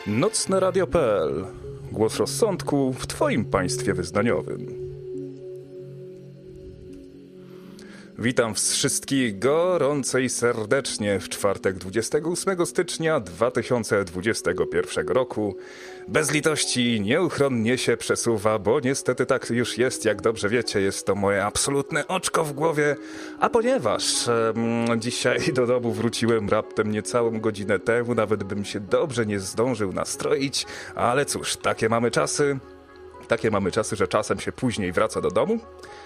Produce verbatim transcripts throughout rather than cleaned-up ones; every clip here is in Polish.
Nocne Radio kropka pe el. Głos rozsądku w Twoim państwie wyznaniowym. Witam wszystkich gorąco i serdecznie w czwartek dwudziestego ósmego stycznia dwa tysiące dwudziestego pierwszego roku. Bez litości nieuchronnie się przesuwa, bo niestety tak już jest, jak dobrze wiecie, jest to moje absolutne oczko w głowie. A ponieważ um, dzisiaj do domu wróciłem raptem niecałą godzinę temu, nawet bym się dobrze nie zdążył nastroić, ale cóż, takie mamy czasy, takie mamy czasy, że czasem się później wraca do domu.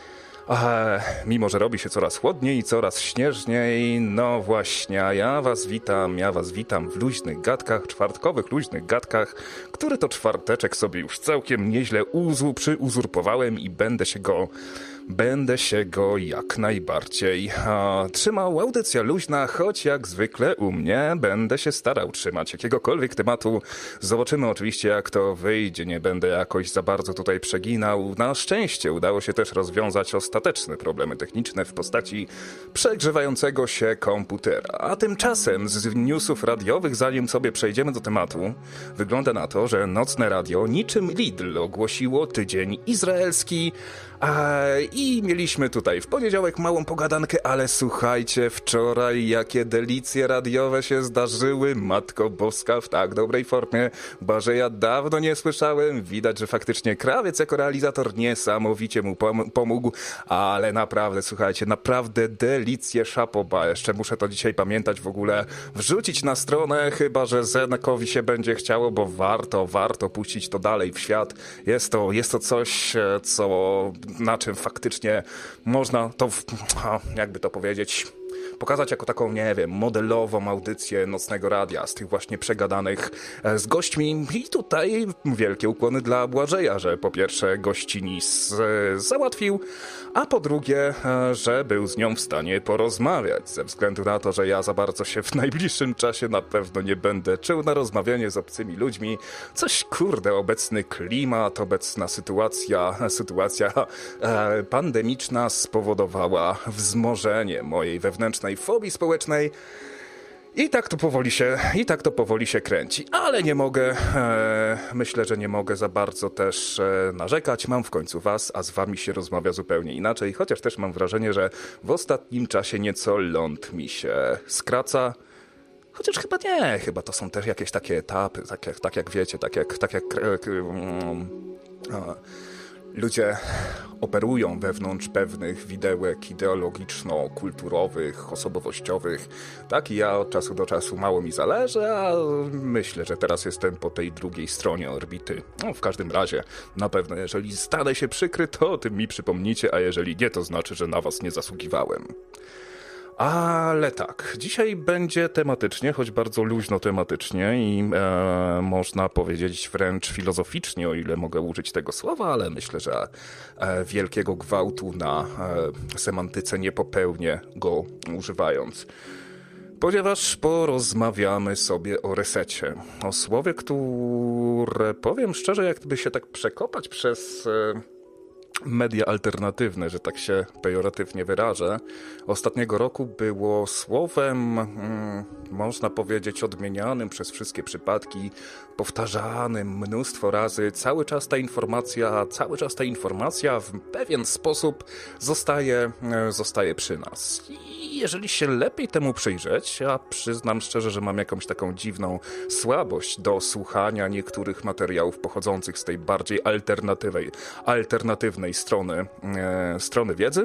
Ach, mimo że robi się coraz chłodniej i coraz śnieżniej, no właśnie, a ja was witam, ja was witam w luźnych gadkach, czwartkowych luźnych gadkach, który to czwarteczek sobie już całkiem nieźle uzu, przyuzurpowałem i będę się go, będę się go jak najbardziej a, trzymał. Audycja luźna, choć jak zwykle u mnie będę się starał trzymać jakiegokolwiek tematu. Zobaczymy oczywiście, jak to wyjdzie, nie będę jakoś za bardzo tutaj przeginał. Na szczęście udało się też rozwiązać ostateczne problemy techniczne w postaci przegrzewającego się komputera. A tymczasem z newsów radiowych, zanim sobie przejdziemy do tematu, wygląda na to, że Nocne Radio niczym Lidl ogłosiło tydzień izraelski, a, i mieliśmy tutaj w poniedziałek małą pogadankę, ale słuchajcie, wczoraj jakie delicje radiowe się zdarzyły, Matko Boska, w tak dobrej formie, bo że ja dawno nie słyszałem. Widać, że faktycznie Krawiec jako realizator niesamowicie mu pom- pomógł, ale naprawdę, słuchajcie, naprawdę delicje, szapoba. Jeszcze muszę to dzisiaj pamiętać w ogóle, wrzucić na stronę, chyba że Zenekowi się będzie chciało, bo warto, warto puścić to dalej w świat. Jest to, jest to coś, co, na czym faktycznie można to, jakby to powiedzieć, pokazać jako taką, nie wiem, modelową audycję Nocnego Radia z tych właśnie przegadanych z gośćmi. I tutaj wielkie ukłony dla Błażeja, że po pierwsze gościni z, załatwił, a po drugie, że był z nią w stanie porozmawiać, ze względu na to, że ja za bardzo się w najbliższym czasie na pewno nie będę czuł na rozmawianie z obcymi ludźmi. Coś, kurde, obecny klimat, obecna sytuacja, sytuacja e, pandemiczna spowodowała wzmożenie mojej wewnętrznej fobii społecznej. I tak to powoli się, i tak to powoli się kręci. Ale nie mogę, e, myślę, że nie mogę za bardzo też e, narzekać. Mam w końcu was, a z wami się rozmawia zupełnie inaczej. Chociaż też mam wrażenie, że w ostatnim czasie nieco ląd mi się skraca. Chociaż chyba nie, chyba to są też jakieś takie etapy, tak jak, tak jak wiecie, tak jak, tak jak e, e, ludzie operują wewnątrz pewnych widełek ideologiczno-kulturowych, osobowościowych. Tak i ja od czasu do czasu mało mi zależy, a myślę, że teraz jestem po tej drugiej stronie orbity. No, w każdym razie, na pewno jeżeli stanę się przykry, to o tym mi przypomnicie, a jeżeli nie, to znaczy, że na was nie zasługiwałem. Ale tak, dzisiaj będzie tematycznie, choć bardzo luźno tematycznie i e, można powiedzieć wręcz filozoficznie, o ile mogę użyć tego słowa, ale myślę, że e, wielkiego gwałtu na e, semantyce nie popełnię go używając. Ponieważ porozmawiamy sobie o resecie. O słowie, które powiem szczerze, jakby się tak przekopać przez E, media alternatywne, że tak się pejoratywnie wyrażę, ostatniego roku było słowem, hmm, można powiedzieć, odmienianym przez wszystkie przypadki, powtarzanym mnóstwo razy. Cały czas ta informacja, cały czas ta informacja w pewien sposób zostaje, zostaje przy nas. I jeżeli się lepiej temu przyjrzeć, ja przyznam szczerze, że mam jakąś taką dziwną słabość do słuchania niektórych materiałów pochodzących z tej bardziej alternatywnej, alternatywnej strony, e, strony wiedzy,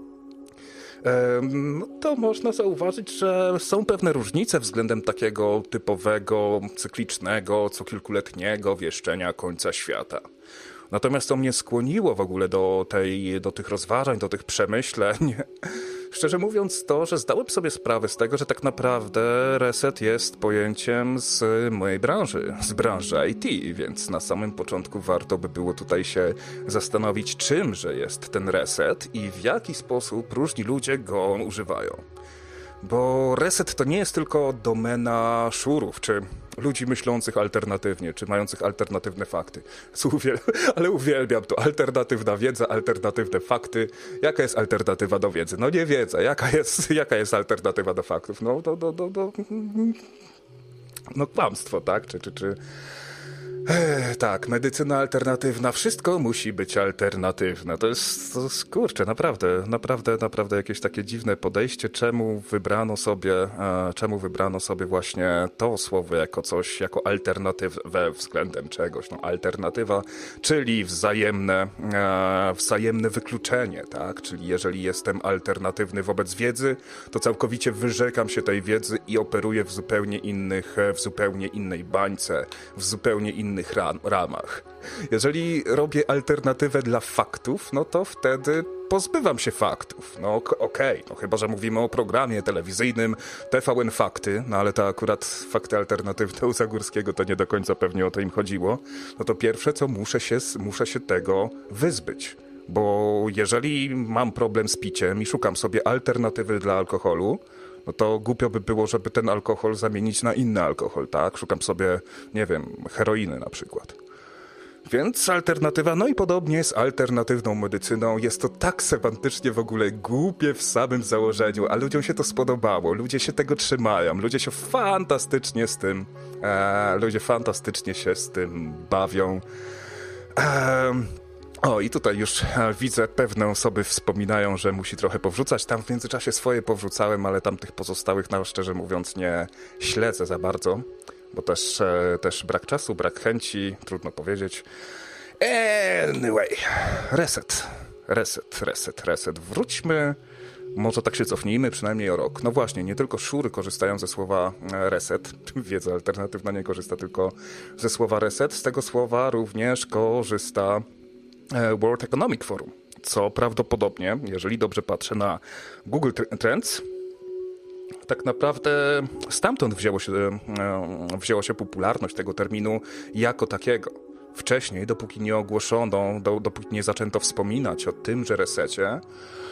e, to można zauważyć, że są pewne różnice względem takiego typowego, cyklicznego, co kilkuletniego wieszczenia końca świata. Natomiast to mnie skłoniło w ogóle do, tej, do tych rozważań, do tych przemyśleń. Szczerze mówiąc to, że zdałem sobie sprawę z tego, że tak naprawdę reset jest pojęciem z mojej branży, z branży I T, więc na samym początku warto by było tutaj się zastanowić, czymże jest ten reset i w jaki sposób różni ludzie go używają. Bo reset to nie jest tylko domena szurów, czy ludzi myślących alternatywnie, czy mających alternatywne fakty. Ale uwielbiam to. Alternatywna wiedza, alternatywne fakty. Jaka jest alternatywa do wiedzy? No nie wiedza. Jaka jest, jaka jest alternatywa do faktów? No do, do, do, do... no kłamstwo, tak? Czy, czy, czy... Ech, tak, medycyna alternatywna, wszystko musi być alternatywne. To jest, to jest, kurczę, naprawdę, naprawdę, naprawdę jakieś takie dziwne podejście, czemu wybrano sobie, e, czemu wybrano sobie właśnie to słowo jako coś, jako alternatywę względem czegoś, no alternatywa, czyli wzajemne, e, wzajemne wykluczenie, tak? Czyli jeżeli jestem alternatywny wobec wiedzy, to całkowicie wyrzekam się tej wiedzy i operuję w zupełnie innych, w zupełnie innej bańce, w zupełnie innych innych ram, ramach. Jeżeli robię alternatywę dla faktów, no to wtedy pozbywam się faktów. No okej, okay. No chyba że mówimy o programie telewizyjnym T V N Fakty, no ale to akurat fakty alternatywne u Zagórskiego to nie do końca pewnie o to im chodziło. No to pierwsze co muszę się, muszę się tego wyzbyć. Bo jeżeli mam problem z piciem i szukam sobie alternatywy dla alkoholu, no to głupio by było, żeby ten alkohol zamienić na inny alkohol, tak? Szukam sobie, nie wiem, heroiny na przykład. Więc alternatywa, no i podobnie z alternatywną medycyną, jest to tak semantycznie w ogóle głupie w samym założeniu, a ludziom się to spodobało, ludzie się tego trzymają, ludzie się fantastycznie z tym, e, ludzie fantastycznie się z tym bawią. E, O, i tutaj już widzę, pewne osoby wspominają, że musi trochę powrzucać. Tam w międzyczasie swoje powrzucałem, ale tam tych pozostałych, no szczerze mówiąc, nie śledzę za bardzo, bo też, też brak czasu, brak chęci, trudno powiedzieć. Anyway, reset, reset, reset, reset. Wróćmy, może tak się cofnijmy przynajmniej o rok. No właśnie, nie tylko szury korzystają ze słowa reset, wiedza alternatywna nie korzysta tylko ze słowa reset, z tego słowa również korzysta World Economic Forum, co prawdopodobnie, jeżeli dobrze patrzę na Google Trends, tak naprawdę stamtąd wzięło się, wzięło się popularność tego terminu jako takiego. Wcześniej, dopóki nie ogłoszono, do, dopóki nie zaczęto wspominać o tymże resecie,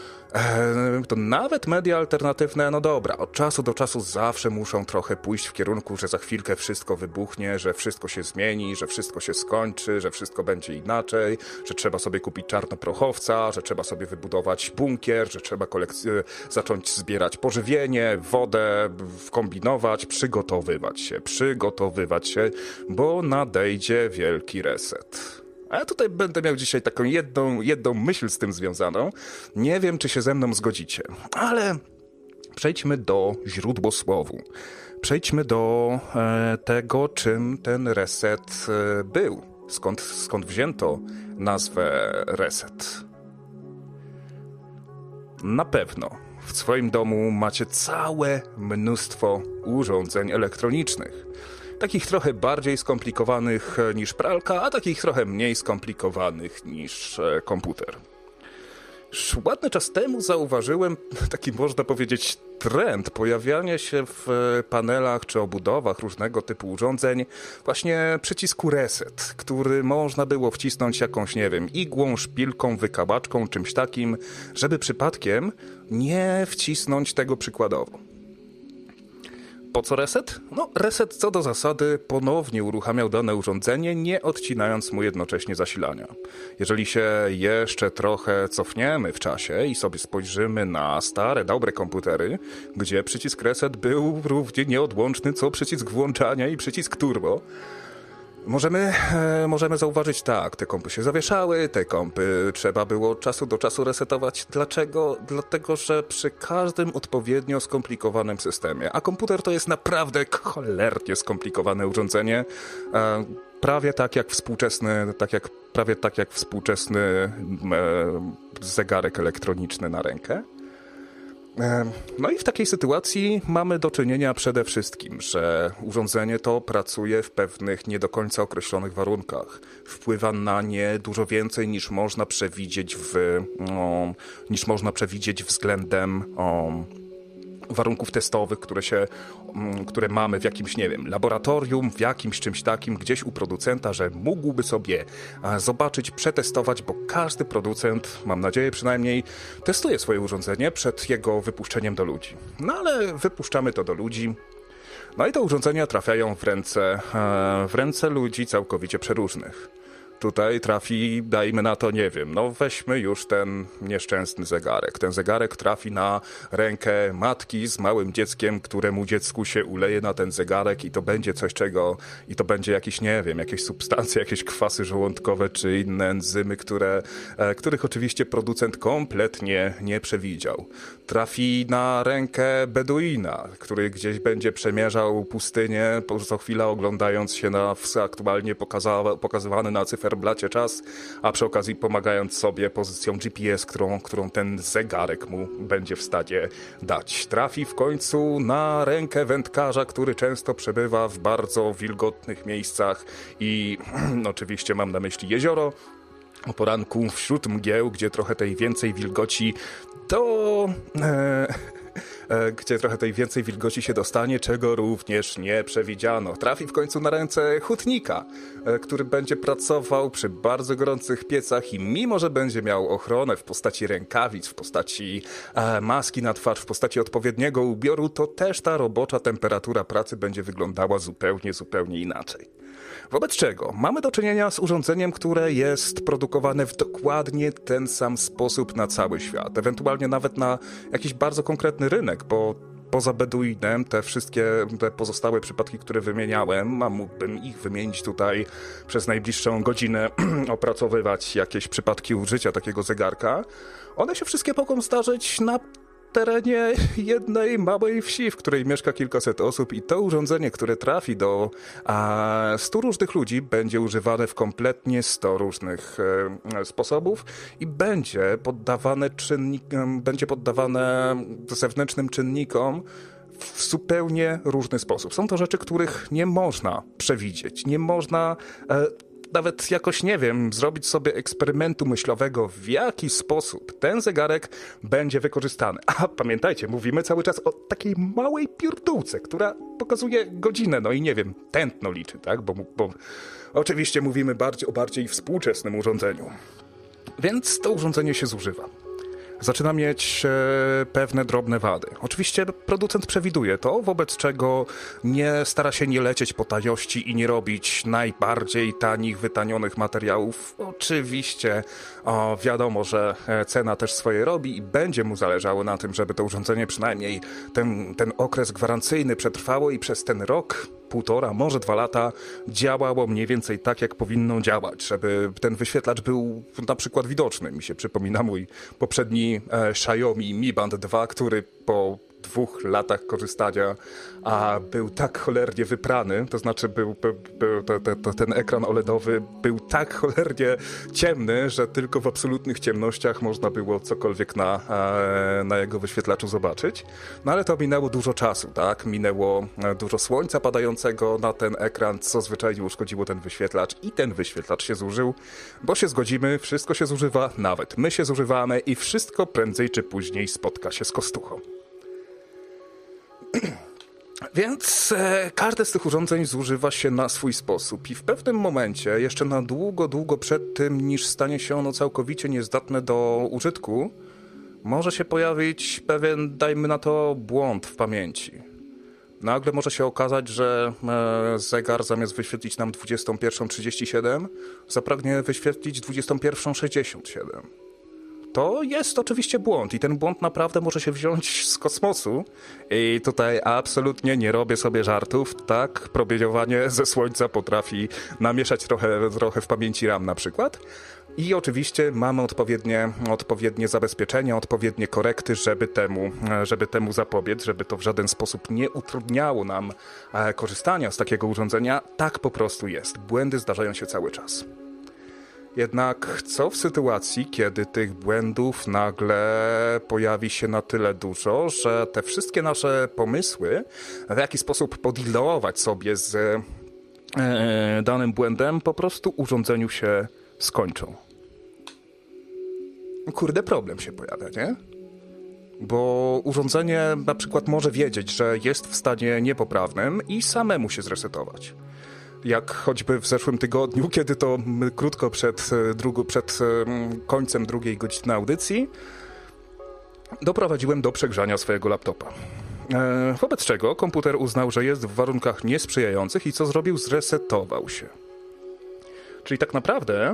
to nawet media alternatywne, no dobra, od czasu do czasu zawsze muszą trochę pójść w kierunku, że za chwilkę wszystko wybuchnie, że wszystko się zmieni, że wszystko się skończy, że wszystko będzie inaczej, że trzeba sobie kupić czarnoprochowca, że trzeba sobie wybudować bunkier, że trzeba kolek- zacząć zbierać pożywienie, wodę, kombinować, przygotowywać się, przygotowywać się, bo nadejdzie wielki reset. A ja tutaj będę miał dzisiaj taką jedną, jedną myśl z tym związaną. Nie wiem, czy się ze mną zgodzicie, ale przejdźmy do źródłosłowu. Przejdźmy do e, tego, czym ten reset e, był. Skąd, skąd wzięto nazwę reset? Na pewno w swoim domu macie całe mnóstwo urządzeń elektronicznych. Takich trochę bardziej skomplikowanych niż pralka, a takich trochę mniej skomplikowanych niż komputer. Już ładny czas temu zauważyłem taki, można powiedzieć, trend pojawiania się w panelach czy obudowach różnego typu urządzeń właśnie przycisku reset, który można było wcisnąć jakąś, nie wiem, igłą, szpilką, wykałaczką, czymś takim, żeby przypadkiem nie wcisnąć tego przykładowo. Po co reset? No, reset co do zasady ponownie uruchamiał dane urządzenie, nie odcinając mu jednocześnie zasilania. Jeżeli się jeszcze trochę cofniemy w czasie i sobie spojrzymy na stare, dobre komputery, gdzie przycisk reset był równie nieodłączny co przycisk włączania i przycisk turbo, Możemy, e, możemy zauważyć tak, te kompy się zawieszały, te kompy trzeba było od czasu do czasu resetować. Dlaczego? Dlatego, że przy każdym odpowiednio skomplikowanym systemie, a komputer to jest naprawdę cholernie skomplikowane urządzenie, e, prawie tak jak współczesny, tak jak, prawie tak jak współczesny e, zegarek elektroniczny na rękę. No i w takiej sytuacji mamy do czynienia przede wszystkim, że urządzenie to pracuje w pewnych nie do końca określonych warunkach. Wpływa na nie dużo więcej niż można przewidzieć w, no, niż można przewidzieć względem o, warunków testowych, które się, które mamy w jakimś, nie wiem, laboratorium, w jakimś czymś takim, gdzieś u producenta, że mógłby sobie zobaczyć, przetestować, bo każdy producent, mam nadzieję przynajmniej, testuje swoje urządzenie przed jego wypuszczeniem do ludzi. No ale wypuszczamy to do ludzi, no i te urządzenia trafiają w ręce, w ręce ludzi całkowicie przeróżnych. tutaj trafi, dajmy na to, nie wiem, no weźmy już ten nieszczęsny zegarek. Ten zegarek trafi na rękę matki z małym dzieckiem, któremu dziecku się uleje na ten zegarek i to będzie coś czego, i to będzie jakiś, nie wiem, jakieś substancje, jakieś kwasy żołądkowe czy inne enzymy, które, e, których oczywiście producent kompletnie nie przewidział. Trafi na rękę Beduina, który gdzieś będzie przemierzał pustynię, co chwila oglądając się na aktualnie pokaza- pokazywany na cyferblacie czas, a przy okazji pomagając sobie pozycją G P S, którą, którą ten zegarek mu będzie w stanie dać. Trafi w końcu na rękę wędkarza, który często przebywa w bardzo wilgotnych miejscach i oczywiście mam na myśli jezioro, o poranku wśród mgieł, gdzie trochę tej więcej wilgoci to... E, e, gdzie trochę tej więcej wilgoci się dostanie, czego również nie przewidziano. Trafi w końcu na ręce hutnika, e, który będzie pracował przy bardzo gorących piecach i mimo, że będzie miał ochronę w postaci rękawic, w postaci e, maski na twarz, w postaci odpowiedniego ubioru, to też ta robocza temperatura pracy będzie wyglądała zupełnie, zupełnie inaczej. Wobec czego mamy do czynienia z urządzeniem, które jest produkowane w dokładnie ten sam sposób na cały świat, ewentualnie nawet na jakiś bardzo konkretny rynek, bo poza Beduinem te wszystkie te pozostałe przypadki, które wymieniałem, a mógłbym ich wymienić tutaj przez najbliższą godzinę, opracowywać jakieś przypadki użycia takiego zegarka, one się wszystkie mogą zdarzyć na terenie jednej małej wsi, w której mieszka kilkaset osób i to urządzenie, które trafi do a, stu różnych ludzi, będzie używane w kompletnie sto różnych e, sposobów i będzie poddawane, czynnik, będzie poddawane zewnętrznym czynnikom w zupełnie różny sposób. Są to rzeczy, których nie można przewidzieć, nie można... E, Nawet jakoś, nie wiem, zrobić sobie eksperymentu myślowego, w jaki sposób ten zegarek będzie wykorzystany. A pamiętajcie, mówimy cały czas o takiej małej pierdółce, która pokazuje godzinę, no i nie wiem, tętno liczy, tak? Bo, bo oczywiście mówimy bardziej o bardziej współczesnym urządzeniu. Więc to urządzenie się zużywa. Zaczyna mieć e, pewne drobne wady. Oczywiście producent przewiduje to, wobec czego nie stara się nie lecieć po taniości i nie robić najbardziej tanich, wytanionych materiałów. Oczywiście o, wiadomo, że cena też swoje robi i będzie mu zależało na tym, żeby to urządzenie przynajmniej ten, ten okres gwarancyjny przetrwało i przez ten rok, półtora, może dwa lata działało mniej więcej tak, jak powinno działać, żeby ten wyświetlacz był na przykład widoczny. Mi się przypomina mój poprzedni e, Xiaomi Mi Band dwa, który po dwóch latach korzystania a był tak cholernie wyprany, to znaczy był, był, był to, to, to ten ekran OLEDowy był tak cholernie ciemny, że tylko w absolutnych ciemnościach można było cokolwiek na, e, na jego wyświetlaczu zobaczyć. No ale to minęło dużo czasu, tak? Minęło dużo słońca padającego na ten ekran, co zwyczajnie uszkodziło ten wyświetlacz i ten wyświetlacz się zużył, bo się zgodzimy, wszystko się zużywa, nawet my się zużywamy i wszystko prędzej czy później spotka się z kostuchą. Więc e, każde z tych urządzeń zużywa się na swój sposób i w pewnym momencie, jeszcze na długo, długo przed tym, niż stanie się ono całkowicie niezdatne do użytku, może się pojawić pewien, dajmy na to, błąd w pamięci. Nagle może się okazać, że e, zegar zamiast wyświetlić nam dwudziestą pierwszą trzydzieści siedem, zapragnie wyświetlić dwudziestą pierwszą sześćdziesiąt siedem. To jest oczywiście błąd i ten błąd naprawdę może się wziąć z kosmosu i tutaj absolutnie nie robię sobie żartów, tak, promieniowanie ze słońca potrafi namieszać trochę, trochę w pamięci RAM na przykład i oczywiście mamy odpowiednie, odpowiednie zabezpieczenia, odpowiednie korekty, żeby temu, żeby temu zapobiec, żeby to w żaden sposób nie utrudniało nam korzystania z takiego urządzenia. Tak po prostu jest. Błędy zdarzają się cały czas. Jednak co w sytuacji, kiedy tych błędów nagle pojawi się na tyle dużo, że te wszystkie nasze pomysły, w jaki sposób podealować sobie z e, danym błędem, po prostu urządzeniu się skończą? Kurde, problem się pojawia, nie? Bo urządzenie na przykład może wiedzieć, że jest w stanie niepoprawnym i samemu się zresetować. Jak choćby w zeszłym tygodniu, kiedy to krótko przed, drugu, przed końcem drugiej godziny audycji doprowadziłem do przegrzania swojego laptopa. E, wobec czego komputer uznał, że jest w warunkach niesprzyjających i co zrobił? Zresetował się. Czyli tak naprawdę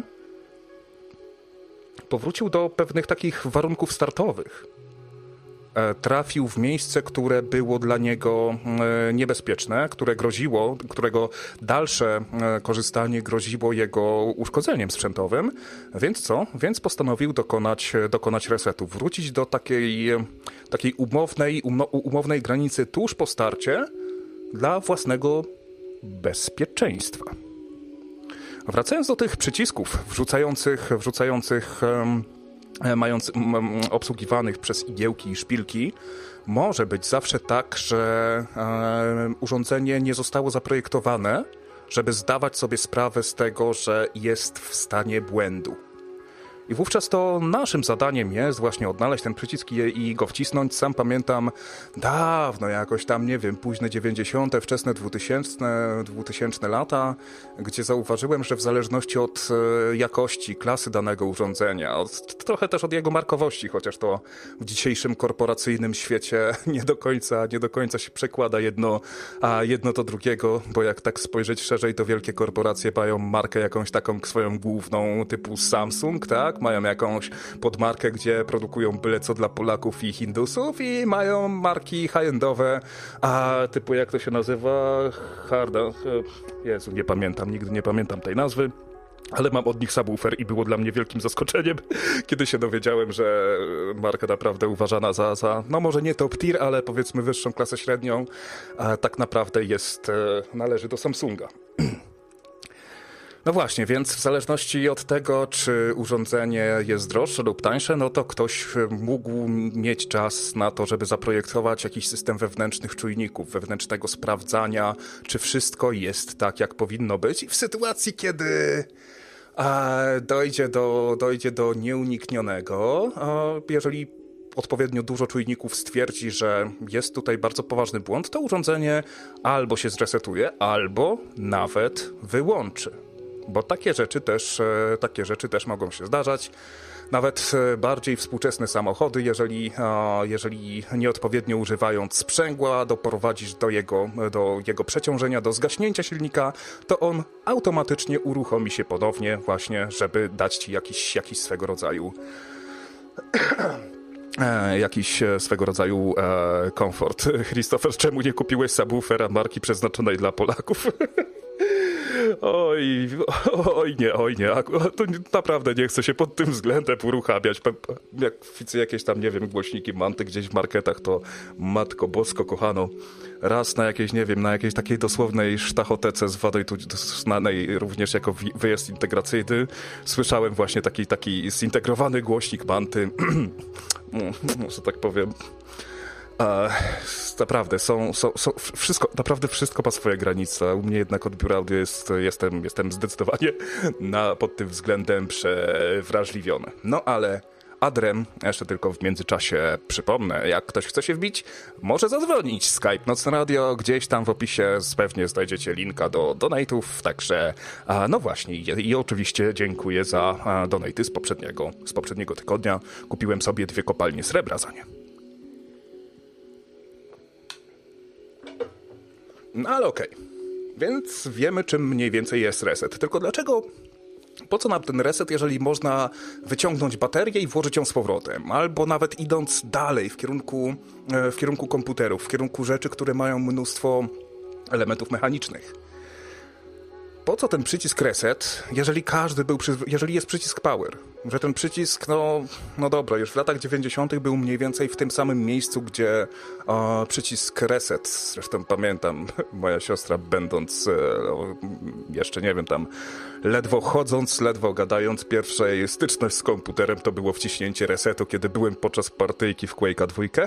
powrócił do pewnych takich warunków startowych. Trafił w miejsce, które było dla niego niebezpieczne, które groziło, którego dalsze korzystanie groziło jego uszkodzeniem sprzętowym. Więc co? Więc postanowił dokonać, dokonać resetu, wrócić do takiej, takiej umownej, umownej granicy tuż po starcie dla własnego bezpieczeństwa. Wracając do tych przycisków wrzucających, wrzucających mając obsługiwanych przez igiełki i szpilki, może być zawsze tak, że e, urządzenie nie zostało zaprojektowane, żeby zdawać sobie sprawę z tego, że jest w stanie błędu. I wówczas to naszym zadaniem jest właśnie odnaleźć ten przycisk i, i go wcisnąć. Sam pamiętam dawno, jakoś tam, nie wiem, późne dziewięćdziesiąte, wczesne dwutysięczne, dwutysięczne lata, gdzie zauważyłem, że w zależności od e, jakości, klasy danego urządzenia, od, trochę też od jego markowości, chociaż to w dzisiejszym korporacyjnym świecie nie do końca, nie do końca się przekłada jedno, a jedno do drugiego, bo jak tak spojrzeć szerzej, to wielkie korporacje mają markę jakąś taką swoją główną, typu Samsung, tak? Mają jakąś podmarkę, gdzie produkują byle co dla Polaków i Hindusów i mają marki high-endowe, a typu jak to się nazywa? Harda. Jezu, nie pamiętam, nigdy nie pamiętam tej nazwy. Ale mam od nich subwoofer i było dla mnie wielkim zaskoczeniem, kiedy się dowiedziałem, że marka naprawdę uważana za, za no może nie top tier, ale powiedzmy wyższą klasę średnią, a tak naprawdę jest, należy do Samsunga. No właśnie, więc w zależności od tego, czy urządzenie jest droższe lub tańsze, no to ktoś mógł mieć czas na to, żeby zaprojektować jakiś system wewnętrznych czujników, wewnętrznego sprawdzania, czy wszystko jest tak, jak powinno być. I w sytuacji, kiedy a, dojdzie do, dojdzie do nieuniknionego, a, jeżeli odpowiednio dużo czujników stwierdzi, że jest tutaj bardzo poważny błąd, to urządzenie albo się zresetuje, albo nawet wyłączy. Bo takie rzeczy też, takie rzeczy też mogą się zdarzać. Nawet bardziej współczesne samochody, jeżeli, jeżeli nieodpowiednio używając sprzęgła, doprowadzisz do jego, do jego przeciążenia, do zgaśnięcia silnika, to on automatycznie uruchomi się ponownie właśnie, żeby dać ci jakiś, jakiś swego rodzaju E, jakiś swego rodzaju e, komfort. Christopher, czemu nie kupiłeś subwoofera marki przeznaczonej dla Polaków? Oj, oj nie, oj nie. To naprawdę nie chcę się pod tym względem uruchamiać. Jak widzę jakieś tam, nie wiem, głośniki Manty gdzieś w marketach, to matko bosko kochano. Raz na jakiejś, nie wiem, na jakiejś takiej dosłownej sztachotece zwanej tu znanej również jako wyjazd integracyjny, słyszałem właśnie taki, taki zintegrowany głośnik Manty. Może tak powiem. A, naprawdę, są, są, są, wszystko, naprawdę wszystko ma swoje granice. U mnie jednak odbiór audio jest, jestem, jestem zdecydowanie na, pod tym względem przewrażliwiony. No ale adrem, jeszcze tylko w międzyczasie przypomnę, jak ktoś chce się wbić, może zadzwonić. Skype Nocne Radio, gdzieś tam w opisie pewnie znajdziecie linka do donate'ów, także a, no właśnie i, i oczywiście dziękuję za a, donate'y z poprzedniego, z poprzedniego tygodnia. Kupiłem sobie dwie kopalnie srebra za nie. No ale okej, okay. Więc wiemy, czym mniej więcej jest reset. Tylko dlaczego, po co nam ten reset, jeżeli można wyciągnąć baterię i włożyć ją z powrotem? Albo nawet idąc dalej w kierunku, w kierunku komputerów, w kierunku rzeczy, które mają mnóstwo elementów mechanicznych. Po co ten przycisk reset, jeżeli każdy był, przyzwy- jeżeli jest przycisk power? Że ten przycisk, no, no dobra, już w latach dziewięćdziesiątych był mniej więcej w tym samym miejscu, gdzie o, przycisk reset, zresztą pamiętam, moja siostra będąc, e, jeszcze nie wiem, tam ledwo chodząc, ledwo gadając, pierwsza jej styczność z komputerem to było wciśnięcie resetu, kiedy byłem podczas partyjki w Quake'a dwójkę.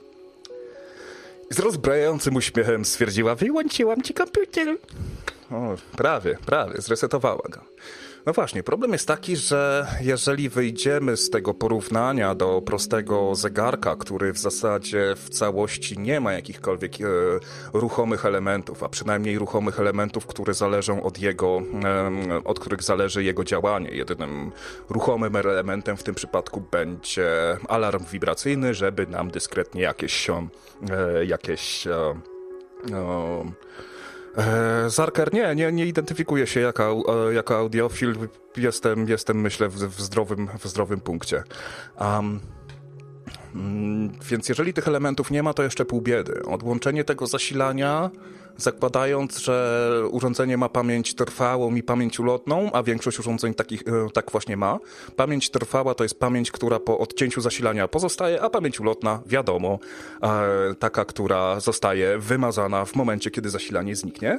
Z rozbrajającym uśmiechem stwierdziła: wyłączyłam ci komputer. O, prawie, prawie, zresetowała go. No właśnie, problem jest taki, że jeżeli wyjdziemy z tego porównania do prostego zegarka, który w zasadzie w całości nie ma jakichkolwiek e, ruchomych elementów, a przynajmniej ruchomych elementów, które zależą od jego, e, od których zależy jego działanie. Jedynym ruchomym elementem w tym przypadku będzie alarm wibracyjny, żeby nam dyskretnie jakieś, e, jakieś e, e, E, Zarker, nie, nie, nie identyfikuję się jako, e, jako audiofil. Jestem, jestem myślę, w, w, zdrowym, w zdrowym punkcie. Um, mm, więc jeżeli tych elementów nie ma, to jeszcze pół biedy. Odłączenie tego zasilania, zakładając, że urządzenie ma pamięć trwałą i pamięć ulotną, a większość urządzeń takich, e, tak właśnie ma. Pamięć trwała to jest pamięć, która po odcięciu zasilania pozostaje, a pamięć ulotna, wiadomo, e, taka, która zostaje wymazana w momencie, kiedy zasilanie zniknie.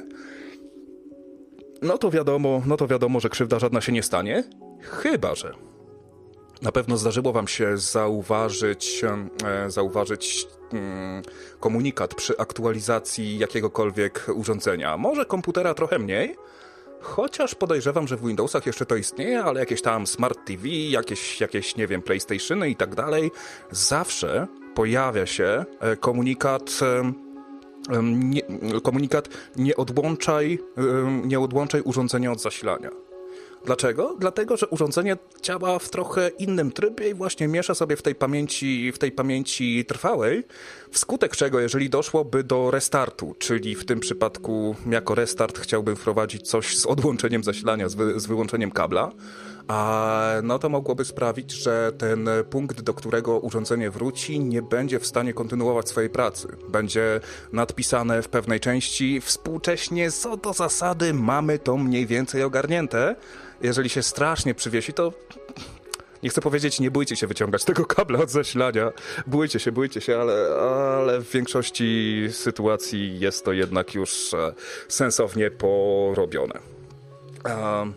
No to wiadomo, no to wiadomo, że krzywda żadna się nie stanie, chyba że na pewno zdarzyło wam się zauważyć, e, zauważyć mm, komunikat przy aktualizacji jakiegokolwiek urządzenia. Może komputera trochę mniej, chociaż podejrzewam, że w Windowsach jeszcze to istnieje, ale jakieś tam Smart T V, jakieś, jakieś nie wiem, PlayStationy i tak dalej, zawsze pojawia się e, komunikat... E, Nie, komunikat nie odłączaj, nie odłączaj urządzenia od zasilania. Dlaczego? Dlatego, że urządzenie działa w trochę innym trybie i właśnie miesza sobie w tej pamięci, w tej pamięci trwałej, wskutek czego, jeżeli doszłoby do restartu, czyli w tym przypadku jako restart chciałbym wprowadzić coś z odłączeniem zasilania, z, wy, z wyłączeniem kabla, a no to mogłoby sprawić, że ten punkt, do którego urządzenie wróci, nie będzie w stanie kontynuować swojej pracy. Będzie nadpisane w pewnej części współcześnie co do zasady mamy to mniej więcej ogarnięte. Jeżeli się strasznie przywiesi, to nie chcę powiedzieć, nie bójcie się wyciągać tego kabla od zasilania. Bójcie się, bójcie się, ale, ale w większości sytuacji jest to jednak już sensownie porobione. Um.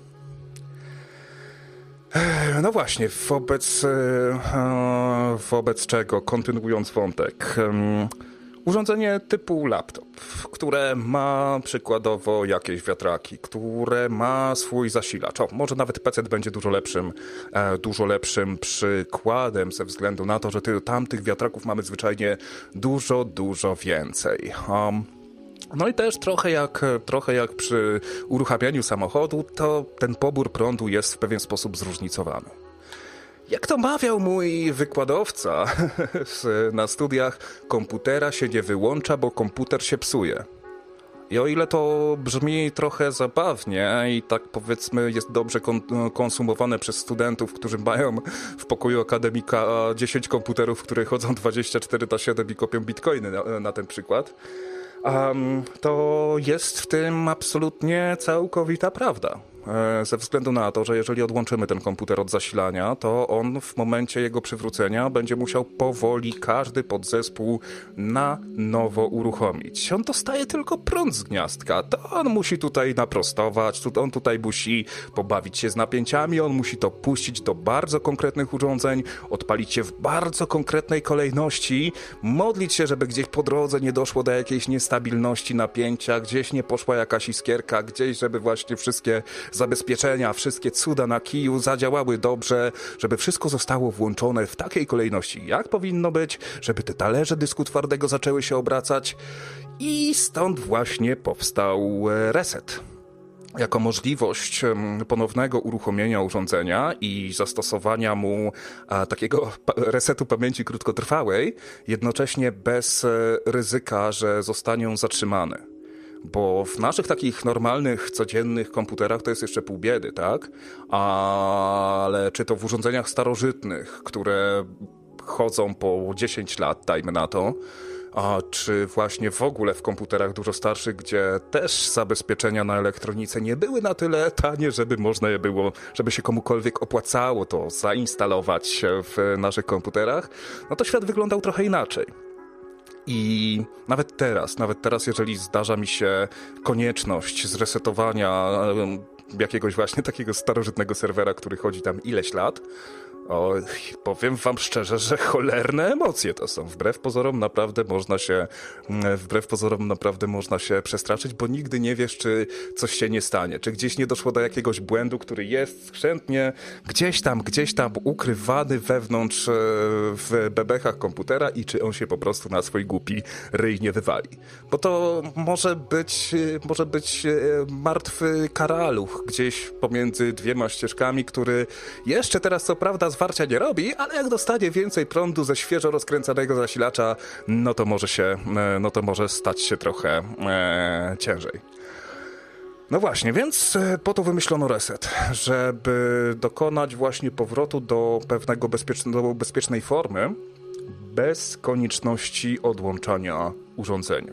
No właśnie, wobec, wobec czego, kontynuując wątek, urządzenie typu laptop, które ma przykładowo jakieś wiatraki, które ma swój zasilacz, o, może nawet P C będzie dużo lepszym, dużo lepszym przykładem ze względu na to, że ty, tam tych wiatraków mamy zwyczajnie dużo, dużo więcej. Um, No i też trochę jak, trochę jak przy uruchamianiu samochodu, to ten pobór prądu jest w pewien sposób zróżnicowany. Jak to mawiał mój wykładowca na studiach, komputera się nie wyłącza, bo komputer się psuje. I o ile to brzmi trochę zabawnie i tak powiedzmy jest dobrze kon- konsumowane przez studentów, którzy mają w pokoju akademika dziesięć komputerów, które chodzą dwadzieścia cztery na siedem i kopią bitcoiny na, na ten przykład, Um, to jest w tym absolutnie całkowita prawda. E, ze względu na to, że jeżeli odłączymy ten komputer od zasilania, to on w momencie jego przywrócenia będzie musiał powoli każdy podzespół na nowo uruchomić. On dostaje tylko prąd z gniazdka. To on musi tutaj naprostować, on tutaj musi pobawić się z napięciami, on musi to puścić do bardzo konkretnych urządzeń, odpalić je w bardzo konkretnej kolejności, modlić się, żeby gdzieś po drodze nie doszło do jakiejś niestabilności napięcia, gdzieś nie poszła jakaś iskierka, gdzieś, żeby właśnie wszystkie zabezpieczenia, wszystkie cuda na kiju zadziałały dobrze, żeby wszystko zostało włączone w takiej kolejności, jak powinno być, żeby te talerze dysku twardego zaczęły się obracać i stąd właśnie powstał reset. Jako możliwość ponownego uruchomienia urządzenia i zastosowania mu a, takiego resetu pamięci krótkotrwałej, jednocześnie bez ryzyka, że zostanie on zatrzymany. Bo w naszych takich normalnych, codziennych komputerach to jest jeszcze pół biedy, tak? Ale czy to w urządzeniach starożytnych, które chodzą po dziesięć lat, dajmy na to, a czy właśnie w ogóle w komputerach dużo starszych, gdzie też zabezpieczenia na elektronice nie były na tyle tanie, żeby można je było, żeby się komukolwiek opłacało to zainstalować w naszych komputerach, no to świat wyglądał trochę inaczej. I nawet teraz, nawet teraz, jeżeli zdarza mi się konieczność zresetowania jakiegoś właśnie takiego starożytnego serwera, który chodzi tam ileś lat, o, powiem wam szczerze, że cholerne emocje to są. Wbrew pozorom naprawdę można się, wbrew pozorom naprawdę można się przestraszyć, bo nigdy nie wiesz, czy coś się nie stanie, czy gdzieś nie doszło do jakiegoś błędu, który jest skrzętnie gdzieś tam, gdzieś tam ukrywany wewnątrz w bebechach komputera i czy on się po prostu na swój głupi ryj nie wywali. Bo to może być, może być martwy karaluch gdzieś pomiędzy dwiema ścieżkami, który jeszcze teraz co prawda zwarcia nie robi, ale jak dostanie więcej prądu ze świeżo rozkręcanego zasilacza, no to może się, no to może stać się trochę e, ciężej. No właśnie, więc po to wymyślono reset, żeby dokonać właśnie powrotu do pewnego bezpiecznego, bezpiecznej formy bez konieczności odłączania urządzenia.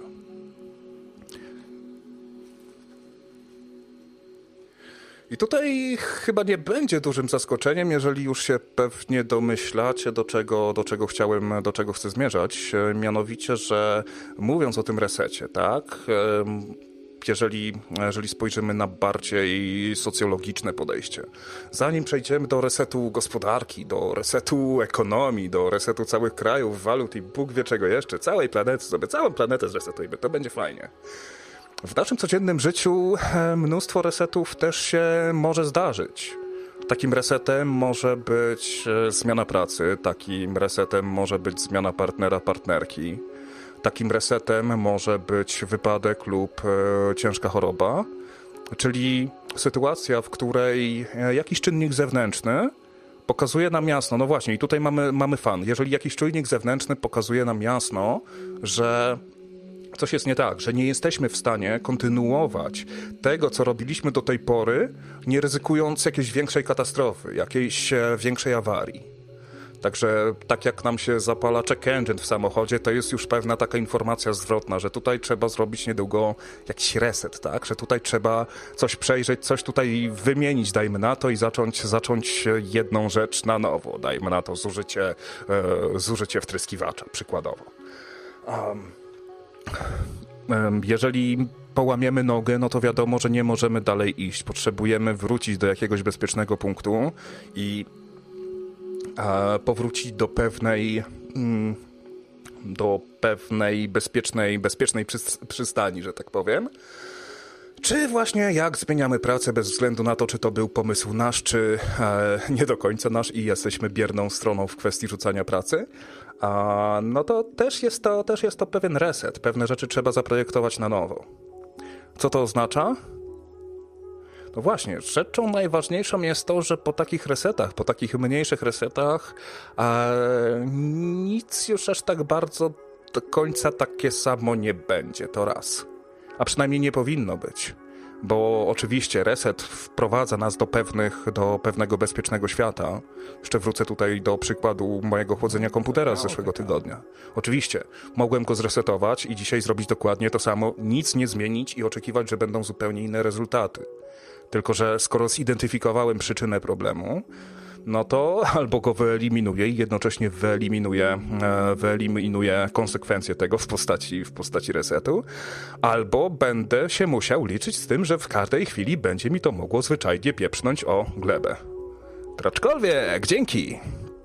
I tutaj chyba nie będzie dużym zaskoczeniem, jeżeli już się pewnie domyślacie, do czego, do czego chciałem, do czego chcę zmierzać. Mianowicie, że mówiąc o tym resecie, tak, jeżeli, jeżeli spojrzymy na bardziej socjologiczne podejście, zanim przejdziemy do resetu gospodarki, do resetu ekonomii, do resetu całych krajów, walut i Bóg wie czego jeszcze, całej planety, sobie całą planetę zresetujmy, to będzie fajnie. W naszym codziennym życiu mnóstwo resetów też się może zdarzyć. Takim resetem może być zmiana pracy, takim resetem może być zmiana partnera, partnerki, takim resetem może być wypadek lub e, ciężka choroba, czyli sytuacja, w której jakiś czynnik zewnętrzny pokazuje nam jasno, no właśnie i tutaj mamy, mamy fan, jeżeli jakiś czynnik zewnętrzny pokazuje nam jasno, że coś jest nie tak, że nie jesteśmy w stanie kontynuować tego, co robiliśmy do tej pory, nie ryzykując jakiejś większej katastrofy, jakiejś e, większej awarii. Także tak jak nam się zapala check engine w samochodzie, to jest już pewna taka informacja zwrotna, że tutaj trzeba zrobić niedługo jakiś reset, tak? Że tutaj trzeba coś przejrzeć, coś tutaj wymienić, dajmy na to, i zacząć, zacząć jedną rzecz na nowo. Dajmy na to zużycie, e, zużycie wtryskiwacza, przykładowo. Um, um, jeżeli połamiemy nogę, no to wiadomo, że nie możemy dalej iść. Potrzebujemy wrócić do jakiegoś bezpiecznego punktu i powrócić do pewnej do pewnej bezpiecznej, bezpiecznej przystani, że tak powiem. Czy właśnie jak zmieniamy pracę bez względu na to, czy to był pomysł nasz, czy e, nie do końca nasz i jesteśmy bierną stroną w kwestii rzucania pracy, a, no to też jest to, też jest to pewien reset. Pewne rzeczy trzeba zaprojektować na nowo. Co to oznacza? No właśnie, rzeczą najważniejszą jest to, że po takich resetach, po takich mniejszych resetach e, nic już aż tak bardzo do końca takie samo nie będzie, to raz. A przynajmniej nie powinno być. Bo oczywiście reset wprowadza nas do pewnych, do pewnego bezpiecznego świata. Jeszcze wrócę tutaj do przykładu mojego chłodzenia komputera z zeszłego tygodnia. Oczywiście, mogłem go zresetować i dzisiaj zrobić dokładnie to samo, nic nie zmienić i oczekiwać, że będą zupełnie inne rezultaty. Tylko że skoro zidentyfikowałem przyczynę problemu, no to albo go wyeliminuję i jednocześnie wyeliminuję, wyeliminuję konsekwencje tego w postaci, w postaci resetu, albo będę się musiał liczyć z tym, że w każdej chwili będzie mi to mogło zwyczajnie pieprznąć o glebę. Aczkolwiek, dzięki!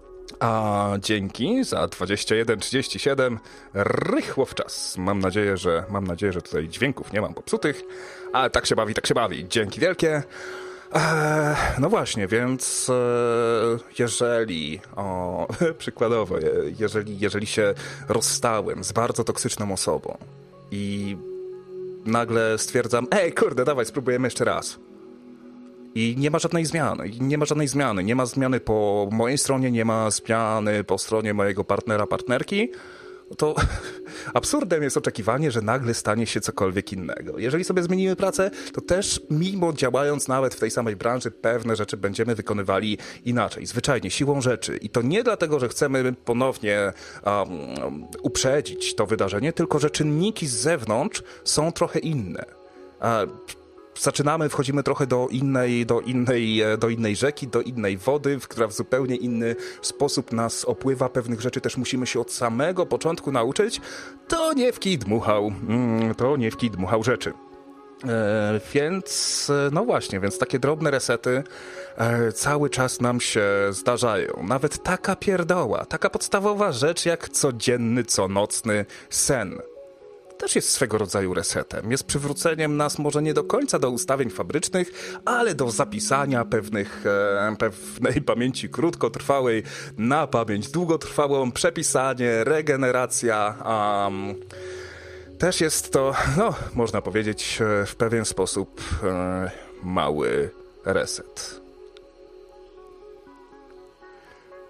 A dzięki za dwadzieścia jeden trzydzieści siedem rychło w czas. Mam nadzieję, że mam nadzieję, że tutaj dźwięków nie mam popsutych, ale tak się bawi, tak się bawi. Dzięki wielkie. Eee, no właśnie, więc e, jeżeli, o, przykładowo, jeżeli, jeżeli się rozstałem z bardzo toksyczną osobą i nagle stwierdzam, ej kurde, dawaj, spróbujemy jeszcze raz. I nie ma żadnej zmiany, nie ma żadnej zmiany, nie ma zmiany po mojej stronie, nie ma zmiany po stronie mojego partnera, partnerki, to absurdem jest oczekiwanie, że nagle stanie się cokolwiek innego. Jeżeli sobie zmienimy pracę, to też mimo działając nawet w tej samej branży, pewne rzeczy będziemy wykonywali inaczej, zwyczajnie, siłą rzeczy. I to nie dlatego, że chcemy ponownie um, uprzedzić to wydarzenie, tylko że czynniki z zewnątrz są trochę inne. A zaczynamy, wchodzimy trochę do innej, do innej, do innej rzeki, do innej wody, która w zupełnie inny sposób nas opływa. Pewnych rzeczy też musimy się od samego początku nauczyć. To nie w kij dmuchał, to nie w kij dmuchał rzeczy. E, więc, no właśnie, więc takie drobne resety e, cały czas nam się zdarzają. Nawet taka pierdoła, taka podstawowa rzecz jak codzienny, co nocny sen. Też jest swego rodzaju resetem. Jest przywróceniem nas może nie do końca do ustawień fabrycznych, ale do zapisania pewnych, e, pewnej pamięci krótkotrwałej na pamięć długotrwałą, przepisanie, regeneracja. Um, też jest to, no, można powiedzieć, w pewien sposób e, mały reset.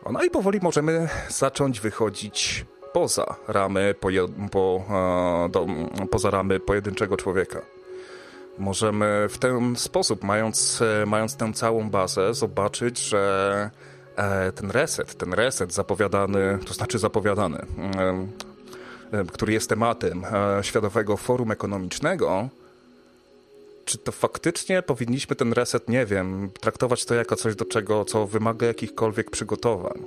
No i powoli możemy zacząć wychodzić poza ramy, poje- po, do, poza ramy pojedynczego człowieka. Możemy w ten sposób, mając, mając tę całą bazę, zobaczyć, że ten reset, ten reset zapowiadany, to znaczy zapowiadany, który jest tematem Światowego Forum Ekonomicznego, czy to faktycznie powinniśmy ten reset, nie wiem, traktować to jako coś, do czego, co wymaga jakichkolwiek przygotowań.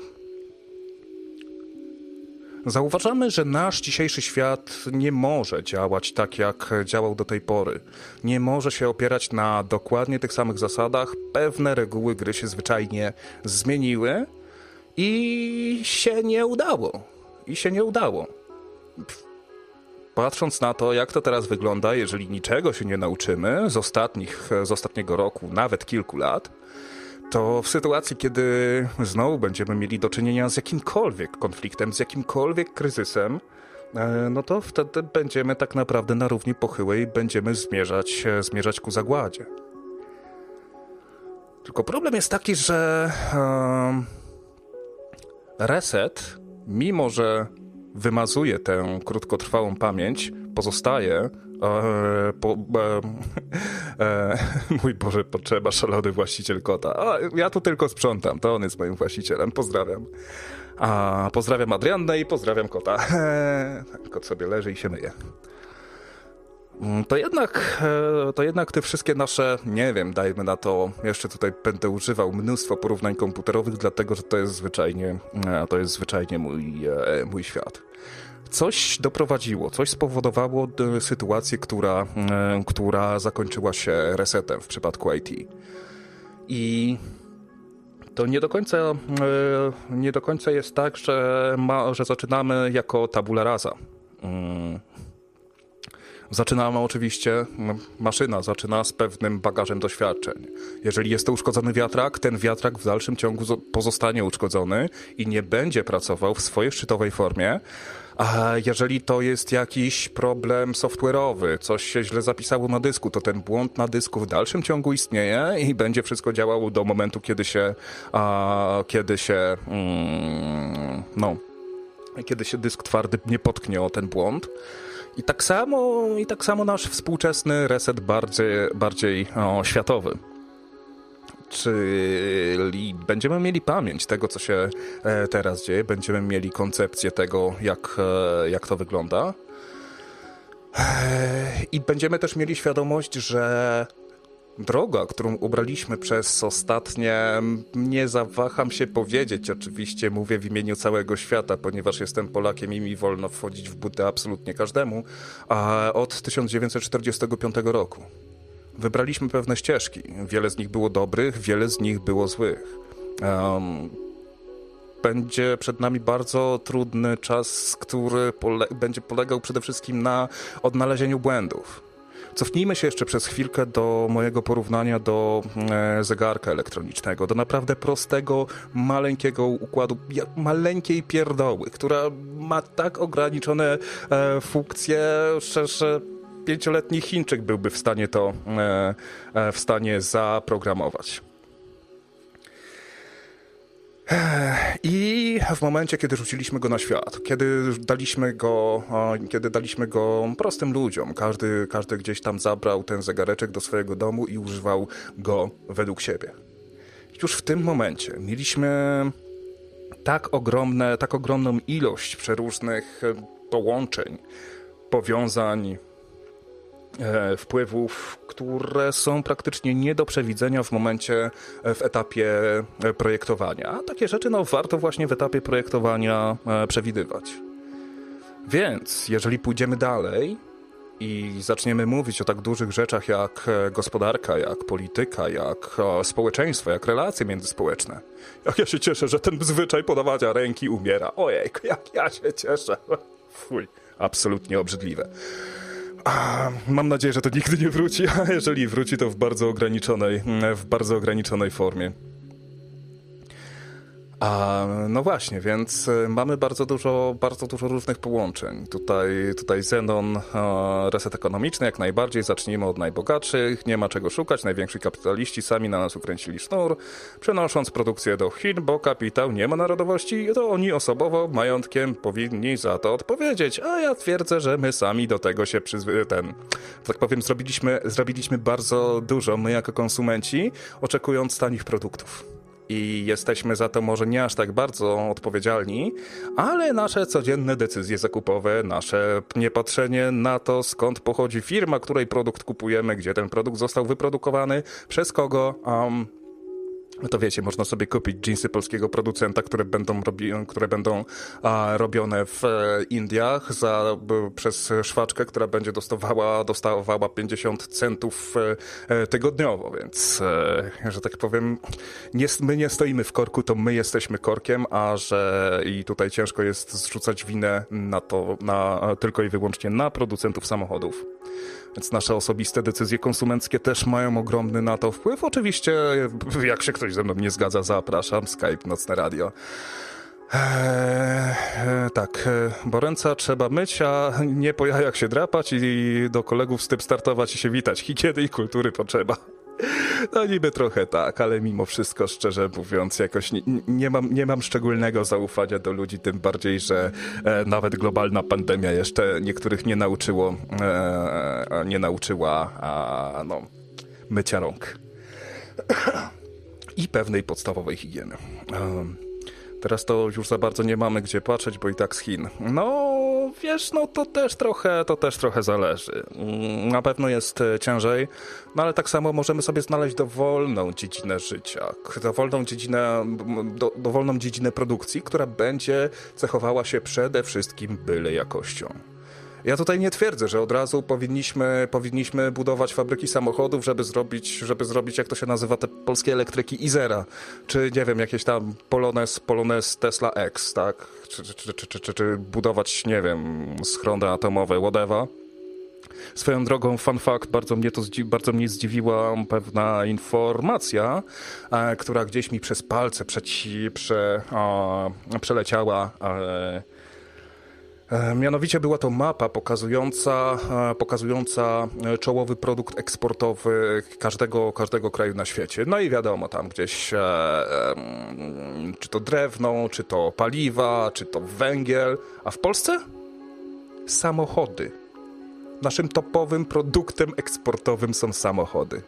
Zauważamy, że nasz dzisiejszy świat nie może działać tak, jak działał do tej pory. Nie może się opierać na dokładnie tych samych zasadach. Pewne reguły gry się zwyczajnie zmieniły i się nie udało. I się nie udało. Patrząc na to, jak to teraz wygląda, jeżeli niczego się nie nauczymy z ostatnich, z ostatniego roku, nawet kilku lat, to w sytuacji, kiedy znowu będziemy mieli do czynienia z jakimkolwiek konfliktem, z jakimkolwiek kryzysem, no to wtedy będziemy tak naprawdę na równi pochyłej, będziemy zmierzać, zmierzać ku zagładzie. Tylko problem jest taki, że um, reset, mimo że wymazuje tę krótkotrwałą pamięć, pozostaje e, po, e, e, mój Boże, potrzeba, szalony właściciel kota. A, ja tu tylko sprzątam, to on jest moim właścicielem, pozdrawiam. A, pozdrawiam Adriannę i pozdrawiam kota. E, kot sobie leży i się myje. To jednak, to jednak te wszystkie nasze, nie wiem, dajmy na to, jeszcze tutaj będę używał mnóstwo porównań komputerowych, dlatego że to jest zwyczajnie, to jest zwyczajnie mój, mój świat. Coś doprowadziło, coś spowodowało sytuację, która, która zakończyła się resetem w przypadku I T. I to nie do końca, nie do końca jest tak, że, ma, że zaczynamy jako tabula rasa. Zaczynamy oczywiście, maszyna zaczyna z pewnym bagażem doświadczeń. Jeżeli jest to uszkodzony wiatrak, ten wiatrak w dalszym ciągu pozostanie uszkodzony i nie będzie pracował w swojej szczytowej formie. A jeżeli to jest jakiś problem software'owy, coś się źle zapisało na dysku, to ten błąd na dysku w dalszym ciągu istnieje i będzie wszystko działało do momentu, kiedy się, a, kiedy się, mm, no, kiedy się dysk twardy nie potknie o ten błąd. I tak samo, i tak samo nasz współczesny reset bardziej, bardziej o, światowy. Czyli będziemy mieli pamięć tego, co się e, teraz dzieje, będziemy mieli koncepcję tego, jak, e, jak to wygląda. E, I będziemy też mieli świadomość, że droga, którą ubraliśmy przez ostatnie, nie zawaham się powiedzieć, oczywiście mówię w imieniu całego świata, ponieważ jestem Polakiem i mi wolno wchodzić w buty absolutnie każdemu, a od tysiąc dziewięćset czterdziestego piątego roku. Wybraliśmy pewne ścieżki. Wiele z nich było dobrych, wiele z nich było złych. Um, będzie przed nami bardzo trudny czas, który pole- będzie polegał przede wszystkim na odnalezieniu błędów. Cofnijmy się jeszcze przez chwilkę do mojego porównania do e, zegarka elektronicznego, do naprawdę prostego, maleńkiego układu, maleńkiej pierdoły, która ma tak ograniczone e, funkcje, że, że pięcioletni Chińczyk byłby w stanie to e, e, w stanie zaprogramować. I w momencie, kiedy rzuciliśmy go na świat, kiedy daliśmy go, kiedy daliśmy go prostym ludziom, każdy, każdy gdzieś tam zabrał ten zegareczek do swojego domu i używał go według siebie. Już w tym momencie mieliśmy tak ogromne, tak ogromną ilość przeróżnych połączeń, powiązań, e, wpływów, które są praktycznie nie do przewidzenia w momencie, w etapie projektowania. A takie rzeczy no, warto właśnie w etapie projektowania e, przewidywać. Więc jeżeli pójdziemy dalej i zaczniemy mówić o tak dużych rzeczach jak gospodarka, jak polityka, jak społeczeństwo, jak relacje międzyspołeczne. Jak ja się cieszę, że ten zwyczaj podawania ręki umiera. Ojej, jak ja się cieszę. Fuj, absolutnie obrzydliwe. A, mam nadzieję, że to nigdy nie wróci, a jeżeli wróci, to w bardzo ograniczonej, w bardzo ograniczonej formie. A, no właśnie, więc mamy bardzo dużo, bardzo dużo różnych połączeń. Tutaj, tutaj Zenon, e, reset ekonomiczny jak najbardziej, zacznijmy od najbogatszych, nie ma czego szukać, najwięksi kapitaliści sami na nas ukręcili sznur, przenosząc produkcję do Chin, bo kapitał nie ma narodowości, to oni osobowo, majątkiem powinni za to odpowiedzieć, a ja twierdzę, że my sami do tego się przyzwy... ten, tak powiem, zrobiliśmy, zrobiliśmy bardzo dużo, my jako konsumenci, oczekując tanich produktów. I jesteśmy za to może nie aż tak bardzo odpowiedzialni, ale nasze codzienne decyzje zakupowe, nasze niepatrzenie na to, skąd pochodzi firma, której produkt kupujemy, gdzie ten produkt został wyprodukowany, przez kogo... Um, No to wiecie, można sobie kupić dżinsy polskiego producenta, które będą, robi, które będą a, robione w e, Indiach za, b, przez szwaczkę, która będzie dostawała, dostawała pięćdziesiąt centów e, tygodniowo, więc, e, że tak powiem, nie, my nie stoimy w korku, to my jesteśmy korkiem, a że i tutaj ciężko jest zrzucać winę na to, na, tylko i wyłącznie na producentów samochodów. Więc nasze osobiste decyzje konsumenckie też mają ogromny na to wpływ. Oczywiście, jak się ktoś ze mną nie zgadza, zapraszam. Skype, Nocne Radio. Eee, tak, bo ręce trzeba myć, a nie po jajach się drapać i do kolegów z tym startować i się witać. I kiedy i kultury potrzeba. No niby trochę tak, ale mimo wszystko, szczerze mówiąc, jakoś nie, nie, mam, nie mam szczególnego zaufania do ludzi, tym bardziej, że e, nawet globalna pandemia jeszcze niektórych nie nauczyło, e, nie nauczyła a, no, mycia rąk i pewnej podstawowej higieny. Um, Teraz to już za bardzo nie mamy gdzie patrzeć, bo i tak z Chin. No, wiesz, no to też trochę, to też trochę zależy. Na pewno jest ciężej, no ale tak samo możemy sobie znaleźć dowolną dziedzinę życia, dowolną dziedzinę, do, dowolną dziedzinę produkcji, która będzie cechowała się przede wszystkim byle jakością. Ja tutaj nie twierdzę, że od razu powinniśmy, powinniśmy budować fabryki samochodów, żeby zrobić, żeby zrobić, jak to się nazywa, te polskie elektryki Izera, czy nie wiem, jakieś tam Polones, Polones Tesla X, tak? Czy, czy, czy, czy, czy, czy budować, nie wiem, schrony atomowe, whatever. Swoją drogą, fun fact, bardzo mnie to zdziwi, bardzo mnie zdziwiła pewna informacja, e, która gdzieś mi przez palce przeci, prze, e, przeleciała. E, Mianowicie była to mapa pokazująca, pokazująca czołowy produkt eksportowy każdego, każdego kraju na świecie. No i wiadomo, tam gdzieś e, czy to drewno, czy to paliwa, czy to węgiel. A w Polsce? Samochody. Naszym topowym produktem eksportowym są samochody.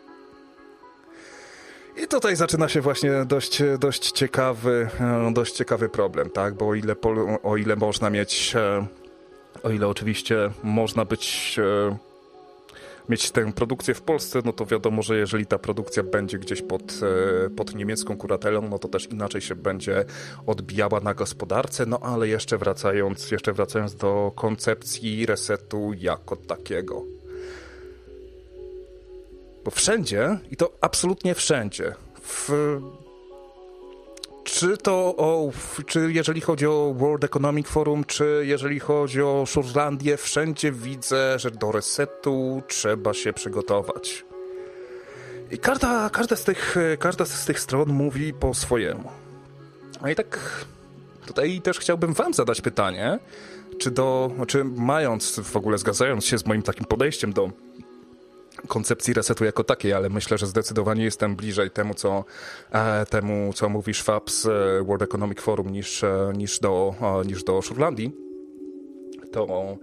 I tutaj zaczyna się właśnie dość, dość ciekawy, dość ciekawy problem, tak? Bo o ile, o ile można mieć, o ile oczywiście można być, mieć tę produkcję w Polsce, no to wiadomo, że jeżeli ta produkcja będzie gdzieś pod, pod niemiecką kuratelą, no to też inaczej się będzie odbijała na gospodarce, no ale jeszcze wracając, jeszcze wracając do koncepcji resetu jako takiego. Bo wszędzie, i to absolutnie wszędzie, w, czy to o, czy jeżeli chodzi o World Economic Forum, czy jeżeli chodzi o Szurlandię, wszędzie widzę, że do resetu trzeba się przygotować. I każda, każda, z tych, każda z tych stron mówi po swojemu. A i tak tutaj też chciałbym wam zadać pytanie, czy, do, czy mając, w ogóle zgadzając się z moim takim podejściem do koncepcji resetu jako takiej, ale myślę, że zdecydowanie jestem bliżej temu, co, e, temu, co mówi Schwab z World Economic Forum niż, e, niż, do, e, niż do Szurlandii, to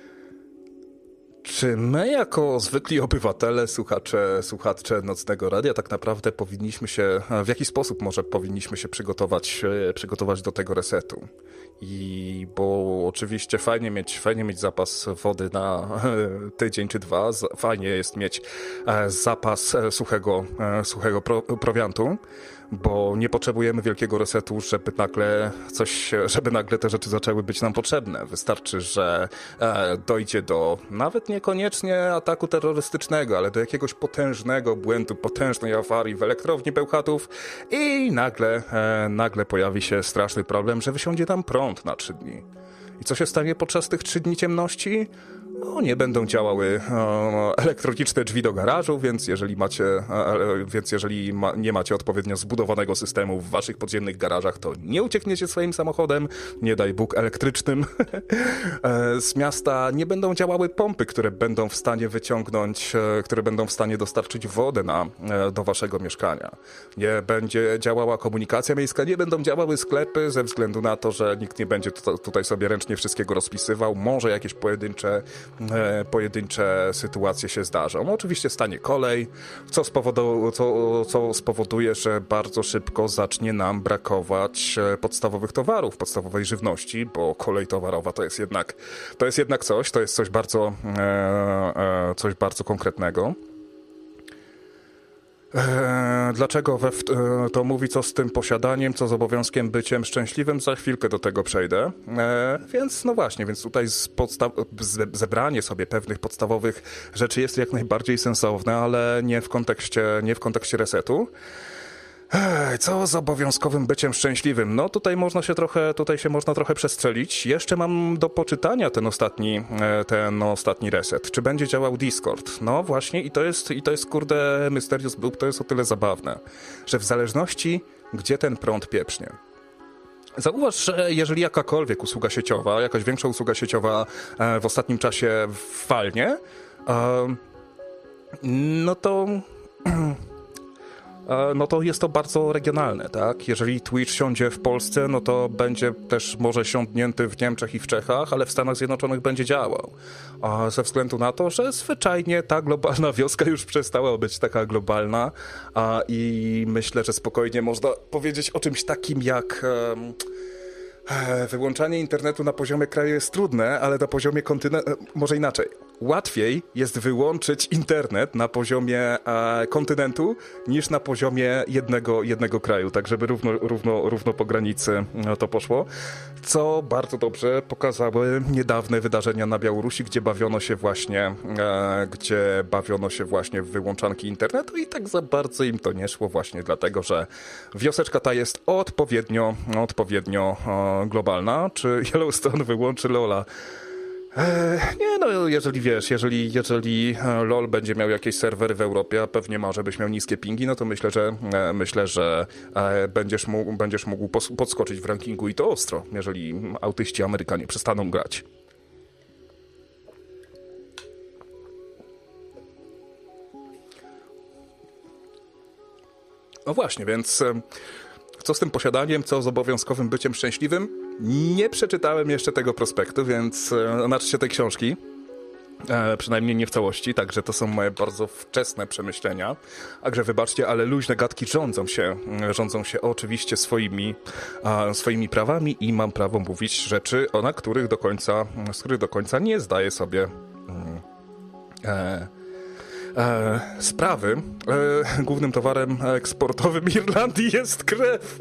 czy my jako zwykli obywatele, słuchacze, słuchacze Nocnego Radia tak naprawdę powinniśmy się, w jaki sposób może powinniśmy się przygotować, przygotować do tego resetu? I bo oczywiście fajnie mieć, fajnie mieć zapas wody na tydzień czy dwa, fajnie jest mieć zapas suchego, suchego prowiantu, bo nie potrzebujemy wielkiego resetu, żeby nagle coś, żeby nagle te rzeczy zaczęły być nam potrzebne. Wystarczy, że dojdzie do nawet niekoniecznie ataku terrorystycznego, ale do jakiegoś potężnego błędu, potężnej awarii w elektrowni Bełchatów i nagle, nagle pojawi się straszny problem, że wysiądzie tam prąd na trzy dni. I co się stanie podczas tych trzy dni ciemności? no, nie będą działały e, elektroniczne drzwi do garażu, więc jeżeli macie, e, więc jeżeli ma, nie macie odpowiednio zbudowanego systemu w waszych podziemnych garażach, to nie uciekniecie swoim samochodem, nie daj Bóg elektrycznym. e, z miasta nie będą działały pompy, które będą w stanie wyciągnąć, e, które będą w stanie dostarczyć wodę na, e, do waszego mieszkania. Nie będzie działała komunikacja miejska, nie będą działały sklepy ze względu na to, że nikt nie będzie tu, tutaj sobie ręcznie wszystkiego rozpisywał. Może jakieś pojedyncze E, pojedyncze sytuacje się zdarzą. Oczywiście stanie kolej, co, spowodu, co, co spowoduje, że bardzo szybko zacznie nam brakować podstawowych towarów, podstawowej żywności, bo kolej towarowa to jest jednak, to jest jednak coś, to jest coś bardzo, e, e, coś bardzo konkretnego. Eee, dlaczego we, e, to mówi co z tym posiadaniem, co z obowiązkiem byciem szczęśliwym? Za chwilkę do tego przejdę. Eee, więc no właśnie, więc tutaj z podstaw, z, zebranie sobie pewnych podstawowych rzeczy jest jak najbardziej sensowne, ale nie w kontekście, nie w kontekście resetu. Ej, co z obowiązkowym byciem szczęśliwym? No tutaj można się trochę, tutaj się można trochę przestrzelić. Jeszcze mam do poczytania ten ostatni, ten ostatni reset. Czy będzie działał Discord? No właśnie i to jest, i to jest kurde Mysterious Book, to jest o tyle zabawne, że w zależności gdzie ten prąd pieprznie. Zauważ, że jeżeli jakakolwiek usługa sieciowa, jakaś większa usługa sieciowa w ostatnim czasie walnie, no to... no to jest to bardzo regionalne, tak? Jeżeli Twitch siądzie w Polsce, no to będzie też może siądnięty w Niemczech i w Czechach, ale w Stanach Zjednoczonych będzie działał. A ze względu na to, że zwyczajnie ta globalna wioska już przestała być taka globalna a, i myślę, że spokojnie można powiedzieć o czymś takim jak... Um, wyłączanie internetu na poziomie kraju jest trudne, ale na poziomie kontynentu, może inaczej. Łatwiej jest wyłączyć internet na poziomie e, kontynentu niż na poziomie jednego, jednego kraju, tak żeby równo, równo, równo po granicy no, to poszło. Co bardzo dobrze pokazały niedawne wydarzenia na Białorusi, gdzie bawiono się właśnie, e, gdzie bawiono się właśnie w wyłączanki internetu i tak za bardzo im to nie szło właśnie dlatego, że wioseczka ta jest odpowiednio, odpowiednio e, globalna. Czy Yellowstone wyłączy Lola? Eee, nie, no jeżeli wiesz, jeżeli, jeżeli LOL będzie miał jakieś serwery w Europie, a pewnie ma, żebyś miał niskie pingi, no to myślę, że e, myślę, że e, będziesz mógł, będziesz mógł pos- podskoczyć w rankingu i to ostro, jeżeli autyści Amerykanie przestaną grać. No właśnie, więc... E, Co z tym posiadaniem, co z obowiązkowym byciem szczęśliwym? Nie przeczytałem jeszcze tego prospektu, więc znaczy się tej książki. E, przynajmniej nie w całości, także to są moje bardzo wczesne przemyślenia. Także wybaczcie, ale luźne gadki rządzą się, rządzą się oczywiście swoimi, a, swoimi prawami i mam prawo mówić rzeczy, o na których do końca, z których do końca nie zdaję sobie e, E, sprawy. E, głównym towarem eksportowym Irlandii jest krew.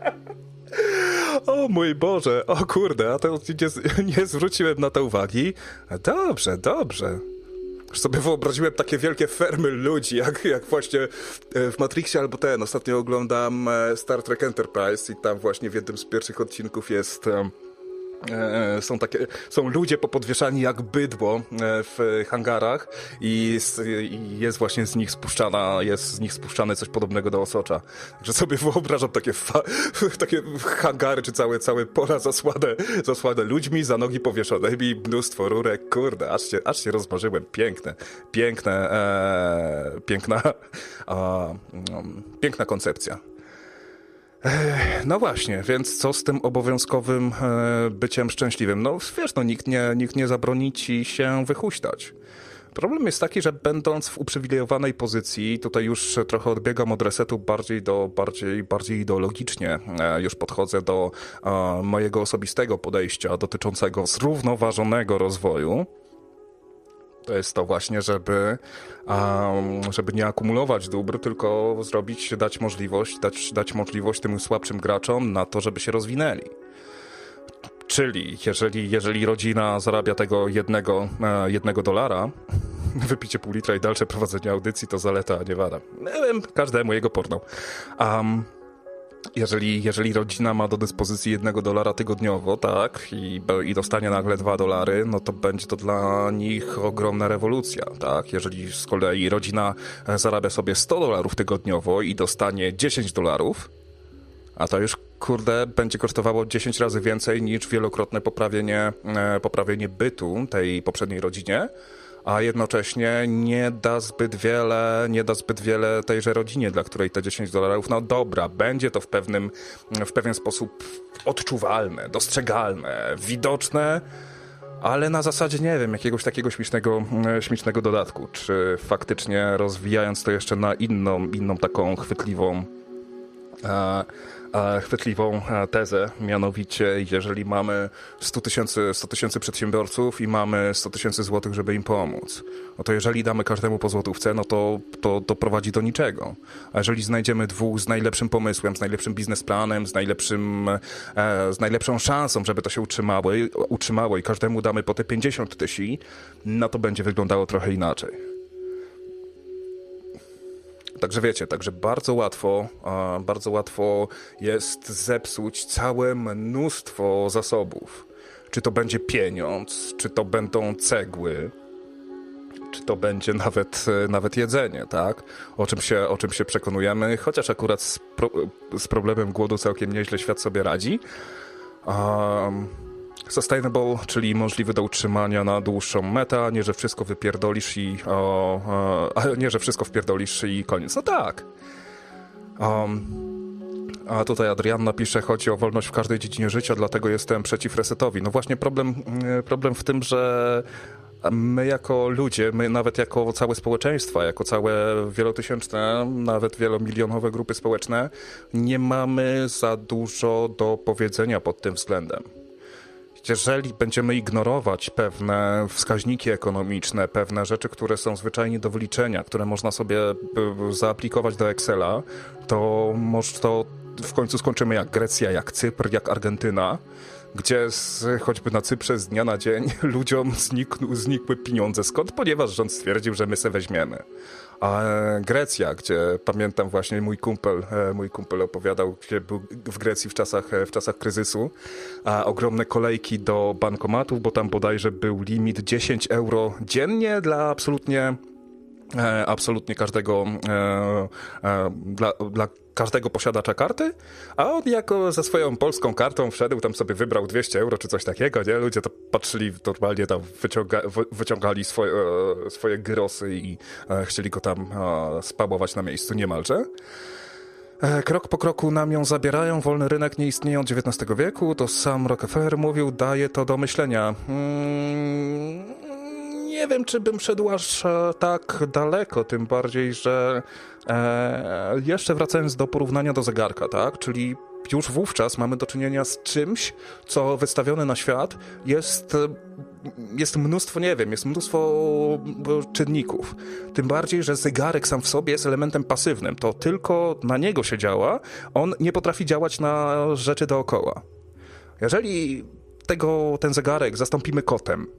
O mój Boże, o kurde, a to nie, nie zwróciłem na to uwagi. Dobrze, dobrze. Już sobie wyobraziłem takie wielkie fermy ludzi, jak, jak właśnie w Matrixie albo ten. Ostatnio oglądam Star Trek Enterprise i tam właśnie w jednym z pierwszych odcinków jest... E, są takie, są ludzie popodwieszani jak bydło w hangarach i, i jest właśnie z nich spuszczana, jest z nich spuszczane coś podobnego do osocza. Także sobie wyobrażam takie, fa, takie hangary czy całe, całe pola zasłane, zasłane ludźmi, za nogi powieszonymi, mnóstwo rurek, kurde, aż się, aż się rozmarzyłem. Piękne, piękne, e, piękna, a, no, piękna koncepcja. No właśnie, więc co z tym obowiązkowym e, byciem szczęśliwym? No wiesz, no nikt nie, nikt nie zabroni ci się wychuśtać. Problem jest taki, że będąc w uprzywilejowanej pozycji, tutaj już trochę odbiegam od resetu bardziej do, bardziej, bardziej ideologicznie, e, już podchodzę do e, mojego osobistego podejścia dotyczącego zrównoważonego rozwoju. To jest to właśnie, żeby, um, żeby nie akumulować dóbr, tylko zrobić, dać możliwość, dać, dać możliwość tym słabszym graczom na to, żeby się rozwinęli. Czyli jeżeli, jeżeli rodzina zarabia tego jednego, e, jednego dolara, wypicie pół litra i dalsze prowadzenie audycji to zaleta, a nie wada. Nie wiem, każdemu jego porno. Um, Jeżeli, jeżeli rodzina ma do dyspozycji jednego dolara tygodniowo, tak, i, i dostanie nagle dwa dolary, no to będzie to dla nich ogromna rewolucja, tak. Jeżeli z kolei rodzina zarabia sobie sto dolarów tygodniowo i dostanie dziesięć dolarów, a to już, kurde, będzie kosztowało dziesięć razy więcej niż wielokrotne poprawienie, poprawienie bytu tej poprzedniej rodzinie, a jednocześnie nie da zbyt wiele, nie da zbyt wiele tejże rodzinie, dla której te dziesięć dolarów, no dobra, będzie to w pewnym, w pewien sposób odczuwalne, dostrzegalne, widoczne, ale na zasadzie, nie wiem, jakiegoś takiego śmiesznego, śmiesznego dodatku, czy faktycznie rozwijając to jeszcze na inną, inną taką chwytliwą e, chwytliwą tezę, mianowicie jeżeli mamy sto tysięcy przedsiębiorców i mamy sto tysięcy złotych, żeby im pomóc, no to jeżeli damy każdemu po złotówce, no to, to, to prowadzi do niczego. A jeżeli znajdziemy dwóch z najlepszym pomysłem, z najlepszym biznesplanem, z, najlepszym, e, z najlepszą szansą, żeby to się utrzymało, utrzymało i każdemu damy po te pięćdziesiąt tysięcy, no to będzie wyglądało trochę inaczej. Także wiecie, także bardzo łatwo, bardzo łatwo jest zepsuć całe mnóstwo zasobów. Czy to będzie pieniądz, czy to będą cegły, czy to będzie nawet, nawet jedzenie, tak? O czym się, o czym się przekonujemy, chociaż akurat z, pro, z problemem głodu całkiem nieźle świat sobie radzi. Um, Sustainable, czyli możliwy do utrzymania na dłuższą metę, nie, że wszystko wypierdolisz i o, o, nie, że wszystko wpierdolisz i koniec. No tak. Um, a tutaj Adrianna pisze, chodzi o wolność w każdej dziedzinie życia, dlatego jestem przeciw resetowi. No właśnie problem, problem w tym, że my jako ludzie, my nawet jako całe społeczeństwa, jako całe wielotysięczne, nawet wielomilionowe grupy społeczne, nie mamy za dużo do powiedzenia pod tym względem. Jeżeli będziemy ignorować pewne wskaźniki ekonomiczne, pewne rzeczy, które są zwyczajnie do wyliczenia, które można sobie zaaplikować do Excela, to może to w końcu skończymy jak Grecja, jak Cypr, jak Argentyna, gdzie z, choćby na Cyprze z dnia na dzień ludziom znikł, znikły pieniądze. Skąd? Ponieważ rząd stwierdził, że my se weźmiemy. A Grecja, gdzie pamiętam właśnie mój kumpel, mój kumpel opowiadał, gdzie był w Grecji w czasach, w czasach kryzysu, a ogromne kolejki do bankomatów, bo tam bodajże był limit dziesięć euro dziennie dla absolutnie absolutnie każdego dla, dla każdego posiadacza karty, a on jako ze swoją polską kartą wszedł, tam sobie wybrał dwieście euro czy coś takiego, nie? Ludzie to patrzyli, normalnie tam wyciąga, wyciągali swoje, swoje gyrosy i chcieli go tam spabować na miejscu niemalże. Krok po kroku nam ją zabierają, wolny rynek nie istnieje od dziewiętnastego wieku, to sam Rockefeller mówił, daje to do myślenia. Hmm... Nie wiem, czy bym szedł aż tak daleko, tym bardziej, że e, jeszcze wracając do porównania do zegarka, tak? Czyli już wówczas mamy do czynienia z czymś, co wystawione na świat jest, jest mnóstwo, nie wiem, jest mnóstwo czynników. Tym bardziej, że zegarek sam w sobie jest elementem pasywnym. To tylko na niego się działa, on nie potrafi działać na rzeczy dookoła. Jeżeli tego, ten zegarek zastąpimy kotem,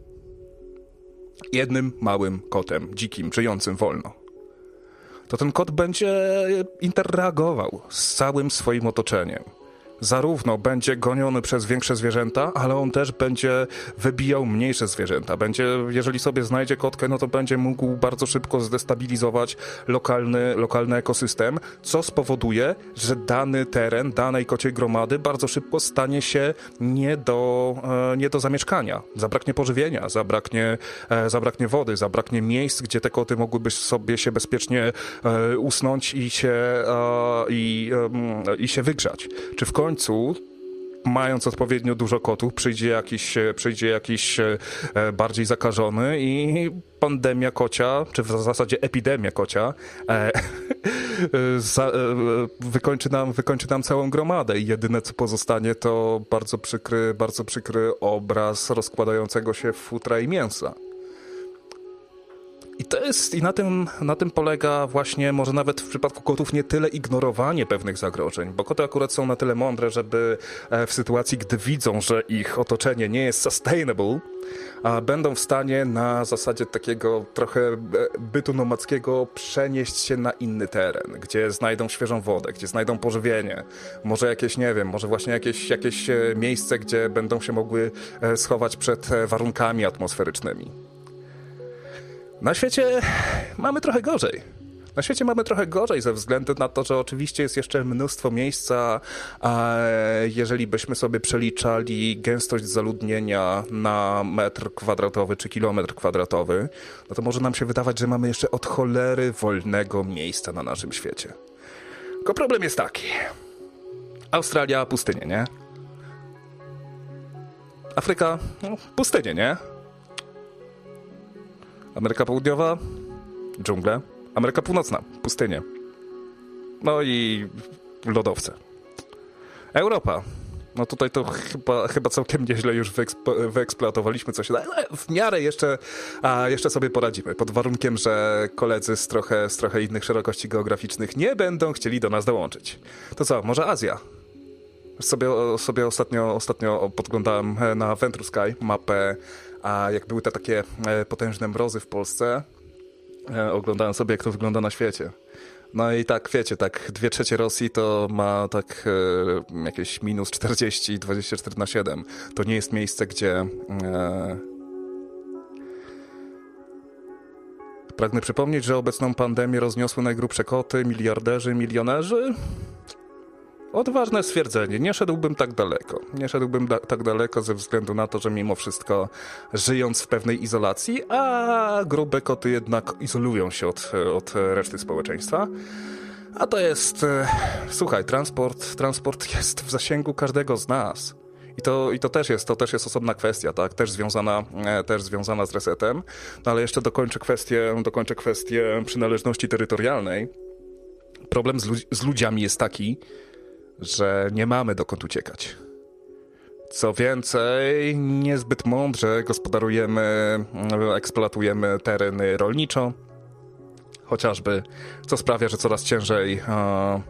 jednym małym kotem, dzikim, żyjącym wolno, to ten kot będzie interagował z całym swoim otoczeniem. Zarówno będzie goniony przez większe zwierzęta, ale on też będzie wybijał mniejsze zwierzęta. Będzie, jeżeli sobie znajdzie kotkę, no to będzie mógł bardzo szybko zdestabilizować lokalny, lokalny ekosystem, co spowoduje, że dany teren, danej kociej gromady bardzo szybko stanie się nie do, nie do zamieszkania. Zabraknie pożywienia, zabraknie, zabraknie wody, zabraknie miejsc, gdzie te koty mogłyby sobie się bezpiecznie usnąć i się, i, i się wygrzać. Czy w końcu W końcu, mając odpowiednio dużo kotów, przyjdzie jakiś, przyjdzie jakiś bardziej zakażony i pandemia kocia, czy w zasadzie epidemia kocia e, za, e, wykończy, nam, wykończy nam całą gromadę i jedyne co pozostanie to bardzo przykry, bardzo przykry obraz rozkładającego się futra i mięsa. I to jest, i na tym, na tym polega właśnie może nawet w przypadku kotów nie tyle ignorowanie pewnych zagrożeń, bo koty akurat są na tyle mądre, żeby w sytuacji, gdy widzą, że ich otoczenie nie jest sustainable, a będą w stanie na zasadzie takiego trochę bytu nomadzkiego przenieść się na inny teren, gdzie znajdą świeżą wodę, gdzie znajdą pożywienie, może jakieś, nie wiem, może właśnie jakieś, jakieś miejsce, gdzie będą się mogły schować przed warunkami atmosferycznymi. Na świecie mamy trochę gorzej. Na świecie mamy trochę gorzej ze względu na to, że oczywiście jest jeszcze mnóstwo miejsca, a jeżeli byśmy sobie przeliczali gęstość zaludnienia na metr kwadratowy czy kilometr kwadratowy, no to może nam się wydawać, że mamy jeszcze od cholery wolnego miejsca na naszym świecie. Tylko problem jest taki. Australia, pustynie, nie? Afryka, no, pustynie, nie? Ameryka Południowa, dżungle. Ameryka Północna, pustynie. No i lodowce. Europa. No tutaj to chyba, chyba całkiem nieźle już wyekspo, wyeksploatowaliśmy coś, ale w miarę jeszcze, a jeszcze sobie poradzimy. Pod warunkiem, że koledzy z trochę, z trochę innych szerokości geograficznych nie będą chcieli do nas dołączyć. To co, może Azja? Sobie, sobie ostatnio, ostatnio podglądałem na Venture Sky mapę, a jak były te takie potężne mrozy w Polsce, oglądałem sobie, jak to wygląda na świecie. No i tak, wiecie, tak dwie trzecie Rosji to ma tak e, jakieś minus czterdzieści, dwadzieścia cztery na siedem. To nie jest miejsce, gdzie... E... Pragnę przypomnieć, że obecną pandemię rozniosły najgrubsze koty, miliarderzy, milionerzy. Odważne stwierdzenie. Nie szedłbym tak daleko. Nie szedłbym da- tak daleko ze względu na to, że mimo wszystko żyjąc w pewnej izolacji, a grube koty jednak izolują się od, od reszty społeczeństwa. A to jest... E, słuchaj, transport, transport jest w zasięgu każdego z nas. I to, i to też jest, to też jest osobna kwestia, tak? Też związana, e, też związana z resetem. No ale jeszcze dokończę kwestię, dokończę kwestię przynależności terytorialnej. Problem z, ludzi- z ludziami jest taki, że nie mamy dokąd uciekać. Co więcej, niezbyt mądrze gospodarujemy, eksploatujemy tereny rolniczo, chociażby, co sprawia, że coraz ciężej, e,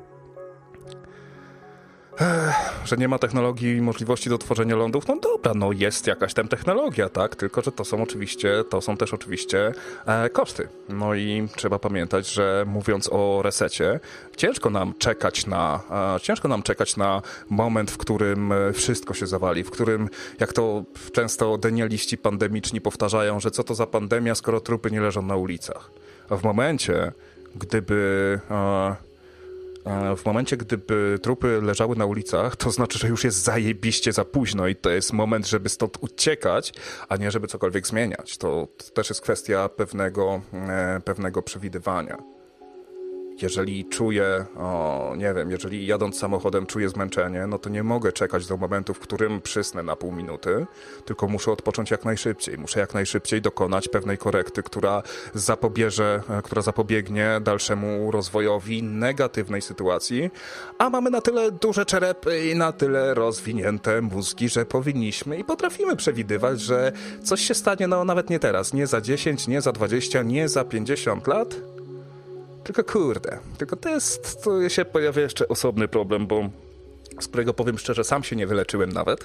e, że nie ma technologii i możliwości do tworzenia lądów. No dobra, no jest jakaś tam technologia, tak? Tylko że to są oczywiście, to są też oczywiście e, koszty. No i trzeba pamiętać, że mówiąc o resecie, ciężko nam czekać na, e, ciężko nam czekać na moment, w którym wszystko się zawali, w którym, jak to często denialiści pandemiczni powtarzają, że co to za pandemia, skoro trupy nie leżą na ulicach. A w momencie, gdyby... E, W momencie, gdyby trupy leżały na ulicach, to znaczy, że już jest zajebiście za późno i to jest moment, żeby stąd uciekać, a nie żeby cokolwiek zmieniać. To, to też jest kwestia pewnego, e, pewnego przewidywania. Jeżeli czuję, o, nie wiem, jeżeli jadąc samochodem czuję zmęczenie, no to nie mogę czekać do momentu, w którym przysnę na pół minuty, tylko muszę odpocząć jak najszybciej. Muszę jak najszybciej dokonać pewnej korekty, która zapobieże, która zapobiegnie dalszemu rozwojowi negatywnej sytuacji, a mamy na tyle duże czerepy i na tyle rozwinięte mózgi, że powinniśmy i potrafimy przewidywać, że coś się stanie, no nawet nie teraz, nie za dziesięć, nie za dwadzieścia, nie za pięćdziesiąt lat, tylko kurde, tylko to jest, to się pojawia jeszcze osobny problem, bo z którego powiem szczerze, sam się nie wyleczyłem nawet.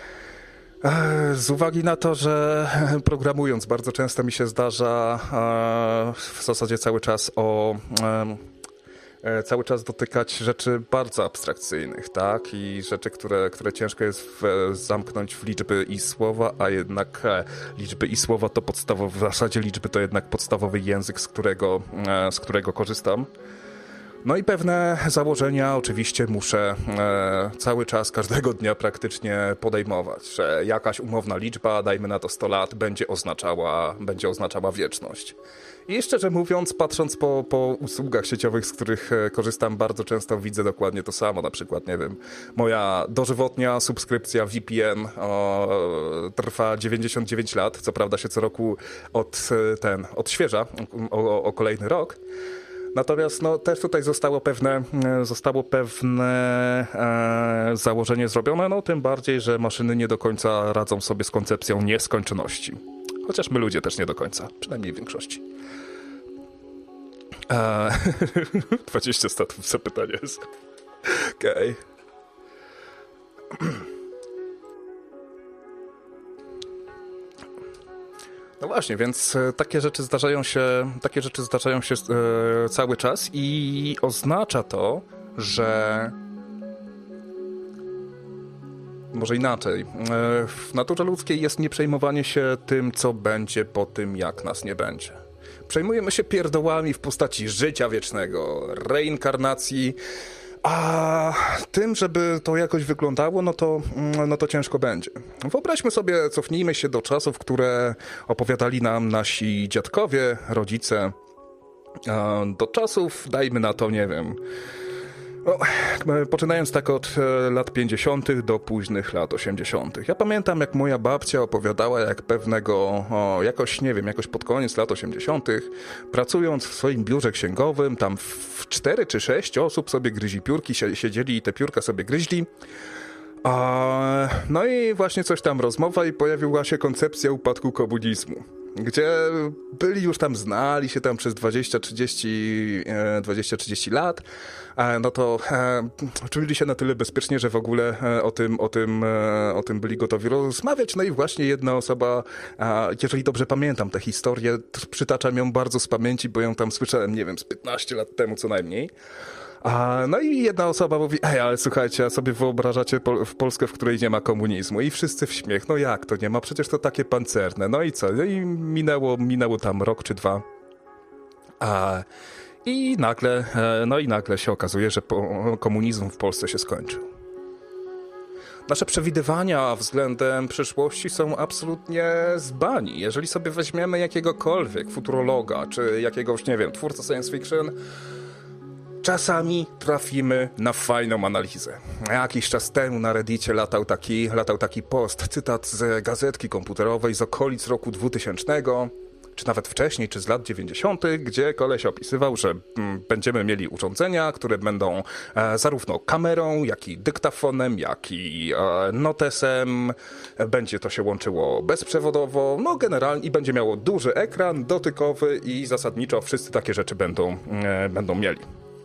Z uwagi na to, że programując bardzo często mi się zdarza w zasadzie cały czas o... cały czas dotykać rzeczy bardzo abstrakcyjnych, tak? I rzeczy, które, które ciężko jest w, zamknąć w liczby i słowa, a jednak e, liczby i słowa to podstawowy, w zasadzie liczby to jednak podstawowy język, z którego, e, z którego korzystam. No i pewne założenia oczywiście muszę e, cały czas, każdego dnia praktycznie podejmować, że jakaś umowna liczba, dajmy na to sto lat, będzie oznaczała, będzie oznaczała wieczność. I szczerze mówiąc, patrząc po, po usługach sieciowych, z których korzystam, bardzo często widzę dokładnie to samo. Na przykład, nie wiem, moja dożywotnia subskrypcja V P N o, trwa dziewięćdziesiąt dziewięć lat, co prawda się co roku od, ten, odświeża o, o kolejny rok. Natomiast no, też tutaj zostało pewne, zostało pewne e, założenie zrobione, no tym bardziej, że maszyny nie do końca radzą sobie z koncepcją nieskończoności. Chociaż my ludzie też nie do końca, przynajmniej w większości. A, dwadzieścia statów zapytanie jest. Okej. Okay. No właśnie, więc takie rzeczy zdarzają się, takie rzeczy zdarzają się e, cały czas i oznacza to, że może inaczej. E, w naturze ludzkiej jest nieprzejmowanie się tym, co będzie po tym, jak nas nie będzie. Przejmujemy się pierdołami w postaci życia wiecznego, reinkarnacji, a tym, żeby to jakoś wyglądało, no to, no to ciężko będzie. Wyobraźmy sobie, cofnijmy się do czasów, które opowiadali nam nasi dziadkowie, rodzice. Do czasów, dajmy na to, nie wiem, no, poczynając tak od lat pięćdziesiątych do późnych lat osiemdziesiątych. Ja pamiętam, jak moja babcia opowiadała, jak pewnego, o, jakoś, nie wiem, jakoś pod koniec lat osiemdziesiątych, pracując w swoim biurze księgowym, tam w cztery czy sześć osób sobie gryzi piórki, siedzieli i te piórka sobie gryźli. A, no i właśnie coś tam rozmowa i pojawiła się koncepcja upadku komunizmu, gdzie byli już tam, znali się tam przez dwadzieścia trzydzieści lat, no to e, czuli się na tyle bezpiecznie, że w ogóle o tym, o tym, o tym byli gotowi rozmawiać. No i właśnie jedna osoba, jeżeli dobrze pamiętam tę historię, przytaczam ją bardzo z pamięci, bo ją tam słyszałem, nie wiem, z piętnaście lat temu co najmniej. A, no i jedna osoba mówi, ej, ale słuchajcie, a sobie wyobrażacie Pol- w Polskę, w której nie ma komunizmu? I wszyscy w śmiech, no jak to nie ma? Przecież to takie pancerne. No i co? No i minęło, minęło tam rok czy dwa. A, i nagle, no i nagle się okazuje, że po, komunizm w Polsce się skończył. Nasze przewidywania względem przyszłości są absolutnie z bani. Jeżeli sobie weźmiemy jakiegokolwiek futurologa, czy jakiegoś, nie wiem, twórcę science fiction, czasami trafimy na fajną analizę. Jakiś czas temu na Reddicie latał taki, latał taki post, cytat z gazetki komputerowej z okolic roku dwutysięcznego, czy nawet wcześniej, czy z lat dziewięćdziesiątych, gdzie koleś opisywał, że mm, będziemy mieli urządzenia, które będą e, zarówno kamerą, jak i dyktafonem, jak i e, notesem. Będzie to się łączyło bezprzewodowo, no generalnie i będzie miało duży ekran dotykowy i zasadniczo wszyscy takie rzeczy będą, e, będą mieli.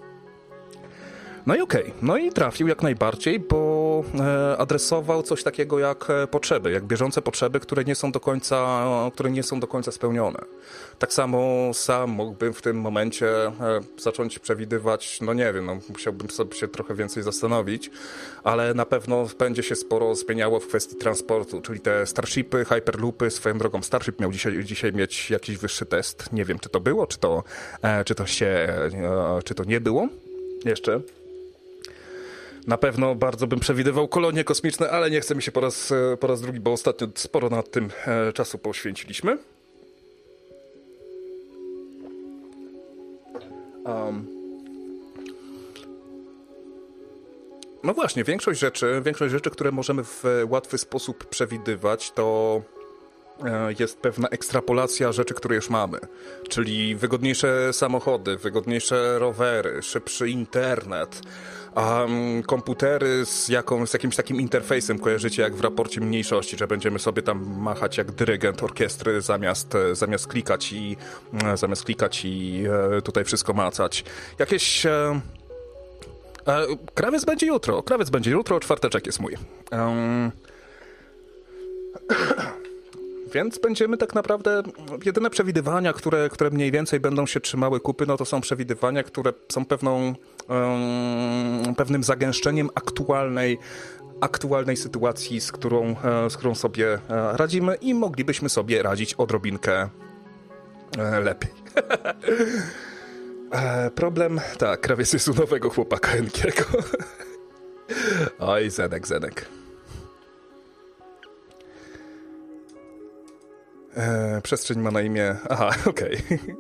No i okej, okay. No i trafił jak najbardziej, bo e, adresował coś takiego jak potrzeby, jak bieżące potrzeby, które nie są do końca, które nie są do końca spełnione. Tak samo sam mógłbym w tym momencie e, zacząć przewidywać, no nie wiem, no, musiałbym sobie się trochę więcej zastanowić, ale na pewno będzie się sporo zmieniało w kwestii transportu, czyli te Starshipy, Hyperloopy, swoją drogą Starship miał dzisiaj, dzisiaj mieć jakiś wyższy test, nie wiem czy to było, czy to, e, czy to się, e, czy to nie było jeszcze. Na pewno bardzo bym przewidywał kolonie kosmiczne, ale nie chce mi się po raz, po raz drugi, bo ostatnio sporo nad tym e, czasu poświęciliśmy. Um. No właśnie, większość rzeczy, większość rzeczy, które możemy w łatwy sposób przewidywać, to jest pewna ekstrapolacja rzeczy, które już mamy. Czyli wygodniejsze samochody, wygodniejsze rowery, szybszy internet, um, komputery z, jaką, z jakimś takim interfejsem, kojarzycie jak w raporcie mniejszości, że będziemy sobie tam machać jak dyrygent orkiestry zamiast, zamiast klikać i zamiast klikać i tutaj wszystko macać. Jakieś... E, e, krawiec będzie jutro, krawiec będzie jutro, czwarteczek jest mój. Um, Więc będziemy tak naprawdę, jedyne przewidywania, które, które mniej więcej będą się trzymały kupy, no to są przewidywania, które są pewną, um, pewnym zagęszczeniem aktualnej, aktualnej sytuacji, z którą, z którą sobie radzimy i moglibyśmy sobie radzić odrobinkę lepiej. Problem, tak, krawiec jest u nowego chłopaka Enkiego. Oj, Zenek, Zenek. E, przestrzeń ma na imię... Aha, okej. Okay.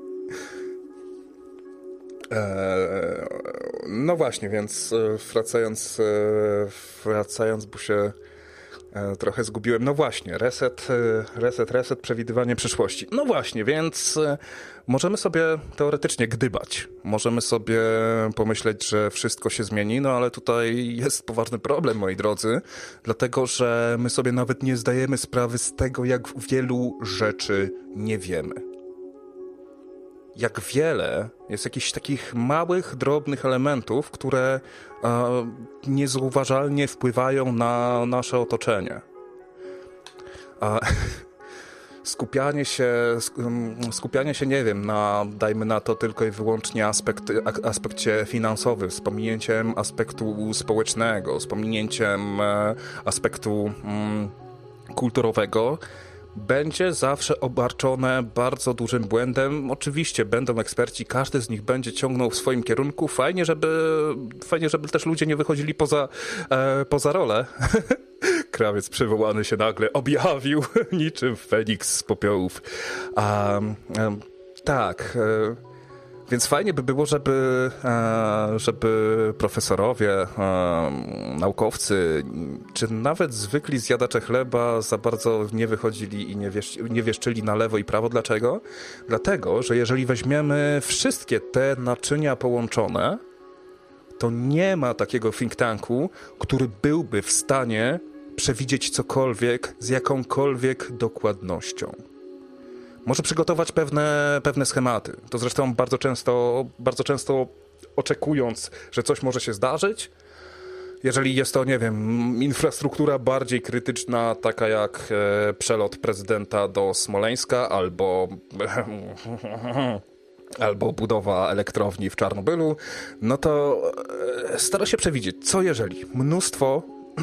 E, no właśnie, więc wracając, wracając, bo się Trochę zgubiłem. No właśnie, reset, reset, reset, przewidywanie przyszłości. No właśnie, więc możemy sobie teoretycznie gdybać. Możemy sobie pomyśleć, że wszystko się zmieni, no ale tutaj jest poważny problem, moi drodzy, dlatego, że my sobie nawet nie zdajemy sprawy z tego, jak wielu rzeczy nie wiemy. Jak wiele jest jakichś takich małych, drobnych elementów, które e, niezauważalnie wpływają na nasze otoczenie. A, skupianie się, skupianie się, nie wiem, na, dajmy na to tylko i wyłącznie aspekt, aspekcie finansowym, z pominięciem aspektu społecznego, z pominięciem e, aspektu mm, kulturowego, będzie zawsze obarczone bardzo dużym błędem. Oczywiście będą eksperci, każdy z nich będzie ciągnął w swoim kierunku. Fajnie, żeby, fajnie, żeby też ludzie nie wychodzili poza, e, poza rolę. Krawiec przywołany się nagle objawił niczym Feniks z popiołów. Um, um, tak... E, Więc fajnie by było, żeby, żeby profesorowie, naukowcy, czy nawet zwykli zjadacze chleba za bardzo nie wychodzili i nie, wiesz, nie wieszczyli na lewo i prawo. Dlaczego? Dlatego, że jeżeli weźmiemy wszystkie te naczynia połączone, to nie ma takiego think tanku, który byłby w stanie przewidzieć cokolwiek z jakąkolwiek dokładnością. Może przygotować pewne, pewne schematy. To zresztą bardzo często, bardzo często oczekując, że coś może się zdarzyć, jeżeli jest to, nie wiem, infrastruktura bardziej krytyczna, taka jak e, przelot prezydenta do Smoleńska albo, albo budowa elektrowni w Czarnobylu, no to e, stara się przewidzieć, co jeżeli mnóstwo...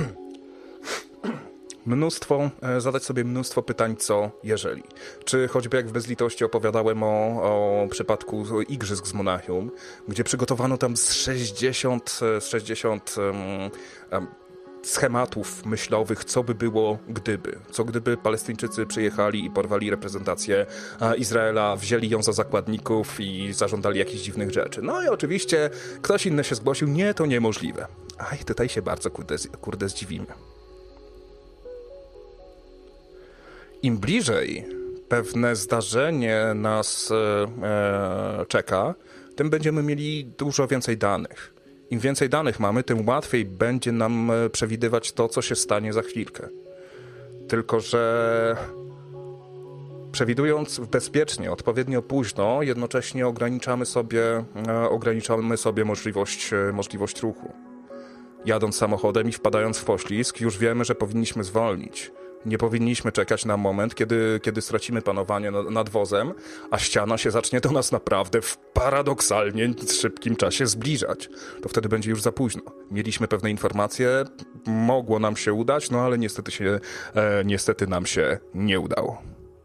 Mnóstwo, zadać sobie mnóstwo pytań, co jeżeli. Czy choćby jak w Bezlitości opowiadałem o, o przypadku Igrzysk z Monachium, gdzie przygotowano tam z sześćdziesiąt, sześćdziesiąt um, um, schematów myślowych, co by było gdyby. Co gdyby Palestyńczycy przyjechali i porwali reprezentację Izraela, wzięli ją za zakładników i zażądali jakichś dziwnych rzeczy. No i oczywiście ktoś inny się zgłosił, nie, to niemożliwe. A i tutaj się bardzo kurde, kurde zdziwimy. Im bliżej pewne zdarzenie nas e, czeka, tym będziemy mieli dużo więcej danych. Im więcej danych mamy, tym łatwiej będzie nam przewidywać to, co się stanie za chwilkę. Tylko że przewidując bezpiecznie, odpowiednio późno, jednocześnie ograniczamy sobie, e, ograniczamy sobie możliwość, możliwość ruchu. Jadąc samochodem i wpadając w poślizg, już wiemy, że powinniśmy zwolnić. Nie powinniśmy czekać na moment, kiedy, kiedy stracimy panowanie nad wozem, a ściana się zacznie do nas naprawdę w paradoksalnie szybkim czasie zbliżać. To wtedy będzie już za późno. Mieliśmy pewne informacje, mogło nam się udać, no ale niestety, się, e, niestety nam się nie udało.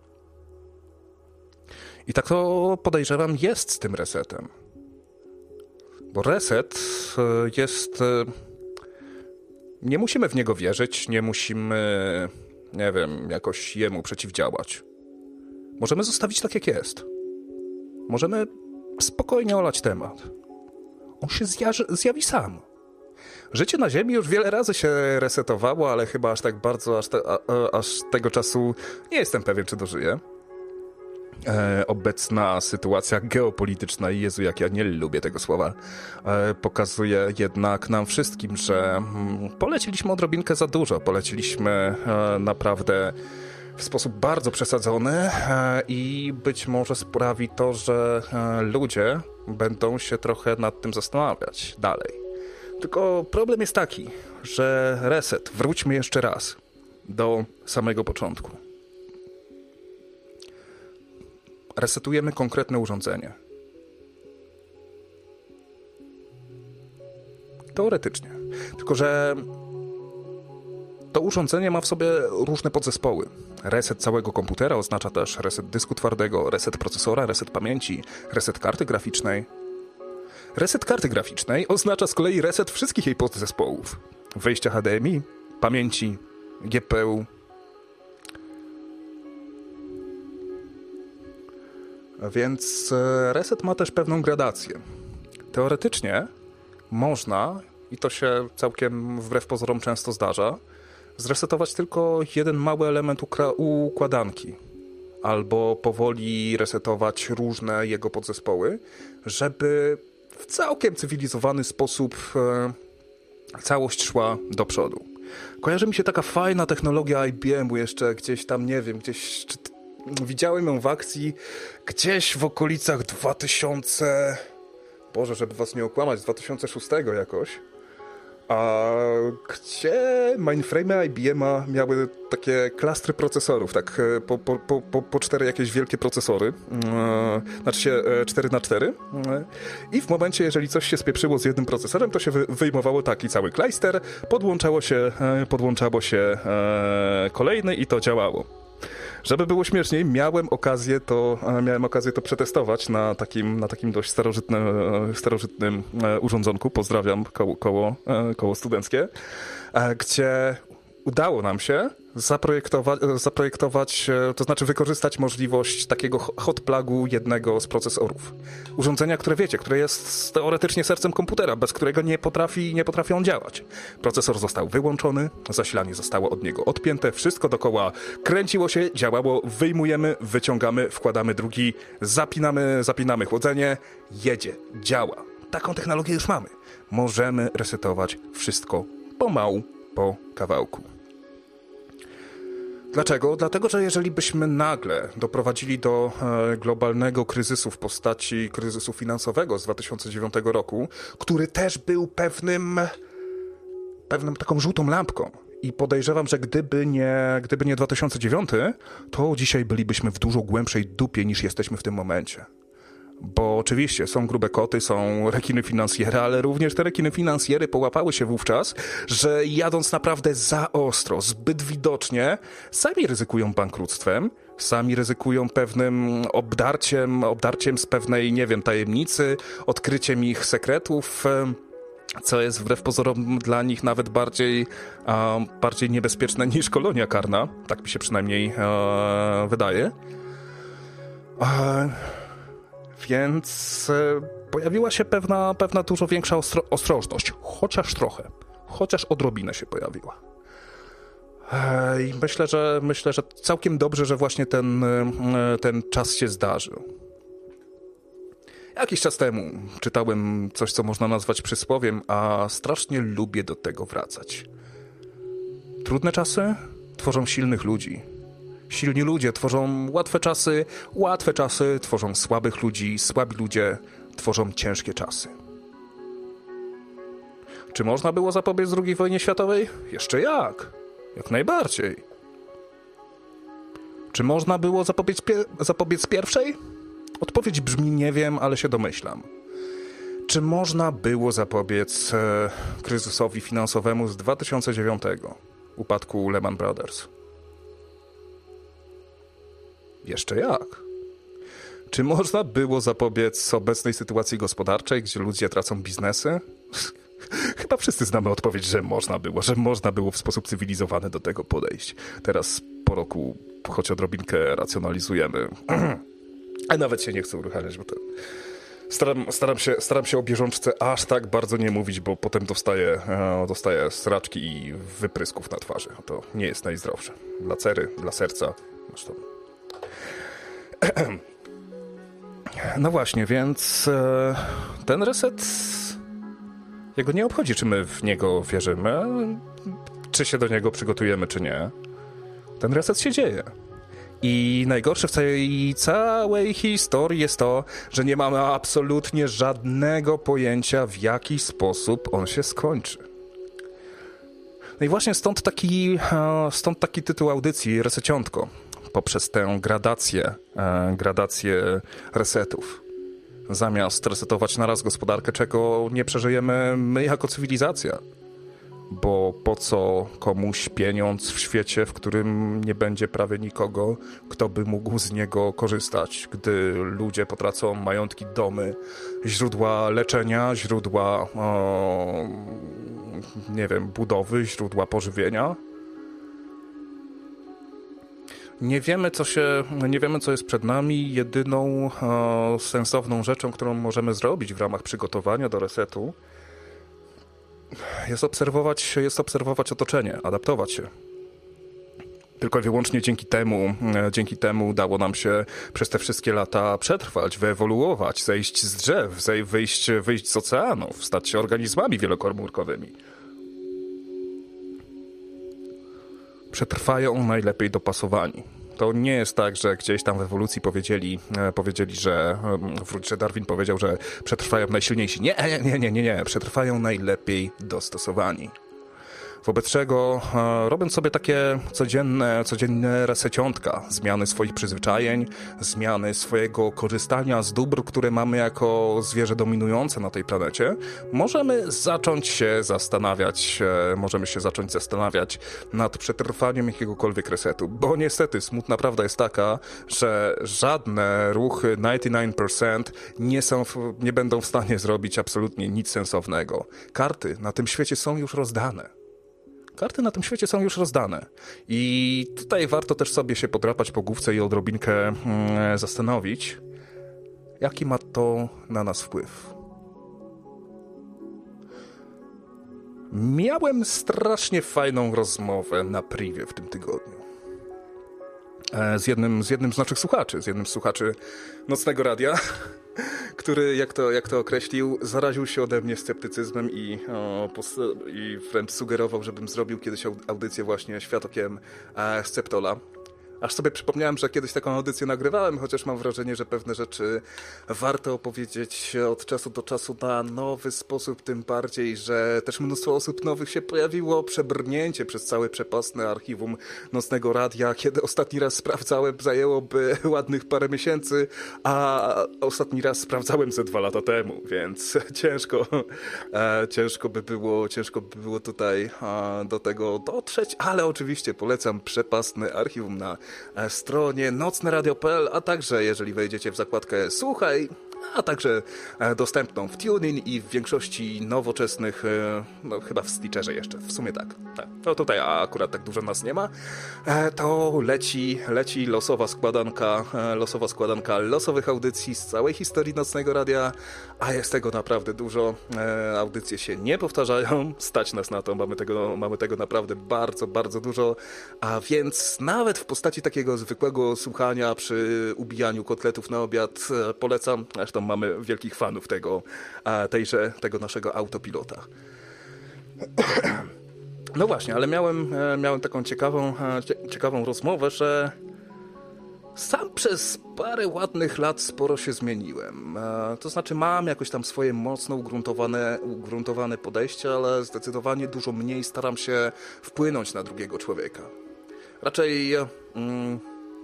I tak to podejrzewam jest z tym resetem. Bo reset jest... Nie musimy w niego wierzyć, nie musimy... nie wiem, jakoś jemu przeciwdziałać. Możemy zostawić tak, jak jest. Możemy spokojnie olać temat. On się zjawi, zjawi sam. Życie na Ziemi już wiele razy się resetowało, ale chyba aż tak bardzo, aż, te, a, a, aż tego czasu nie jestem pewien, czy dożyję. E, obecna sytuacja geopolityczna, Jezu, jak ja nie lubię tego słowa, e, pokazuje jednak nam wszystkim, że mm, poleciliśmy odrobinkę za dużo, poleciliśmy e, naprawdę w sposób bardzo przesadzony e, i być może sprawi to, że e, ludzie będą się trochę nad tym zastanawiać dalej. Tylko problem jest taki, że reset, wróćmy jeszcze raz do samego początku. Resetujemy konkretne urządzenie. Teoretycznie. Tylko że to urządzenie ma w sobie różne podzespoły. Reset całego komputera oznacza też reset dysku twardego, reset procesora, reset pamięci, reset karty graficznej. Reset karty graficznej oznacza z kolei reset wszystkich jej podzespołów. Wejścia H D M I, pamięci, G P U. Więc reset ma też pewną gradację. Teoretycznie można, i to się całkiem wbrew pozorom często zdarza, zresetować tylko jeden mały element ukra- układanki, albo powoli resetować różne jego podzespoły, żeby w całkiem cywilizowany sposób e, całość szła do przodu. Kojarzy mi się taka fajna technologia I B M u jeszcze gdzieś tam, nie wiem, gdzieś czy, widziałem ją w akcji gdzieś w okolicach dwa tysiące... Boże, żeby was nie okłamać, z dwa tysiące szóstego jakoś. A gdzie mainframe'y I B M a miały takie klastry procesorów, tak po, po, po, po, po cztery jakieś wielkie procesory, yy, znaczy się cztery na cztery yy, i w momencie, jeżeli coś się spieprzyło z jednym procesorem, to się wy, wyjmowało taki cały klejster, podłączało się, yy, podłączało się yy, kolejny i to działało. Żeby było śmieszniej, miałem okazję to, miałem okazję to przetestować na takim, na takim dość starożytnym, starożytnym urządzonku. Pozdrawiam koło, koło, koło studenckie, gdzie udało nam się zaprojektować, zaprojektować, to znaczy wykorzystać możliwość takiego hot plugu jednego z procesorów. Urządzenia, które wiecie, które jest teoretycznie sercem komputera, bez którego nie potrafi, nie potrafi on działać. Procesor został wyłączony, zasilanie zostało od niego odpięte, wszystko dookoła kręciło się, działało, wyjmujemy, wyciągamy, wkładamy drugi, zapinamy, zapinamy chłodzenie, jedzie, działa. Taką technologię już mamy. Możemy resetować wszystko pomału, po kawałku. Dlaczego? Dlatego, że jeżeli byśmy nagle doprowadzili do e, globalnego kryzysu w postaci kryzysu finansowego z dwa tysiące dziewiątego roku, który też był pewnym, pewną taką żółtą lampką i podejrzewam, że gdyby nie, gdyby nie dwa tysiące dziewiąty, to dzisiaj bylibyśmy w dużo głębszej dupie niż jesteśmy w tym momencie. Bo oczywiście są grube koty, są rekiny finansjery, ale również te rekiny finansjery połapały się wówczas, że jadąc naprawdę za ostro, zbyt widocznie, sami ryzykują bankructwem, sami ryzykują pewnym obdarciem, obdarciem z pewnej, nie wiem, tajemnicy, odkryciem ich sekretów, co jest wbrew pozorom dla nich nawet bardziej, uh, bardziej niebezpieczne niż kolonia karna. Tak mi się przynajmniej uh, wydaje. Uh, Więc pojawiła się pewna, pewna dużo większa ostro, ostrożność. Chociaż trochę. Chociaż odrobinę się pojawiła. I myślę, że myślę, że całkiem dobrze, że właśnie ten, ten czas się zdarzył. Jakiś czas temu czytałem coś, co można nazwać przysłowiem, a strasznie lubię do tego wracać. Trudne czasy tworzą silnych ludzi. Silni ludzie tworzą łatwe czasy, łatwe czasy tworzą słabych ludzi, słabi ludzie tworzą ciężkie czasy. Czy można było zapobiec drugiej wojnie światowej? Jeszcze jak? Jak najbardziej. Czy można było zapobiec, pie- zapobiec pierwszej? Odpowiedź brzmi nie wiem, ale się domyślam. Czy można było zapobiec e, kryzysowi finansowemu z dwa tysiące dziewiątego, upadku Lehman Brothers? Jeszcze jak? Czy można było zapobiec obecnej sytuacji gospodarczej, gdzie ludzie tracą biznesy? Chyba wszyscy znamy odpowiedź, że można było, że można było w sposób cywilizowany do tego podejść. Teraz po roku choć odrobinkę racjonalizujemy. A nawet się nie chcę uruchamiać, bo to... Staram, staram, się, staram się o bieżączce aż tak bardzo nie mówić, bo potem dostaję, e, dostaję sraczki i wyprysków na twarzy. To nie jest najzdrowsze. Dla cery, dla serca. Zresztą. No właśnie, więc e, ten reset, jego nie obchodzi, czy my w niego wierzymy, czy się do niego przygotujemy, czy nie. Ten reset się dzieje. I najgorsze w całej, całej historii jest to, że nie mamy absolutnie żadnego pojęcia, w jaki sposób on się skończy. No i właśnie stąd taki, stąd taki tytuł audycji Reseciątko, poprzez tę gradację, gradację resetów. Zamiast resetować naraz gospodarkę, czego nie przeżyjemy my jako cywilizacja. Bo po co komuś pieniądz w świecie, w którym nie będzie prawie nikogo, kto by mógł z niego korzystać, gdy ludzie potracą majątki, domy, źródła leczenia, źródła, o, nie wiem, budowy, źródła pożywienia. Nie wiemy, co się, nie wiemy, co jest przed nami. Jedyną o, sensowną rzeczą, którą możemy zrobić w ramach przygotowania do resetu, jest obserwować, jest obserwować otoczenie, adaptować się. Tylko i wyłącznie dzięki temu, dzięki temu udało nam się przez te wszystkie lata przetrwać, wyewoluować, zejść z drzew, zej, wyjść, wyjść z oceanów, stać się organizmami wielokomórkowymi. Przetrwają najlepiej dopasowani. To nie jest tak, że gdzieś tam w ewolucji powiedzieli, powiedzieli, że, że Darwin powiedział, że przetrwają najsilniejsi. Nie, nie, nie, nie, nie. Przetrwają najlepiej dostosowani. Wobec czego, robiąc sobie takie codzienne, codzienne reseciątka, zmiany swoich przyzwyczajeń, zmiany swojego korzystania z dóbr, które mamy jako zwierzę dominujące na tej planecie, możemy zacząć się zastanawiać, możemy się zacząć zastanawiać nad przetrwaniem jakiegokolwiek resetu. Bo niestety smutna prawda jest taka, że żadne ruchy dziewięćdziesiąt dziewięć procent nie są, nie będą w stanie zrobić absolutnie nic sensownego. Karty na tym świecie są już rozdane. Karty na tym świecie są już rozdane i tutaj warto też sobie się podrapać po główce i odrobinkę mm, zastanowić, jaki ma to na nas wpływ. Miałem strasznie fajną rozmowę na privie w tym tygodniu. Z jednym, z jednym z naszych słuchaczy, z jednym z słuchaczy Nocnego Radia, który, jak to, jak to określił, zaraził się ode mnie sceptycyzmem i, o, pos- i wręcz sugerował, żebym zrobił kiedyś audycję właśnie Światokiem e, Sceptola. Aż sobie przypomniałem, że kiedyś taką audycję nagrywałem, chociaż mam wrażenie, że pewne rzeczy warto opowiedzieć od czasu do czasu na nowy sposób, tym bardziej, że też mnóstwo osób nowych się pojawiło. Przebrnięcie przez całe przepastne archiwum Nocnego Radia, kiedy ostatni raz sprawdzałem, zajęłoby ładnych parę miesięcy, a ostatni raz sprawdzałem ze dwa lata temu, więc ciężko, e, ciężko by było, ciężko by było tutaj e, do tego dotrzeć, ale oczywiście polecam przepastne archiwum na stronie nocne radio kropka p l, a także jeżeli wejdziecie w zakładkę Słuchaj, a także dostępną w TuneIn i w większości nowoczesnych, no chyba w Stitcherze jeszcze, w sumie tak. tak. No tutaj akurat tak dużo nas nie ma, to leci, leci losowa składanka, losowa składanka losowych audycji z całej historii Nocnego Radia, a jest tego naprawdę dużo. Audycje się nie powtarzają, stać nas na to, mamy tego, mamy tego naprawdę bardzo, bardzo dużo, a więc nawet w postaci takiego zwykłego słuchania przy ubijaniu kotletów na obiad polecam. Zresztą mamy wielkich fanów tego, tejże, tego naszego autopilota. No właśnie, ale miałem, miałem taką ciekawą, ciekawą rozmowę, że sam przez parę ładnych lat sporo się zmieniłem. To znaczy mam jakoś tam swoje mocno ugruntowane, ugruntowane podejście, ale zdecydowanie dużo mniej staram się wpłynąć na drugiego człowieka. Raczej... Mm,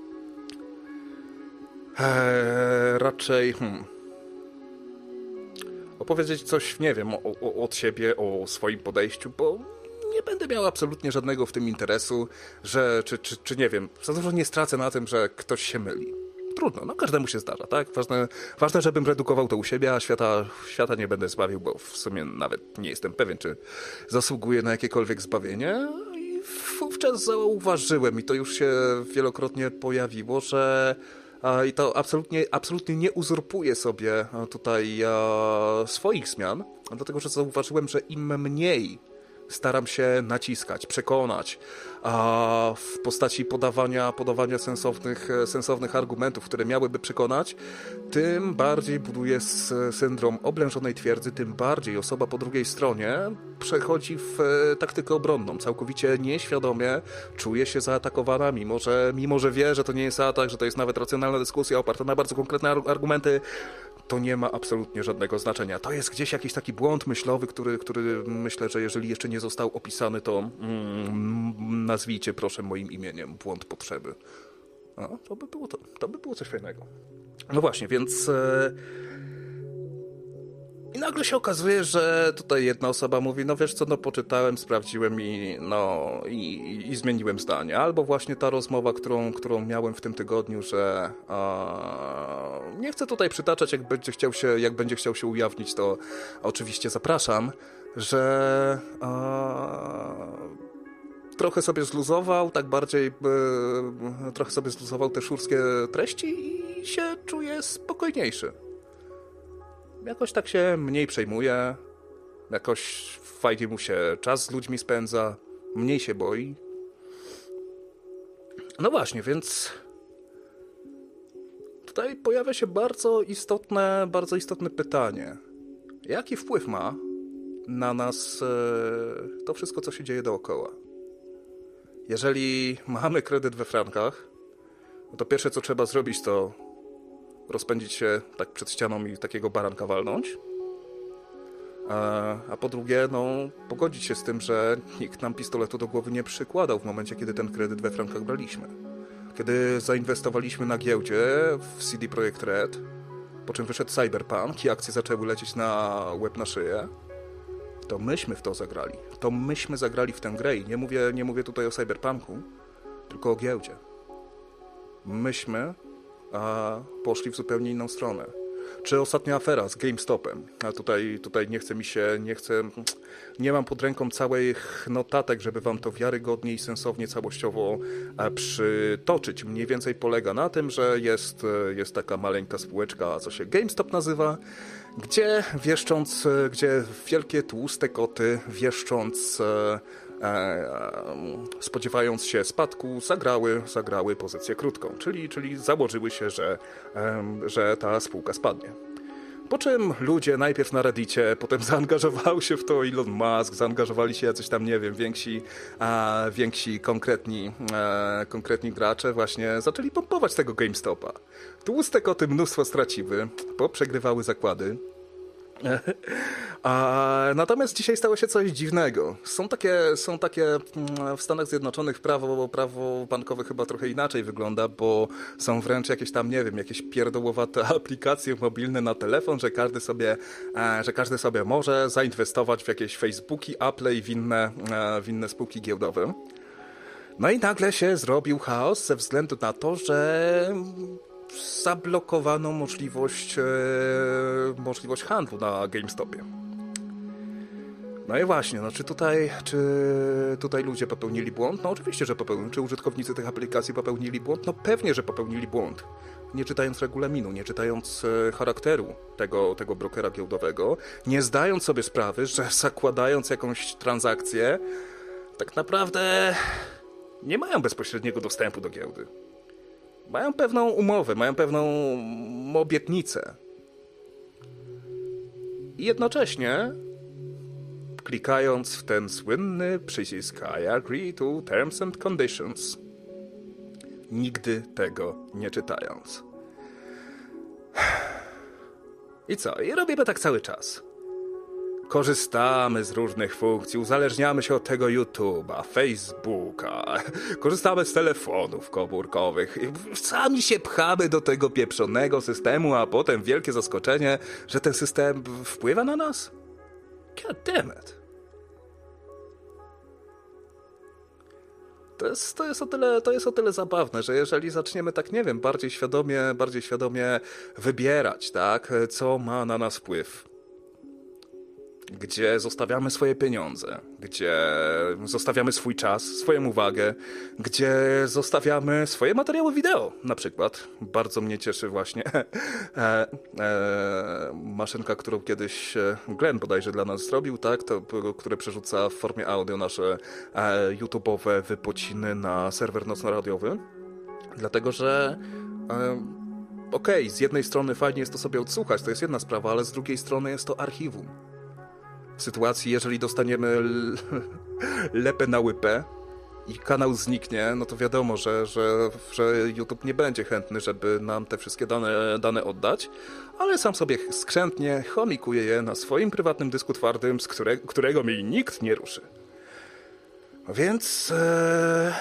e, raczej... Hmm, opowiedzieć coś, nie wiem, o, o, od siebie, o swoim podejściu, bo nie będę miał absolutnie żadnego w tym interesu, że, czy, czy, czy nie wiem, za dużo nie stracę na tym, że ktoś się myli. Trudno, no każdemu się zdarza, tak? Ważne, ważne żebym redukował to u siebie, a świata, świata nie będę zbawił, bo w sumie nawet nie jestem pewien, czy zasługuję na jakiekolwiek zbawienie. I wówczas zauważyłem, i to już się wielokrotnie pojawiło, że i to absolutnie, absolutnie nie uzurpuję sobie tutaj swoich zmian, dlatego że zauważyłem, że im mniej staram się naciskać, przekonać a w postaci podawania, podawania sensownych, sensownych argumentów, które miałyby przekonać, tym bardziej buduje syndrom oblężonej twierdzy, tym bardziej osoba po drugiej stronie przechodzi w taktykę obronną, całkowicie nieświadomie czuje się zaatakowana, mimo że, mimo że wie, że to nie jest atak, że to jest nawet racjonalna dyskusja oparta na bardzo konkretne argumenty. To nie ma absolutnie żadnego znaczenia. To jest gdzieś jakiś taki błąd myślowy, który, który myślę, że jeżeli jeszcze nie został opisany, to mm, nazwijcie proszę moim imieniem błąd potrzeby. No, to by było to, to by było coś fajnego. No właśnie, więc e... i nagle się okazuje, że tutaj jedna osoba mówi, no wiesz co, no poczytałem, sprawdziłem i no i, i zmieniłem zdanie. Albo właśnie ta rozmowa, którą, którą miałem w tym tygodniu, że a, nie chcę tutaj przytaczać, jak będzie chciał się, jak będzie chciał się ujawnić, to oczywiście zapraszam, że a, trochę sobie zluzował, tak bardziej e, trochę sobie zluzował te szurskie treści i się czuje spokojniejszy. Jakoś tak się mniej przejmuje, Jakoś fajnie mu się czas z ludźmi spędza, mniej się boi. No właśnie, więc tutaj pojawia się bardzo istotne, bardzo istotne pytanie. Jaki wpływ ma na nas e, to wszystko, co się dzieje dookoła? Jeżeli mamy kredyt we frankach, no to pierwsze, co trzeba zrobić, to rozpędzić się tak przed ścianą i takiego baranka walnąć. A, a po drugie, no, pogodzić się z tym, że nikt nam pistoletu do głowy nie przykładał w momencie, kiedy ten kredyt we frankach braliśmy. Kiedy zainwestowaliśmy na giełdzie w C D Projekt Red, po czym wyszedł Cyberpunk i akcje zaczęły lecieć na łeb na szyję, to myśmy w to zagrali. To myśmy zagrali w tę grę i nie mówię, nie mówię tutaj o Cyberpunku, tylko o giełdzie. Myśmy a, poszli w zupełnie inną stronę. Czy ostatnia afera z GameStopem? A tutaj, tutaj nie chce mi się, nie chcę, nie mam pod ręką całych notatek, żeby wam to wiarygodnie i sensownie, całościowo przytoczyć. Mniej więcej polega na tym, że jest, jest taka maleńka spółeczka, co się GameStop nazywa, gdzie wieszcząc, gdzie wielkie tłuste koty wieszcząc, e, e, spodziewając się spadku, zagrały, zagrały pozycję krótką, czyli, czyli założyły się, że, e, że ta spółka spadnie. Po czym ludzie najpierw na Reddicie, potem zaangażował się w to Elon Musk, zaangażowali się jacyś tam, nie wiem, więksi, a, więksi konkretni, a, konkretni gracze właśnie zaczęli pompować tego GameStopa. Tłuste koty mnóstwo straciły, poprzegrywały zakłady. A, natomiast dzisiaj stało się coś dziwnego. Są takie, są takie w Stanach Zjednoczonych prawo, prawo bankowe chyba trochę inaczej wygląda, bo są wręcz jakieś tam, nie wiem, jakieś pierdołowate aplikacje mobilne na telefon, że każdy sobie, że każdy sobie może zainwestować w jakieś Facebooki, Apple i w inne, w inne spółki giełdowe. No i nagle się zrobił chaos ze względu na to, że zablokowano możliwość, e, możliwość handlu na GameStopie. No i właśnie, no czy tutaj, czy tutaj ludzie popełnili błąd? No oczywiście, że popełnili. Czy użytkownicy tych aplikacji popełnili błąd? No pewnie, że popełnili błąd. Nie czytając regulaminu, nie czytając e, charakteru tego, tego brokera giełdowego, nie zdając sobie sprawy, że zakładając jakąś transakcję, tak naprawdę nie mają bezpośredniego dostępu do giełdy. Mają pewną umowę, mają pewną obietnicę. I jednocześnie, klikając w ten słynny przycisk I agree to terms and conditions, nigdy tego nie czytając. I co? I robimy tak cały czas. Korzystamy z różnych funkcji, uzależniamy się od tego YouTube'a, Facebooka, korzystamy z telefonów komórkowych, sami się pchamy do tego pieprzonego systemu, a potem wielkie zaskoczenie, że ten system wpływa na nas? God damn it. To jest, to jest o tyle, to jest o tyle zabawne, że jeżeli zaczniemy tak, nie wiem, bardziej świadomie, bardziej świadomie wybierać, tak, co ma na nas wpływ, gdzie zostawiamy swoje pieniądze, gdzie zostawiamy swój czas, swoją uwagę, gdzie zostawiamy swoje materiały wideo, na przykład. Bardzo mnie cieszy właśnie e, e, maszynka, którą kiedyś Glenn bodajże dla nas zrobił, tak, to, które przerzuca w formie audio nasze e, YouTube'owe wypociny na serwer nocno-radiowy, dlatego że e, okej, okay, z jednej strony fajnie jest to sobie odsłuchać, to jest jedna sprawa, ale z drugiej strony jest to archiwum. W sytuacji, jeżeli dostaniemy lepę na łypę i kanał zniknie, no to wiadomo, że, że, że YouTube nie będzie chętny, żeby nam te wszystkie dane, dane oddać, ale sam sobie skrzętnie chomikuje je na swoim prywatnym dysku twardym, z które, którego mi nikt nie ruszy. Więc e...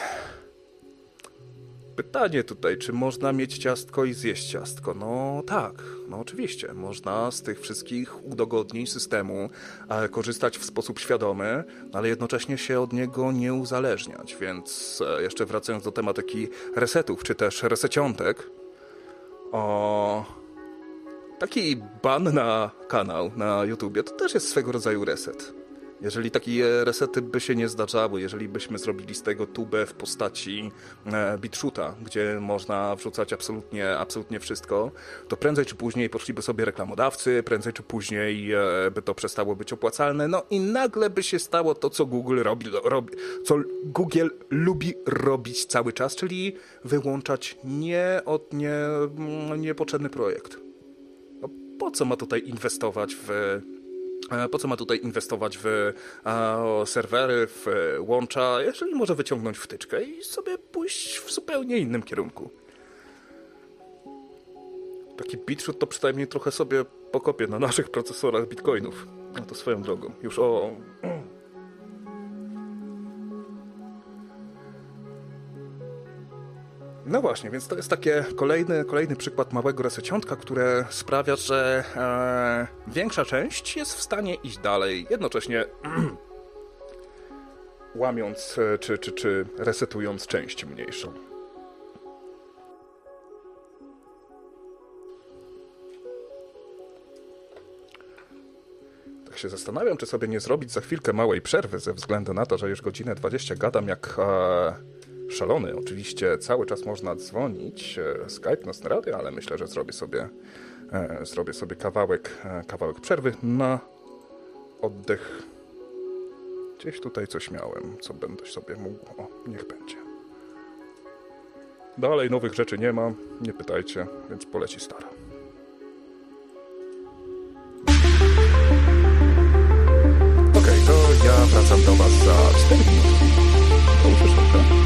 pytanie tutaj, czy można mieć ciastko i zjeść ciastko? No tak, no oczywiście. Można z tych wszystkich udogodnień systemu e, korzystać w sposób świadomy, ale jednocześnie się od niego nie uzależniać. Więc e, jeszcze wracając do tematyki resetów, czy też reseciątek, o... taki ban na kanał na YouTubie to też jest swego rodzaju reset. Jeżeli takie resety by się nie zdarzały, jeżeli byśmy zrobili z tego tubę w postaci e, BitChuta, gdzie można wrzucać absolutnie, absolutnie wszystko, to prędzej czy później poszliby sobie reklamodawcy, prędzej czy później e, by to przestało być opłacalne, no i nagle by się stało to, co Google robi, robi, co Google lubi robić cały czas, czyli wyłączać nie, od, nie, niepotrzebny projekt. No, po co ma tutaj inwestować w Po co ma tutaj inwestować w a, serwery, w łącza, jeżeli może wyciągnąć wtyczkę i sobie pójść w zupełnie innym kierunku? Taki BitChut to przynajmniej trochę sobie pokopie na naszych procesorach bitcoinów. No to swoją drogą. Już o... No właśnie, więc to jest takie kolejny, kolejny przykład małego reseciątka, które sprawia, że e, większa część jest w stanie iść dalej, jednocześnie łamiąc czy, czy, czy resetując część mniejszą. Tak się zastanawiam, czy sobie nie zrobić za chwilkę małej przerwy, ze względu na to, że już godzinę dwadzieścia gadam jak... E, szalony. Oczywiście cały czas można dzwonić, Skype nas radio, ale myślę, że zrobię sobie, e, zrobię sobie kawałek, e, kawałek przerwy na oddech. Gdzieś tutaj coś miałem, co będę sobie mógł... O, niech będzie. Dalej nowych rzeczy nie ma, nie pytajcie, więc poleci stara. Okej, okay, to ja wracam do was za cztery minuty. Do usłyszenia.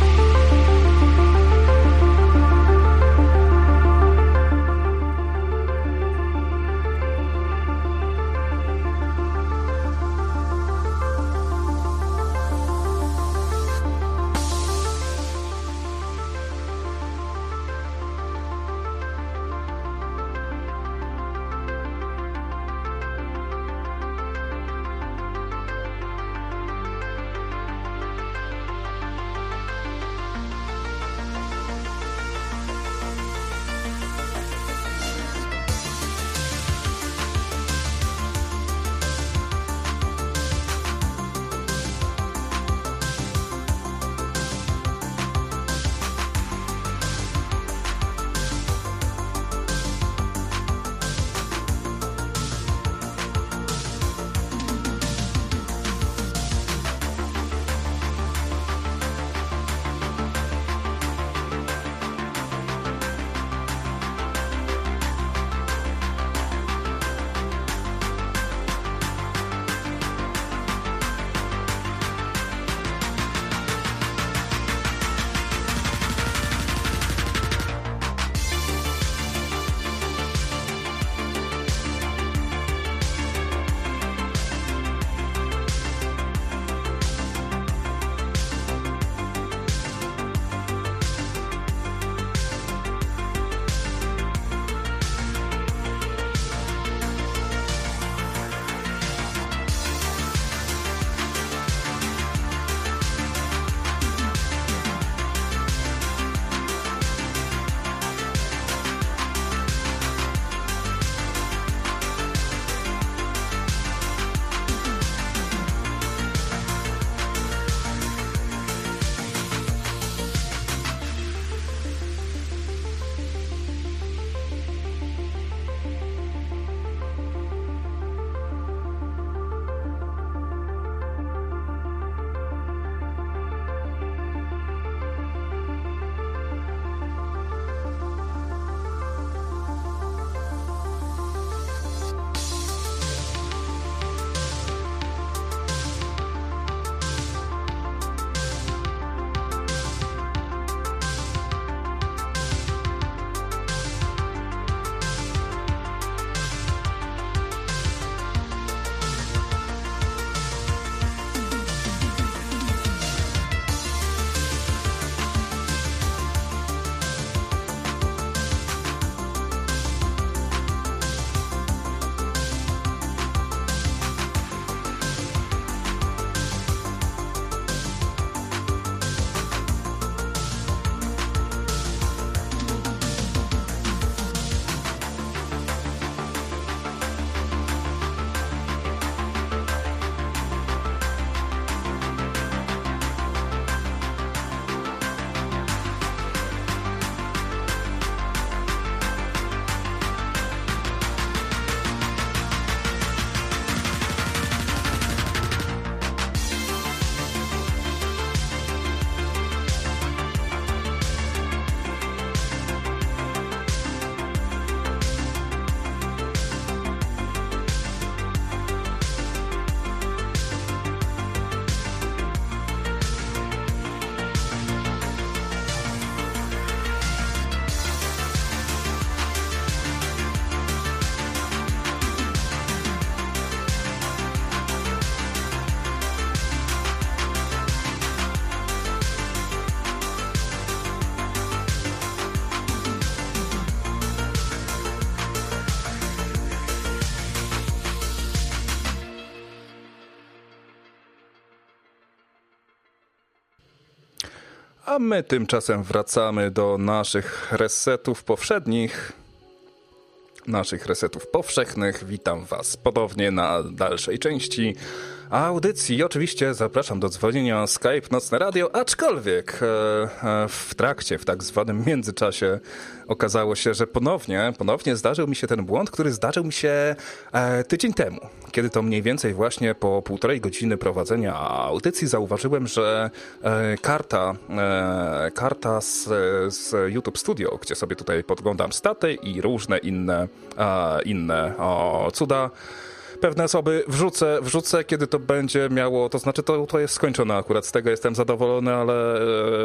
A my tymczasem wracamy do naszych resetów powszednich, naszych resetów powszechnych. Witam Was ponownie na dalszej części audycji. Oczywiście zapraszam do dzwonienia Skype Nocne Radio, aczkolwiek w trakcie, w tak zwanym międzyczasie okazało się, że ponownie, ponownie zdarzył mi się ten błąd, który zdarzył mi się tydzień temu. Kiedy to mniej więcej właśnie po półtorej godziny prowadzenia audycji zauważyłem, że karta, karta z, z YouTube Studio, gdzie sobie tutaj podglądam staty i różne inne, inne o, cuda, pewne osoby wrzucę, wrzucę, kiedy to będzie miało, to znaczy to, to jest skończone akurat, z tego jestem zadowolony, ale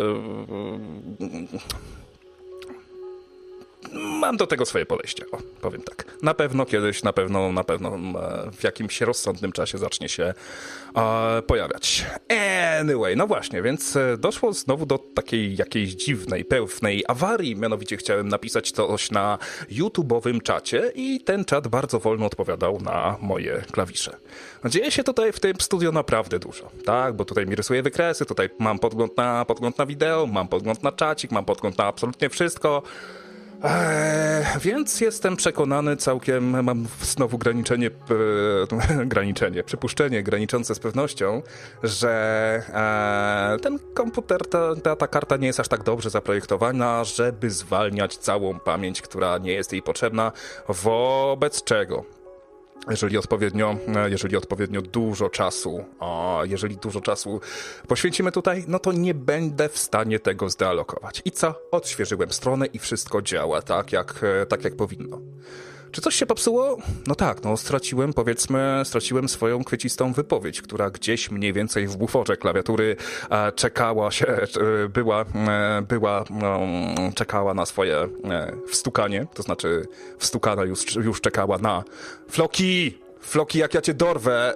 mam do tego swoje podejście, o, powiem tak. Na pewno kiedyś, na pewno, na pewno w jakimś rozsądnym czasie zacznie się e, pojawiać. Anyway, no właśnie, więc doszło znowu do takiej jakiejś dziwnej, pewnej awarii, mianowicie chciałem napisać coś na YouTube'owym czacie i ten czat bardzo wolno odpowiadał na moje klawisze. Dzieje się tutaj w tym studio naprawdę dużo, tak, bo tutaj mi rysuje wykresy, tutaj mam podgląd na, podgląd na wideo, mam podgląd na czacik, mam podgląd na absolutnie wszystko. Eee, więc jestem przekonany całkiem, mam znowu graniczenie, e, graniczenie, przypuszczenie graniczące z pewnością, że e, ten komputer, ta, ta, ta karta nie jest aż tak dobrze zaprojektowana, żeby zwalniać całą pamięć, która nie jest jej potrzebna, wobec czego? Jeżeli odpowiednio, jeżeli odpowiednio dużo czasu, a jeżeli dużo czasu poświęcimy tutaj, no to nie będę w stanie tego zdealokować. I co? Odświeżyłem stronę i wszystko działa tak, jak, tak jak powinno. Czy coś się popsuło? No tak, no straciłem, powiedzmy, straciłem swoją kwiecistą wypowiedź, która gdzieś mniej więcej w buforze klawiatury e, czekała się, e, była, e, była no, czekała na swoje e, wstukanie, to znaczy wstukana już, już czekała na Floki! Floki, jak ja cię dorwę!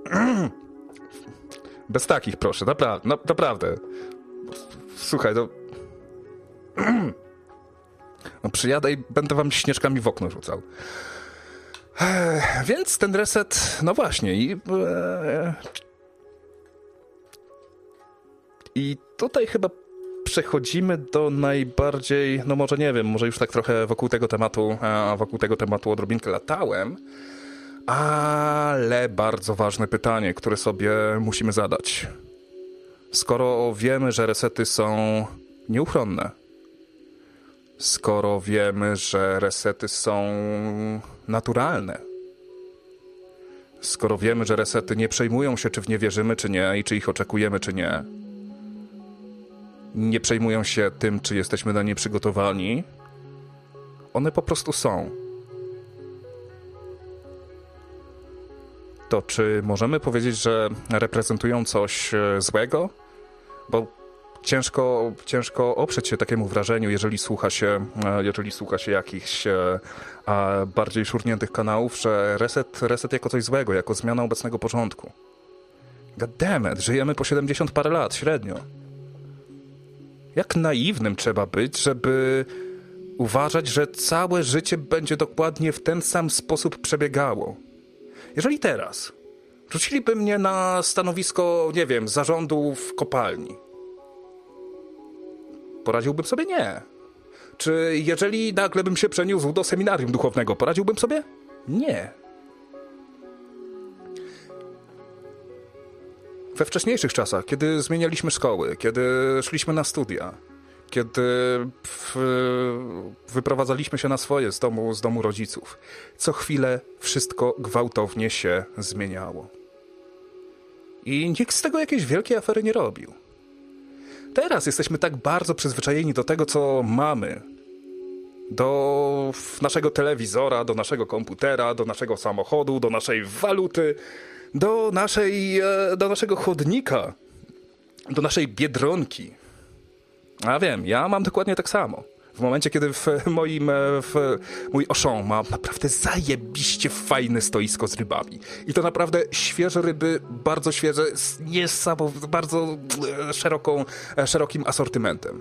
Bez takich, proszę, naprawdę, na, naprawdę. Słuchaj, to... No przyjadę i będę wam śnieżkami w okno rzucał. Ech, więc ten reset, no właśnie, i, e, i tutaj chyba przechodzimy do najbardziej, no może nie wiem, może już tak trochę wokół tego tematu, e, wokół tego tematu odrobinkę latałem, ale bardzo ważne pytanie, które sobie musimy zadać. Skoro wiemy, że resety są nieuchronne, skoro wiemy, że resety są naturalne, skoro wiemy, że resety nie przejmują się, czy w nie wierzymy, czy nie, i czy ich oczekujemy, czy nie, nie przejmują się tym, czy jesteśmy na nie przygotowani, one po prostu są. To czy możemy powiedzieć, że reprezentują coś złego? Bo Ciężko, ciężko oprzeć się takiemu wrażeniu, jeżeli słucha się, jeżeli słucha się jakichś e, bardziej szurniętych kanałów, że reset, reset jako coś złego, jako zmiana obecnego porządku. God damn it, żyjemy po siedemdziesiąt parę lat, średnio. Jak naiwnym trzeba być, żeby uważać, że całe życie będzie dokładnie w ten sam sposób przebiegało. Jeżeli teraz rzuciliby mnie na stanowisko, nie wiem, zarządu w kopalni, poradziłbym sobie? Nie. Czy jeżeli nagle bym się przeniósł do seminarium duchownego, poradziłbym sobie? Nie. We wcześniejszych czasach, kiedy zmienialiśmy szkoły, kiedy szliśmy na studia, kiedy w, wyprowadzaliśmy się na swoje z domu, z domu rodziców, co chwilę wszystko gwałtownie się zmieniało. I nikt z tego jakiejś wielkiej afery nie robił. Teraz jesteśmy tak bardzo przyzwyczajeni do tego, co mamy. Do naszego telewizora, do naszego komputera, do naszego samochodu, do naszej waluty, do naszej, do naszego chodnika, do naszej Biedronki. A wiem, ja mam dokładnie tak samo. W momencie, kiedy w moim, w mój Auchan ma naprawdę zajebiście fajne stoisko z rybami. I to naprawdę świeże ryby, bardzo świeże, z niesamowitym, bardzo szeroką, szerokim asortymentem.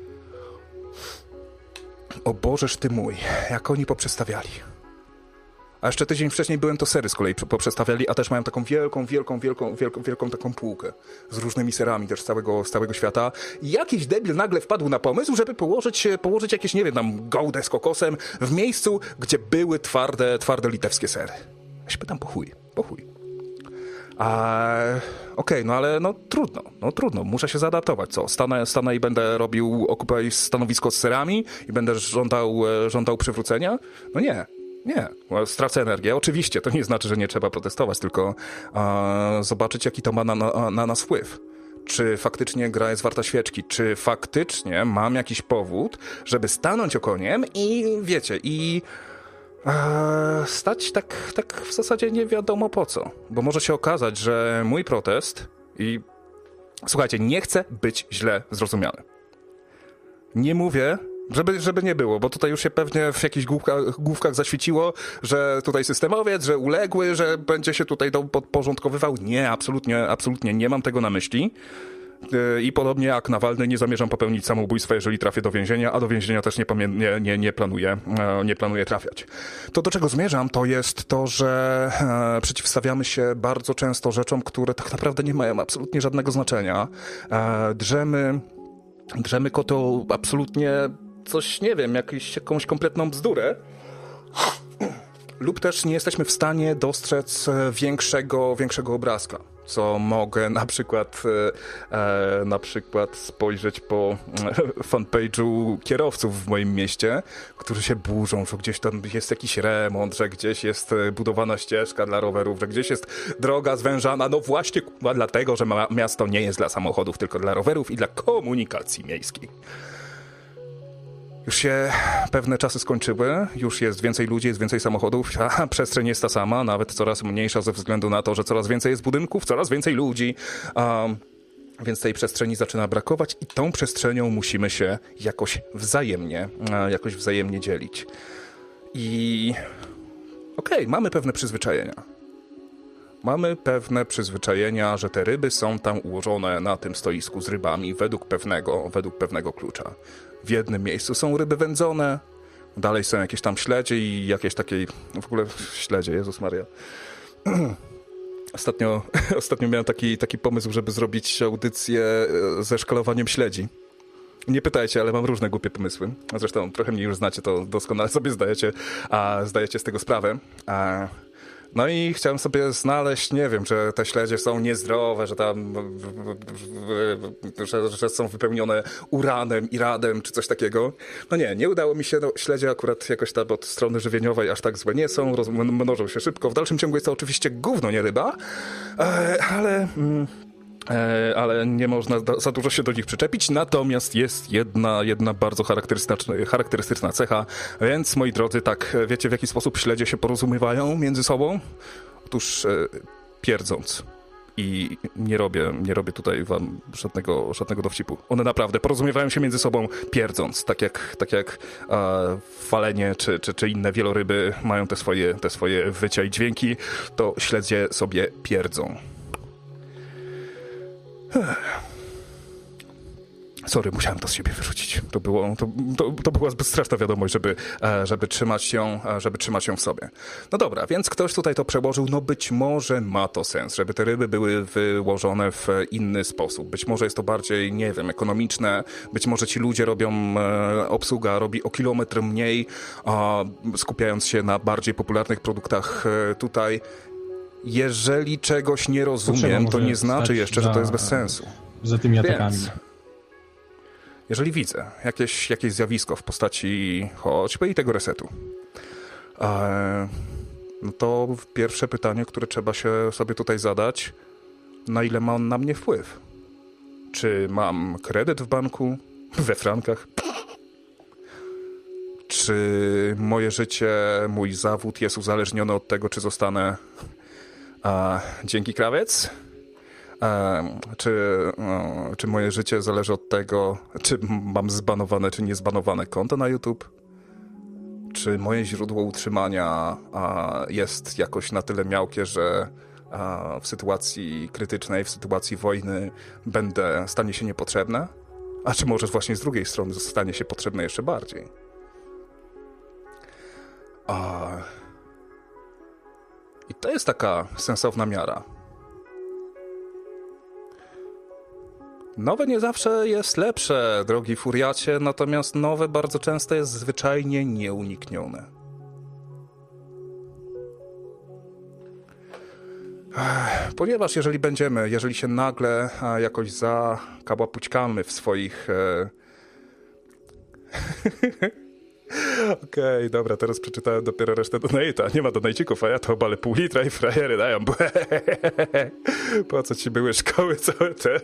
O Bożeż ty mój, jak oni poprzestawiali. A jeszcze tydzień wcześniej byłem, to sery z kolei poprzestawiali, a też mają taką wielką, wielką, wielką, wielką, wielką taką półkę z różnymi serami też z całego, z całego świata. I jakiś debil nagle wpadł na pomysł, żeby położyć, położyć jakieś, nie wiem, tam goudę z kokosem w miejscu, gdzie były twarde, twarde litewskie sery. Ja się pytam, po chuj, po chuj. A okej, okay, no ale no trudno, no trudno, muszę się zaadaptować, co? Stanę, stanę i będę robił, okupuję stanowisko z serami i będę żądał, żądał przywrócenia? No nie. Nie, stracę energię. Oczywiście, to nie znaczy, że nie trzeba protestować, tylko e, zobaczyć, jaki to ma na, na, na nas wpływ. Czy faktycznie gra jest warta świeczki? Czy faktycznie mam jakiś powód, żeby stanąć okoniem i wiecie, i e, stać tak, tak w zasadzie nie wiadomo po co. Bo może się okazać, że mój protest i słuchajcie, nie chcę być źle zrozumiany. Nie mówię, Żeby, żeby nie było, bo tutaj już się pewnie w jakichś główkach, główkach zaświeciło, że tutaj systemowiec, że uległy, że będzie się tutaj podporządkowywał. Nie, absolutnie, absolutnie nie mam tego na myśli. I podobnie jak Nawalny nie zamierzam popełnić samobójstwa, jeżeli trafię do więzienia, a do więzienia też nie, nie, nie, nie, planuję, nie planuję trafiać. To, do czego zmierzam, to jest to, że e, przeciwstawiamy się bardzo często rzeczom, które tak naprawdę nie mają absolutnie żadnego znaczenia. E, drzemy, drzemy koto absolutnie coś, nie wiem, jakąś, jakąś kompletną bzdurę. Lub też nie jesteśmy w stanie dostrzec większego, większego obrazka, co mogę na przykład, e, na przykład spojrzeć po fanpage'u kierowców w moim mieście, którzy się burzą, że gdzieś tam jest jakiś remont, że gdzieś jest budowana ścieżka dla rowerów, że gdzieś jest droga zwężana. No właśnie dlatego, że ma, miasto nie jest dla samochodów, tylko dla rowerów i dla komunikacji miejskiej. Już się pewne czasy skończyły, już jest więcej ludzi, jest więcej samochodów, a przestrzeń jest ta sama, nawet coraz mniejsza ze względu na to, że coraz więcej jest budynków, coraz więcej ludzi, um, więc tej przestrzeni zaczyna brakować i tą przestrzenią musimy się jakoś wzajemnie, jakoś wzajemnie dzielić. I okej, okay, mamy pewne przyzwyczajenia. Mamy pewne przyzwyczajenia, że te ryby są tam ułożone na tym stoisku z rybami według pewnego, według pewnego klucza. W jednym miejscu są ryby wędzone, dalej są jakieś tam śledzie i jakieś takie, w ogóle śledzie, Jezus Maria. Ostatnio, ostatnio miałem taki, taki pomysł, żeby zrobić audycję ze szkalowaniem śledzi. Nie pytajcie, ale mam różne głupie pomysły. Zresztą trochę mnie już znacie, to doskonale sobie zdajecie, a zdajecie z tego sprawę. A no i chciałem sobie znaleźć, nie wiem, że te śledzie są niezdrowe, że tam że, że są wypełnione uranem i radem, czy coś takiego. No nie, nie udało mi się. No, śledzie akurat jakoś tam od strony żywieniowej aż tak złe nie są, roz, mnożą się szybko. W dalszym ciągu jest to oczywiście gówno, nie ryba, ale... Mm, ale nie można za dużo się do nich przyczepić, natomiast jest jedna, jedna bardzo charakterystyczna, charakterystyczna cecha, więc moi drodzy, tak, wiecie w jaki sposób śledzie się porozumiewają między sobą? Otóż e, pierdząc. I nie robię, nie robię tutaj wam żadnego, żadnego dowcipu. One naprawdę porozumiewają się między sobą pierdząc, tak jak, tak jak e, falenie czy, czy, czy inne wieloryby mają te swoje, te swoje wycia i dźwięki, to śledzie sobie pierdzą. Sorry, musiałem to z siebie wyrzucić. To, było, to, to, to była zbyt straszna wiadomość, żeby, żeby, trzymać ją, żeby trzymać ją w sobie. No dobra, więc ktoś tutaj to przełożył. No być może ma to sens, żeby te ryby były wyłożone w inny sposób. Być może jest to bardziej, nie wiem, ekonomiczne. Być może ci ludzie robią, obsługa robi o kilometr mniej, skupiając się na bardziej popularnych produktach tutaj. Jeżeli czegoś nie rozumiem, to nie znaczy jeszcze, że to jest bez sensu. Za tymi atakami. Więc, jeżeli widzę jakieś, jakieś zjawisko w postaci choćby i tego resetu, e, no to pierwsze pytanie, które trzeba się sobie tutaj zadać, na ile ma on na mnie wpływ? Czy mam kredyt w banku? We frankach? Czy moje życie, mój zawód jest uzależniony od tego, czy zostanę a, dzięki krawiec? Um, czy, um, czy moje życie zależy od tego, czy mam zbanowane, czy niezbanowane konto na YouTube? Czy moje źródło utrzymania a, jest jakoś na tyle miałkie, że a, w sytuacji krytycznej, w sytuacji wojny będę, stanie się niepotrzebne? A czy może właśnie z drugiej strony stanie się potrzebne jeszcze bardziej? A... I to jest taka sensowna miara. Nowe nie zawsze jest lepsze, drogi furiacie, natomiast nowe bardzo często jest zwyczajnie nieuniknione. Ponieważ jeżeli będziemy, jeżeli się nagle jakoś zakałapućkamy w swoich... E... Okej, okay, dobra, teraz przeczytałem dopiero resztę donate'a. Nie ma donajcików, a ja to obalę pół litra i frajery dają. Po co ci były szkoły całe te...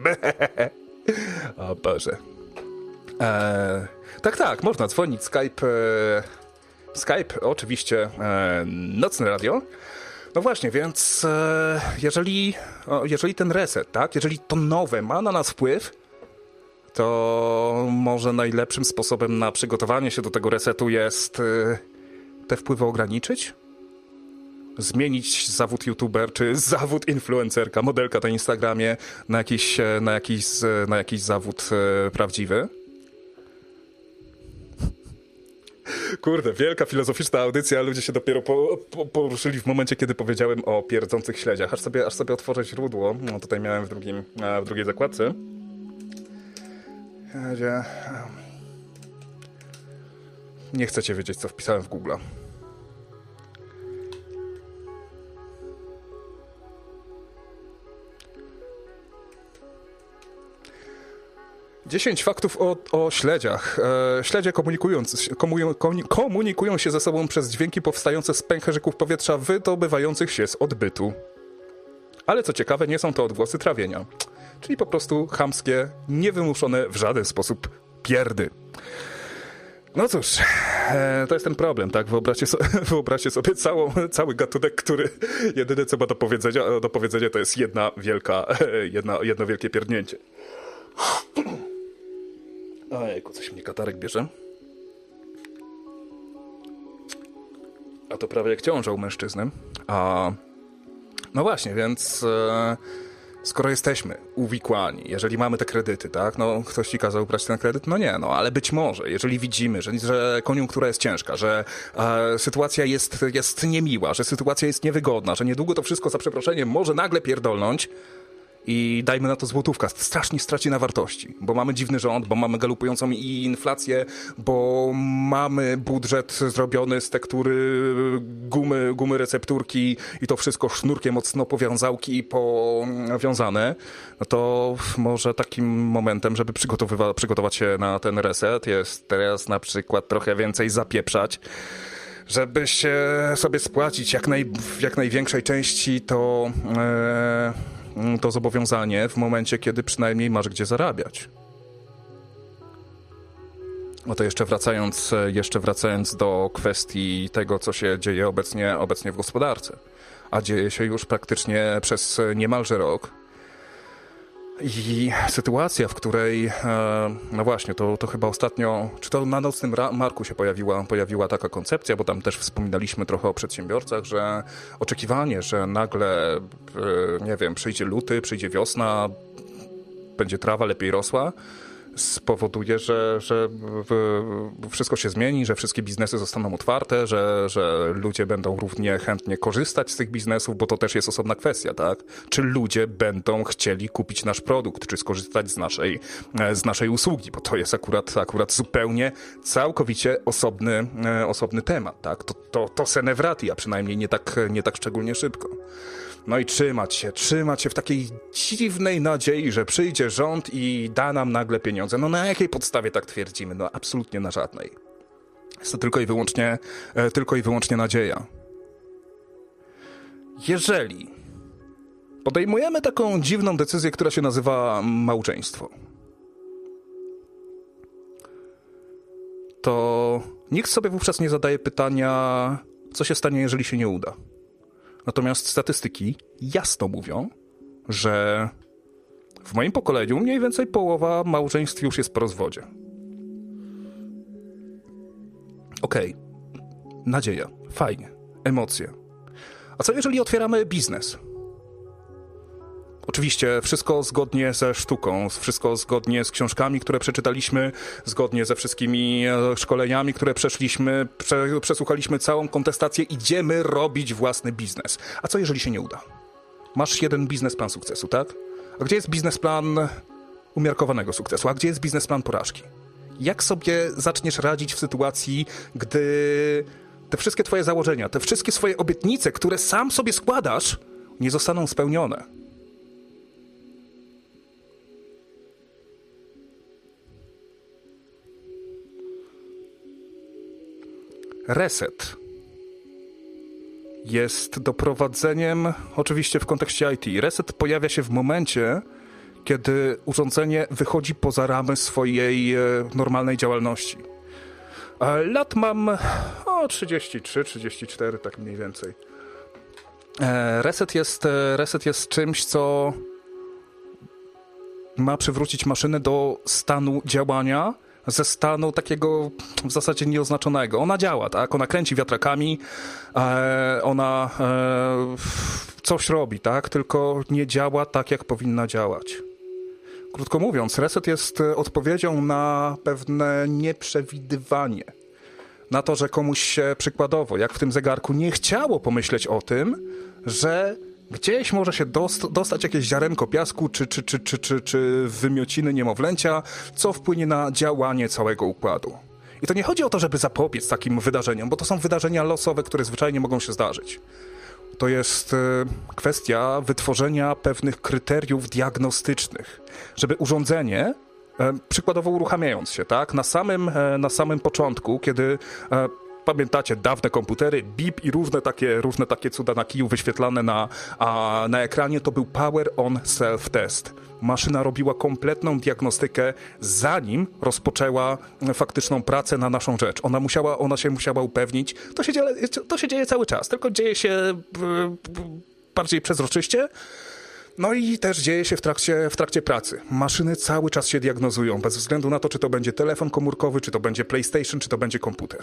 O Boże. Eee, tak, tak, można dzwonić. Skype, e... Skype, oczywiście, e... nocne radio. No właśnie, więc e... jeżeli, o, jeżeli ten reset, tak, jeżeli to nowe ma na nas wpływ, to może najlepszym sposobem na przygotowanie się do tego resetu jest e... te wpływy ograniczyć? Zmienić zawód youtuber, czy zawód influencerka, modelka na Instagramie na jakiś, na jakiś, na jakiś zawód e, prawdziwy? Kurde, wielka filozoficzna audycja, a ludzie się dopiero po, po, poruszyli w momencie, kiedy powiedziałem o pierdzących śledziach. Aż sobie, aż sobie otworzę źródło. No, tutaj miałem w, drugim, w drugiej zakładce. Gdzie... Nie chcecie wiedzieć, co wpisałem w Google'a. dziesięć faktów o, o śledziach. E, śledzie komunikując, komu, komunikują się ze sobą przez dźwięki powstające z pęcherzyków powietrza wydobywających się z odbytu. Ale co ciekawe, nie są to odgłosy trawienia. Czyli po prostu chamskie, niewymuszone w żaden sposób pierdy. No cóż, e, to jest ten problem, tak? Wyobraźcie, so, wyobraźcie sobie całą, cały gatunek, który jedyne co ma do powiedzenia, do powiedzenia to jest jedna wielka, jedna, jedno wielkie pierdnięcie. Ojejku, coś mnie katarek bierze. A to prawie jak ciąża u mężczyzny. A no właśnie, więc e, skoro jesteśmy uwikłani, jeżeli mamy te kredyty, tak, no ktoś ci kazał brać ten kredyt, no nie, no ale być może, jeżeli widzimy, że, że koniunktura jest ciężka, że e, sytuacja jest, jest niemiła, że sytuacja jest niewygodna, że niedługo to wszystko za przeproszeniem może nagle pierdolnąć, i dajmy na to złotówka, strasznie straci na wartości, bo mamy dziwny rząd, bo mamy galopującą inflację, bo mamy budżet zrobiony z tektury gumy, gumy recepturki i to wszystko sznurkiem mocno powiązałki powiązane, no to może takim momentem, żeby przygotowywa- przygotować się na ten reset jest teraz na przykład trochę więcej zapieprzać, żeby się sobie spłacić jak, naj, w jak największej części to... E, to zobowiązanie w momencie, kiedy przynajmniej masz gdzie zarabiać. No to jeszcze wracając, jeszcze wracając do kwestii tego, co się dzieje obecnie, obecnie w gospodarce. A dzieje się już praktycznie przez niemalże rok. I sytuacja, w której, no właśnie, to, to chyba ostatnio, czy to na Nocnym Marku się pojawiła, pojawiła taka koncepcja, bo tam też wspominaliśmy trochę o przedsiębiorcach, że oczekiwanie, że nagle, nie wiem, przyjdzie luty, przyjdzie wiosna, będzie trawa lepiej rosła, spowoduje, że, że wszystko się zmieni, że wszystkie biznesy zostaną otwarte, że, że ludzie będą równie chętnie korzystać z tych biznesów, bo to też jest osobna kwestia, tak? Czy ludzie będą chcieli kupić nasz produkt, czy skorzystać z naszej, z naszej usługi, bo to jest akurat, akurat zupełnie, całkowicie osobny, osobny temat, tak? To, to, to se ne vrati, a przynajmniej nie tak, nie tak szczególnie szybko. No i trzymać się, trzymać się w takiej dziwnej nadziei, że przyjdzie rząd i da nam nagle pieniądze. No na jakiej podstawie tak twierdzimy? No absolutnie na żadnej. Jest to tylko i wyłącznie, e, tylko i wyłącznie nadzieja. Jeżeli podejmujemy taką dziwną decyzję, która się nazywa małżeństwo, to nikt sobie wówczas nie zadaje pytania, co się stanie, jeżeli się nie uda. Natomiast statystyki jasno mówią, że w moim pokoleniu mniej więcej połowa małżeństw już jest po rozwodzie. Okej, okay. Nadzieja, fajnie, emocje. A co jeżeli otwieramy biznes? Oczywiście wszystko zgodnie ze sztuką, wszystko zgodnie z książkami, które przeczytaliśmy, zgodnie ze wszystkimi szkoleniami, które przeszliśmy, prze, przesłuchaliśmy całą kontestację, idziemy robić własny biznes. A co jeżeli się nie uda? Masz jeden biznesplan sukcesu, tak? A gdzie jest biznesplan umiarkowanego sukcesu? A gdzie jest biznesplan porażki? Jak sobie zaczniesz radzić w sytuacji, gdy te wszystkie twoje założenia, te wszystkie swoje obietnice, które sam sobie składasz, nie zostaną spełnione? Reset jest doprowadzeniem, oczywiście w kontekście I T, reset pojawia się w momencie, kiedy urządzenie wychodzi poza ramy swojej e, normalnej działalności. E, lat mam o trzydzieści trzy, trzydzieści cztery, tak mniej więcej. E, reset jest, e, reset jest czymś, co ma przywrócić maszynę do stanu działania, ze stanu takiego w zasadzie nieoznaczonego. Ona działa, tak? Ona kręci wiatrakami, e, ona e, coś robi, tak? Tylko nie działa tak, jak powinna działać. Krótko mówiąc, reset jest odpowiedzią na pewne nieprzewidywanie. Na to, że komuś się przykładowo, jak w tym zegarku, nie chciało pomyśleć o tym, że gdzieś może się dost- dostać jakieś ziarenko piasku czy, czy, czy, czy, czy, czy wymiociny niemowlęcia, co wpłynie na działanie całego układu. I to nie chodzi o to, żeby zapobiec takim wydarzeniom, bo to są wydarzenia losowe, które zwyczajnie mogą się zdarzyć. To jest kwestia wytworzenia pewnych kryteriów diagnostycznych, żeby urządzenie, przykładowo uruchamiając się, tak, na samym, na samym początku, kiedy pamiętacie dawne komputery, bip i różne takie, różne takie cuda na kiju wyświetlane na, a, na ekranie, to był Power on Self-Test. Maszyna robiła kompletną diagnostykę, zanim rozpoczęła faktyczną pracę na naszą rzecz. Ona musiała, ona się musiała upewnić. To się dzieje, to się dzieje cały czas, tylko dzieje się bardziej przezroczyście. No i też dzieje się w trakcie, w trakcie pracy. Maszyny cały czas się diagnozują, bez względu na to, czy to będzie telefon komórkowy, czy to będzie PlayStation, czy to będzie komputer.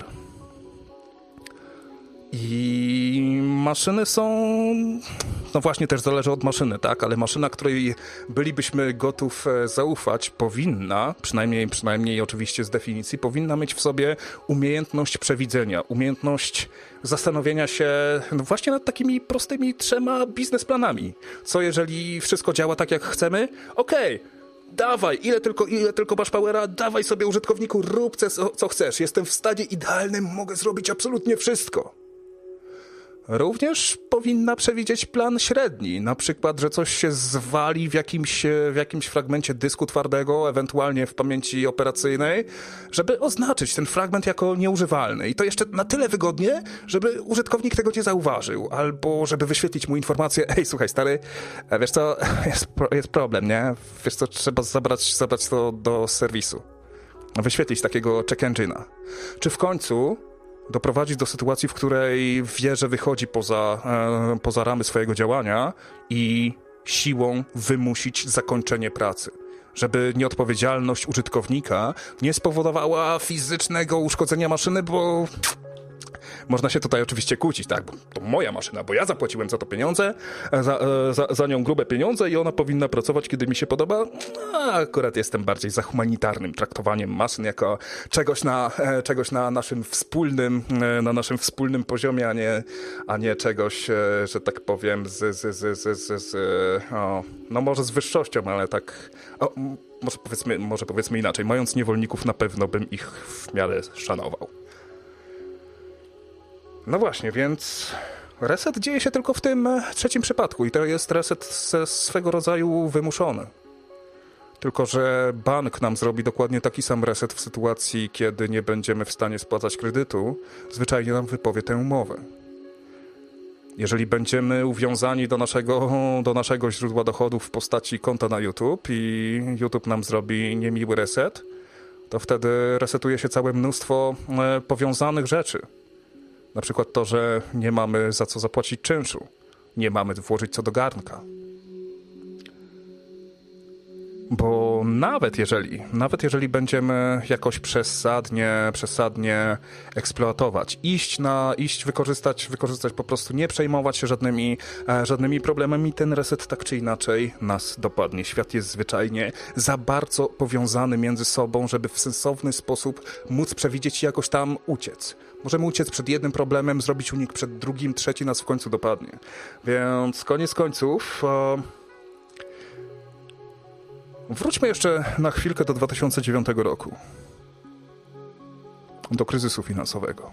I maszyny są, no właśnie też zależy od maszyny, tak, ale maszyna, której bylibyśmy gotów zaufać, powinna, przynajmniej, przynajmniej oczywiście z definicji, powinna mieć w sobie umiejętność przewidzenia, umiejętność zastanowienia się no właśnie nad takimi prostymi trzema biznesplanami. Co jeżeli wszystko działa tak, jak chcemy? Okej. Okay. Dawaj, ile tylko, ile tylko masz powera, dawaj sobie użytkowniku, rób co, co chcesz. Jestem w stanie idealnym, mogę zrobić absolutnie wszystko. Również powinna przewidzieć plan średni, na przykład, że coś się zwali w jakimś, w jakimś fragmencie dysku twardego, ewentualnie w pamięci operacyjnej, żeby oznaczyć ten fragment jako nieużywalny. I to jeszcze na tyle wygodnie, żeby użytkownik tego nie zauważył, albo żeby wyświetlić mu informację: ej, słuchaj stary, wiesz co, jest, jest problem, nie? Wiesz co, trzeba zabrać, zabrać to do serwisu. Wyświetlić takiego check engine'a. Czy w końcu doprowadzić do sytuacji, w której wie, że wychodzi poza, e, poza ramy swojego działania i siłą wymusić zakończenie pracy. Żeby nieodpowiedzialność użytkownika nie spowodowała fizycznego uszkodzenia maszyny, bo można się tutaj oczywiście kłócić, tak, bo to moja maszyna, bo ja zapłaciłem za to pieniądze, za, za, za nią grube pieniądze i ona powinna pracować, kiedy mi się podoba. A akurat jestem bardziej za humanitarnym traktowaniem maszyn jako czegoś na, czegoś na naszym wspólnym, na naszym wspólnym poziomie, a nie, a nie czegoś, że tak powiem, z, z, z, z, z, z o, no może z wyższością, ale tak, o, może powiedzmy, może powiedzmy inaczej, mając niewolników, na pewno bym ich w miarę szanował. No właśnie, więc reset dzieje się tylko w tym trzecim przypadku i to jest reset swego rodzaju wymuszony. Tylko że bank nam zrobi dokładnie taki sam reset w sytuacji, kiedy nie będziemy w stanie spłacać kredytu, zwyczajnie nam wypowie tę umowę. Jeżeli będziemy uwiązani do naszego, do naszego źródła dochodów w postaci konta na YouTube i YouTube nam zrobi niemiły reset, to wtedy resetuje się całe mnóstwo powiązanych rzeczy. Na przykład to, że nie mamy za co zapłacić czynszu, nie mamy włożyć co do garnka. Bo nawet jeżeli, nawet jeżeli będziemy jakoś przesadnie, przesadnie eksploatować, iść na, iść wykorzystać, wykorzystać po prostu, nie przejmować się żadnymi, e, żadnymi problemami, ten reset tak czy inaczej nas dopadnie. Świat jest zwyczajnie za bardzo powiązany między sobą, żeby w sensowny sposób móc przewidzieć i jakoś tam uciec. Możemy uciec przed jednym problemem, zrobić unik przed drugim, trzeci nas w końcu dopadnie. Więc koniec końców... E, Wróćmy jeszcze na chwilkę do dwa tysiące dziewiątego roku. Do kryzysu finansowego.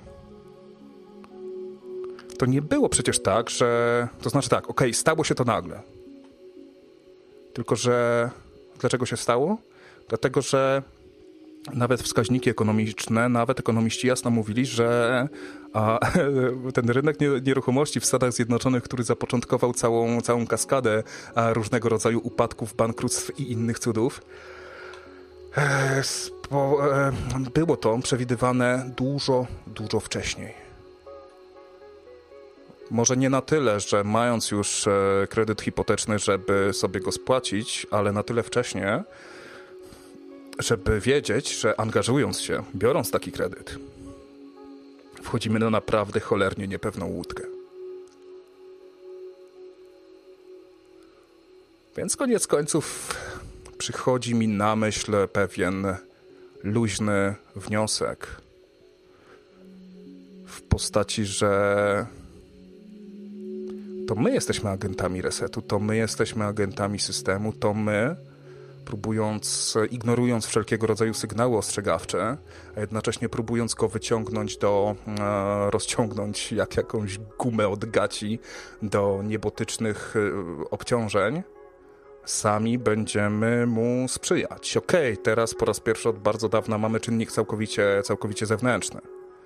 To nie było przecież tak, że... To znaczy tak, okej, okay, stało się to nagle. Tylko że... Dlaczego się stało? Dlatego, że nawet wskaźniki ekonomiczne, nawet ekonomiści jasno mówili, że a, ten rynek nieruchomości w Stanach Zjednoczonych, który zapoczątkował całą, całą kaskadę a, różnego rodzaju upadków, bankructw i innych cudów, e, spo, e, było to przewidywane dużo, dużo wcześniej. Może nie na tyle, że mając już e, kredyt hipoteczny, żeby sobie go spłacić, ale na tyle wcześnie, żeby wiedzieć, że angażując się, biorąc taki kredyt, wchodzimy na naprawdę cholernie niepewną łódkę. Więc koniec końców przychodzi mi na myśl pewien luźny wniosek w postaci, że to my jesteśmy agentami resetu, to my jesteśmy agentami systemu, to my, próbując, ignorując wszelkiego rodzaju sygnały ostrzegawcze, a jednocześnie próbując go wyciągnąć do, e, rozciągnąć jak jakąś gumę od gaci do niebotycznych e, obciążeń, sami będziemy mu sprzyjać. Okej, okay, teraz po raz pierwszy od bardzo dawna mamy czynnik całkowicie, całkowicie zewnętrzny.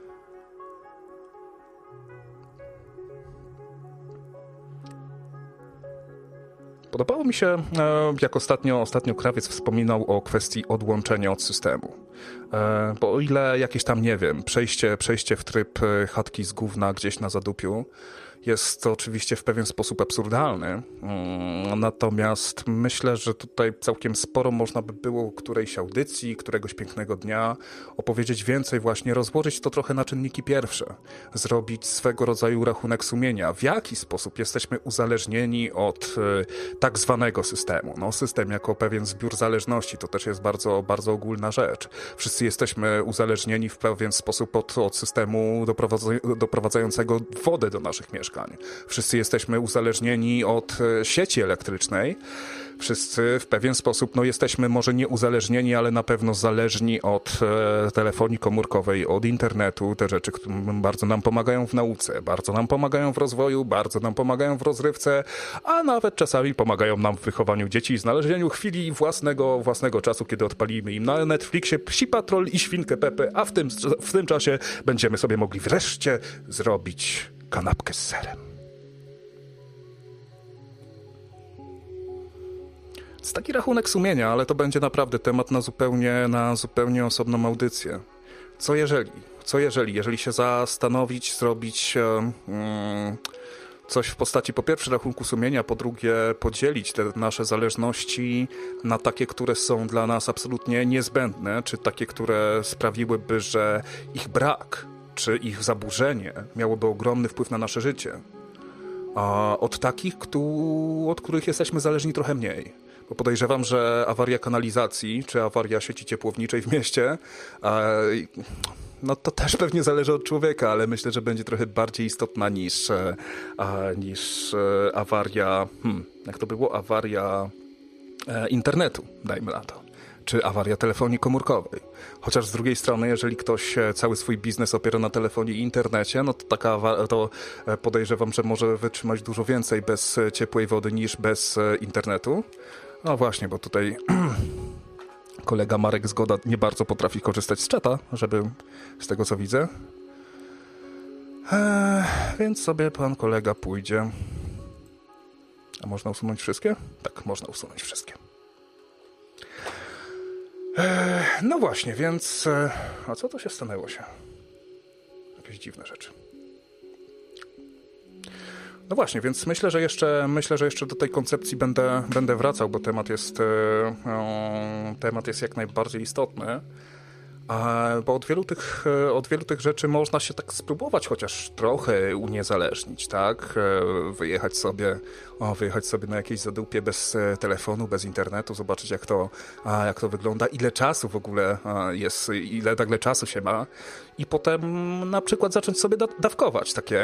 Podobało mi się, jak ostatnio, ostatnio Krawiec wspominał o kwestii odłączenia od systemu. Bo o ile jakieś tam, nie wiem, przejście, przejście w tryb chatki z gówna gdzieś na zadupiu jest to oczywiście w pewien sposób absurdalny. Natomiast myślę, że tutaj całkiem sporo można by było którejś audycji, któregoś pięknego dnia opowiedzieć więcej, właśnie rozłożyć to trochę na czynniki pierwsze. Zrobić swego rodzaju rachunek sumienia. W jaki sposób jesteśmy uzależnieni od y, tak zwanego systemu. No, system jako pewien zbiór zależności to też jest bardzo, bardzo ogólna rzecz. Wszyscy jesteśmy uzależnieni w pewien sposób od, od systemu doprowadza- doprowadzającego wodę do naszych mieszkań. Wszyscy jesteśmy uzależnieni od sieci elektrycznej. Wszyscy w pewien sposób, no jesteśmy może nie uzależnieni, ale na pewno zależni od e, telefonii komórkowej, od internetu. Te rzeczy, które bardzo nam pomagają w nauce, bardzo nam pomagają w rozwoju, bardzo nam pomagają w rozrywce, a nawet czasami pomagają nam w wychowaniu dzieci i znalezieniu chwili własnego, własnego czasu, kiedy odpalimy im na Netflixie Psi Patrol i Świnkę Pepę, a w tym, w tym czasie będziemy sobie mogli wreszcie zrobić kanapkę z serem. Jest taki rachunek sumienia, ale to będzie naprawdę temat na zupełnie, na zupełnie osobną audycję. Co jeżeli? Co jeżeli? Jeżeli się zastanowić, zrobić um, coś w postaci po pierwsze rachunku sumienia, po drugie podzielić te nasze zależności na takie, które są dla nas absolutnie niezbędne, czy takie, które sprawiłyby, że ich brak, czy ich zaburzenie miałoby ogromny wpływ na nasze życie. A od takich, od których jesteśmy zależni trochę mniej. Bo podejrzewam, że awaria kanalizacji, czy awaria sieci ciepłowniczej w mieście, no to też pewnie zależy od człowieka, ale myślę, że będzie trochę bardziej istotna niż, niż awaria, hmm, jak to było, awaria internetu, dajmy na to. Czy awaria telefonii komórkowej. Chociaż z drugiej strony, jeżeli ktoś cały swój biznes opiera na telefonii i internecie, no to taka awaria, to podejrzewam, że może wytrzymać dużo więcej bez ciepłej wody niż bez internetu. No właśnie, bo tutaj kolega Marek Zgoda nie bardzo potrafi korzystać z czata, żeby z tego co widzę. Eee, więc sobie pan kolega pójdzie. A można usunąć wszystkie? Tak, można usunąć wszystkie. No właśnie, więc... A co to się stanęło się? Jakieś dziwne rzeczy. No właśnie, więc myślę, że jeszcze myślę, że jeszcze do tej koncepcji będę, będę wracał, bo temat jest, e, temat jest jak najbardziej istotny. Bo od wielu, tych, od wielu tych rzeczy można się tak spróbować chociaż trochę uniezależnić, tak? Wyjechać sobie, o, wyjechać sobie na jakieś zadupie bez telefonu, bez internetu, zobaczyć jak to, jak to wygląda, ile czasu w ogóle jest, ile nagle czasu się ma i potem na przykład zacząć sobie da- dawkować takie,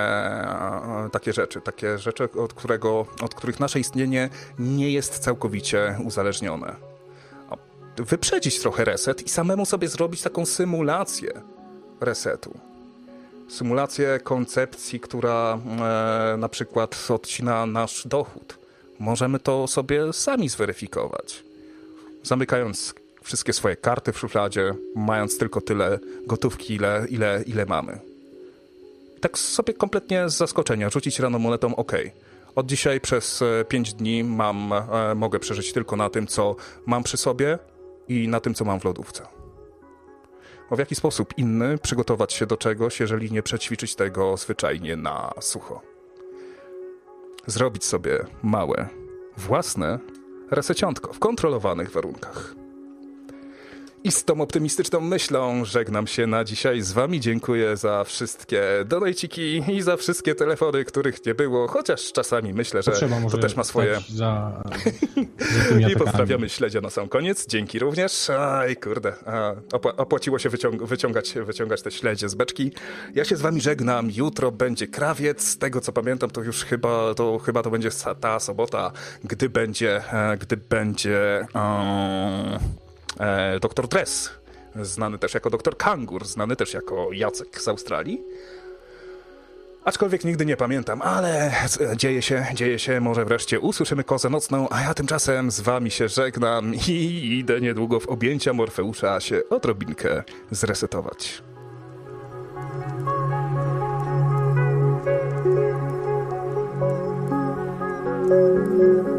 e, takie rzeczy, takie rzeczy, od, którego, od których nasze istnienie nie jest całkowicie uzależnione. Wyprzedzić trochę reset i samemu sobie zrobić taką symulację resetu. Symulację koncepcji, która e, na przykład odcina nasz dochód. Możemy to sobie sami zweryfikować. Zamykając wszystkie swoje karty w szufladzie, mając tylko tyle gotówki, ile, ile, ile mamy. Tak sobie kompletnie z zaskoczenia rzucić rano monetą, ok. Od dzisiaj przez pięć dni mam, e, mogę przeżyć tylko na tym, co mam przy sobie, i na tym, co mam w lodówce. Bo w jaki sposób inny przygotować się do czegoś, jeżeli nie przećwiczyć tego zwyczajnie na sucho? Zrobić sobie małe, własne reseciątko w kontrolowanych warunkach. I z tą optymistyczną myślą żegnam się na dzisiaj z wami. Dziękuję za wszystkie donajciki i za wszystkie telefony, których nie było, chociaż czasami myślę, że to, to też ma swoje... Za, za I pozdrawiamy śledzia na sam koniec. Dzięki również. Aj, kurde. Opła- opłaciło się wyciąg- wyciągać, wyciągać te śledzie z beczki. Ja się z wami żegnam. Jutro będzie krawiec. Z tego, co pamiętam, to już chyba to, chyba to będzie ta sobota, gdy będzie, gdy będzie... Um... doktor Dress, znany też jako doktor Kangur, znany też jako Jacek z Australii. Aczkolwiek nigdy nie pamiętam, ale dzieje się, dzieje się, może wreszcie usłyszymy kozę nocną, a ja tymczasem z wami się żegnam i idę niedługo w objęcia Morfeusza się odrobinkę zresetować. Thank you.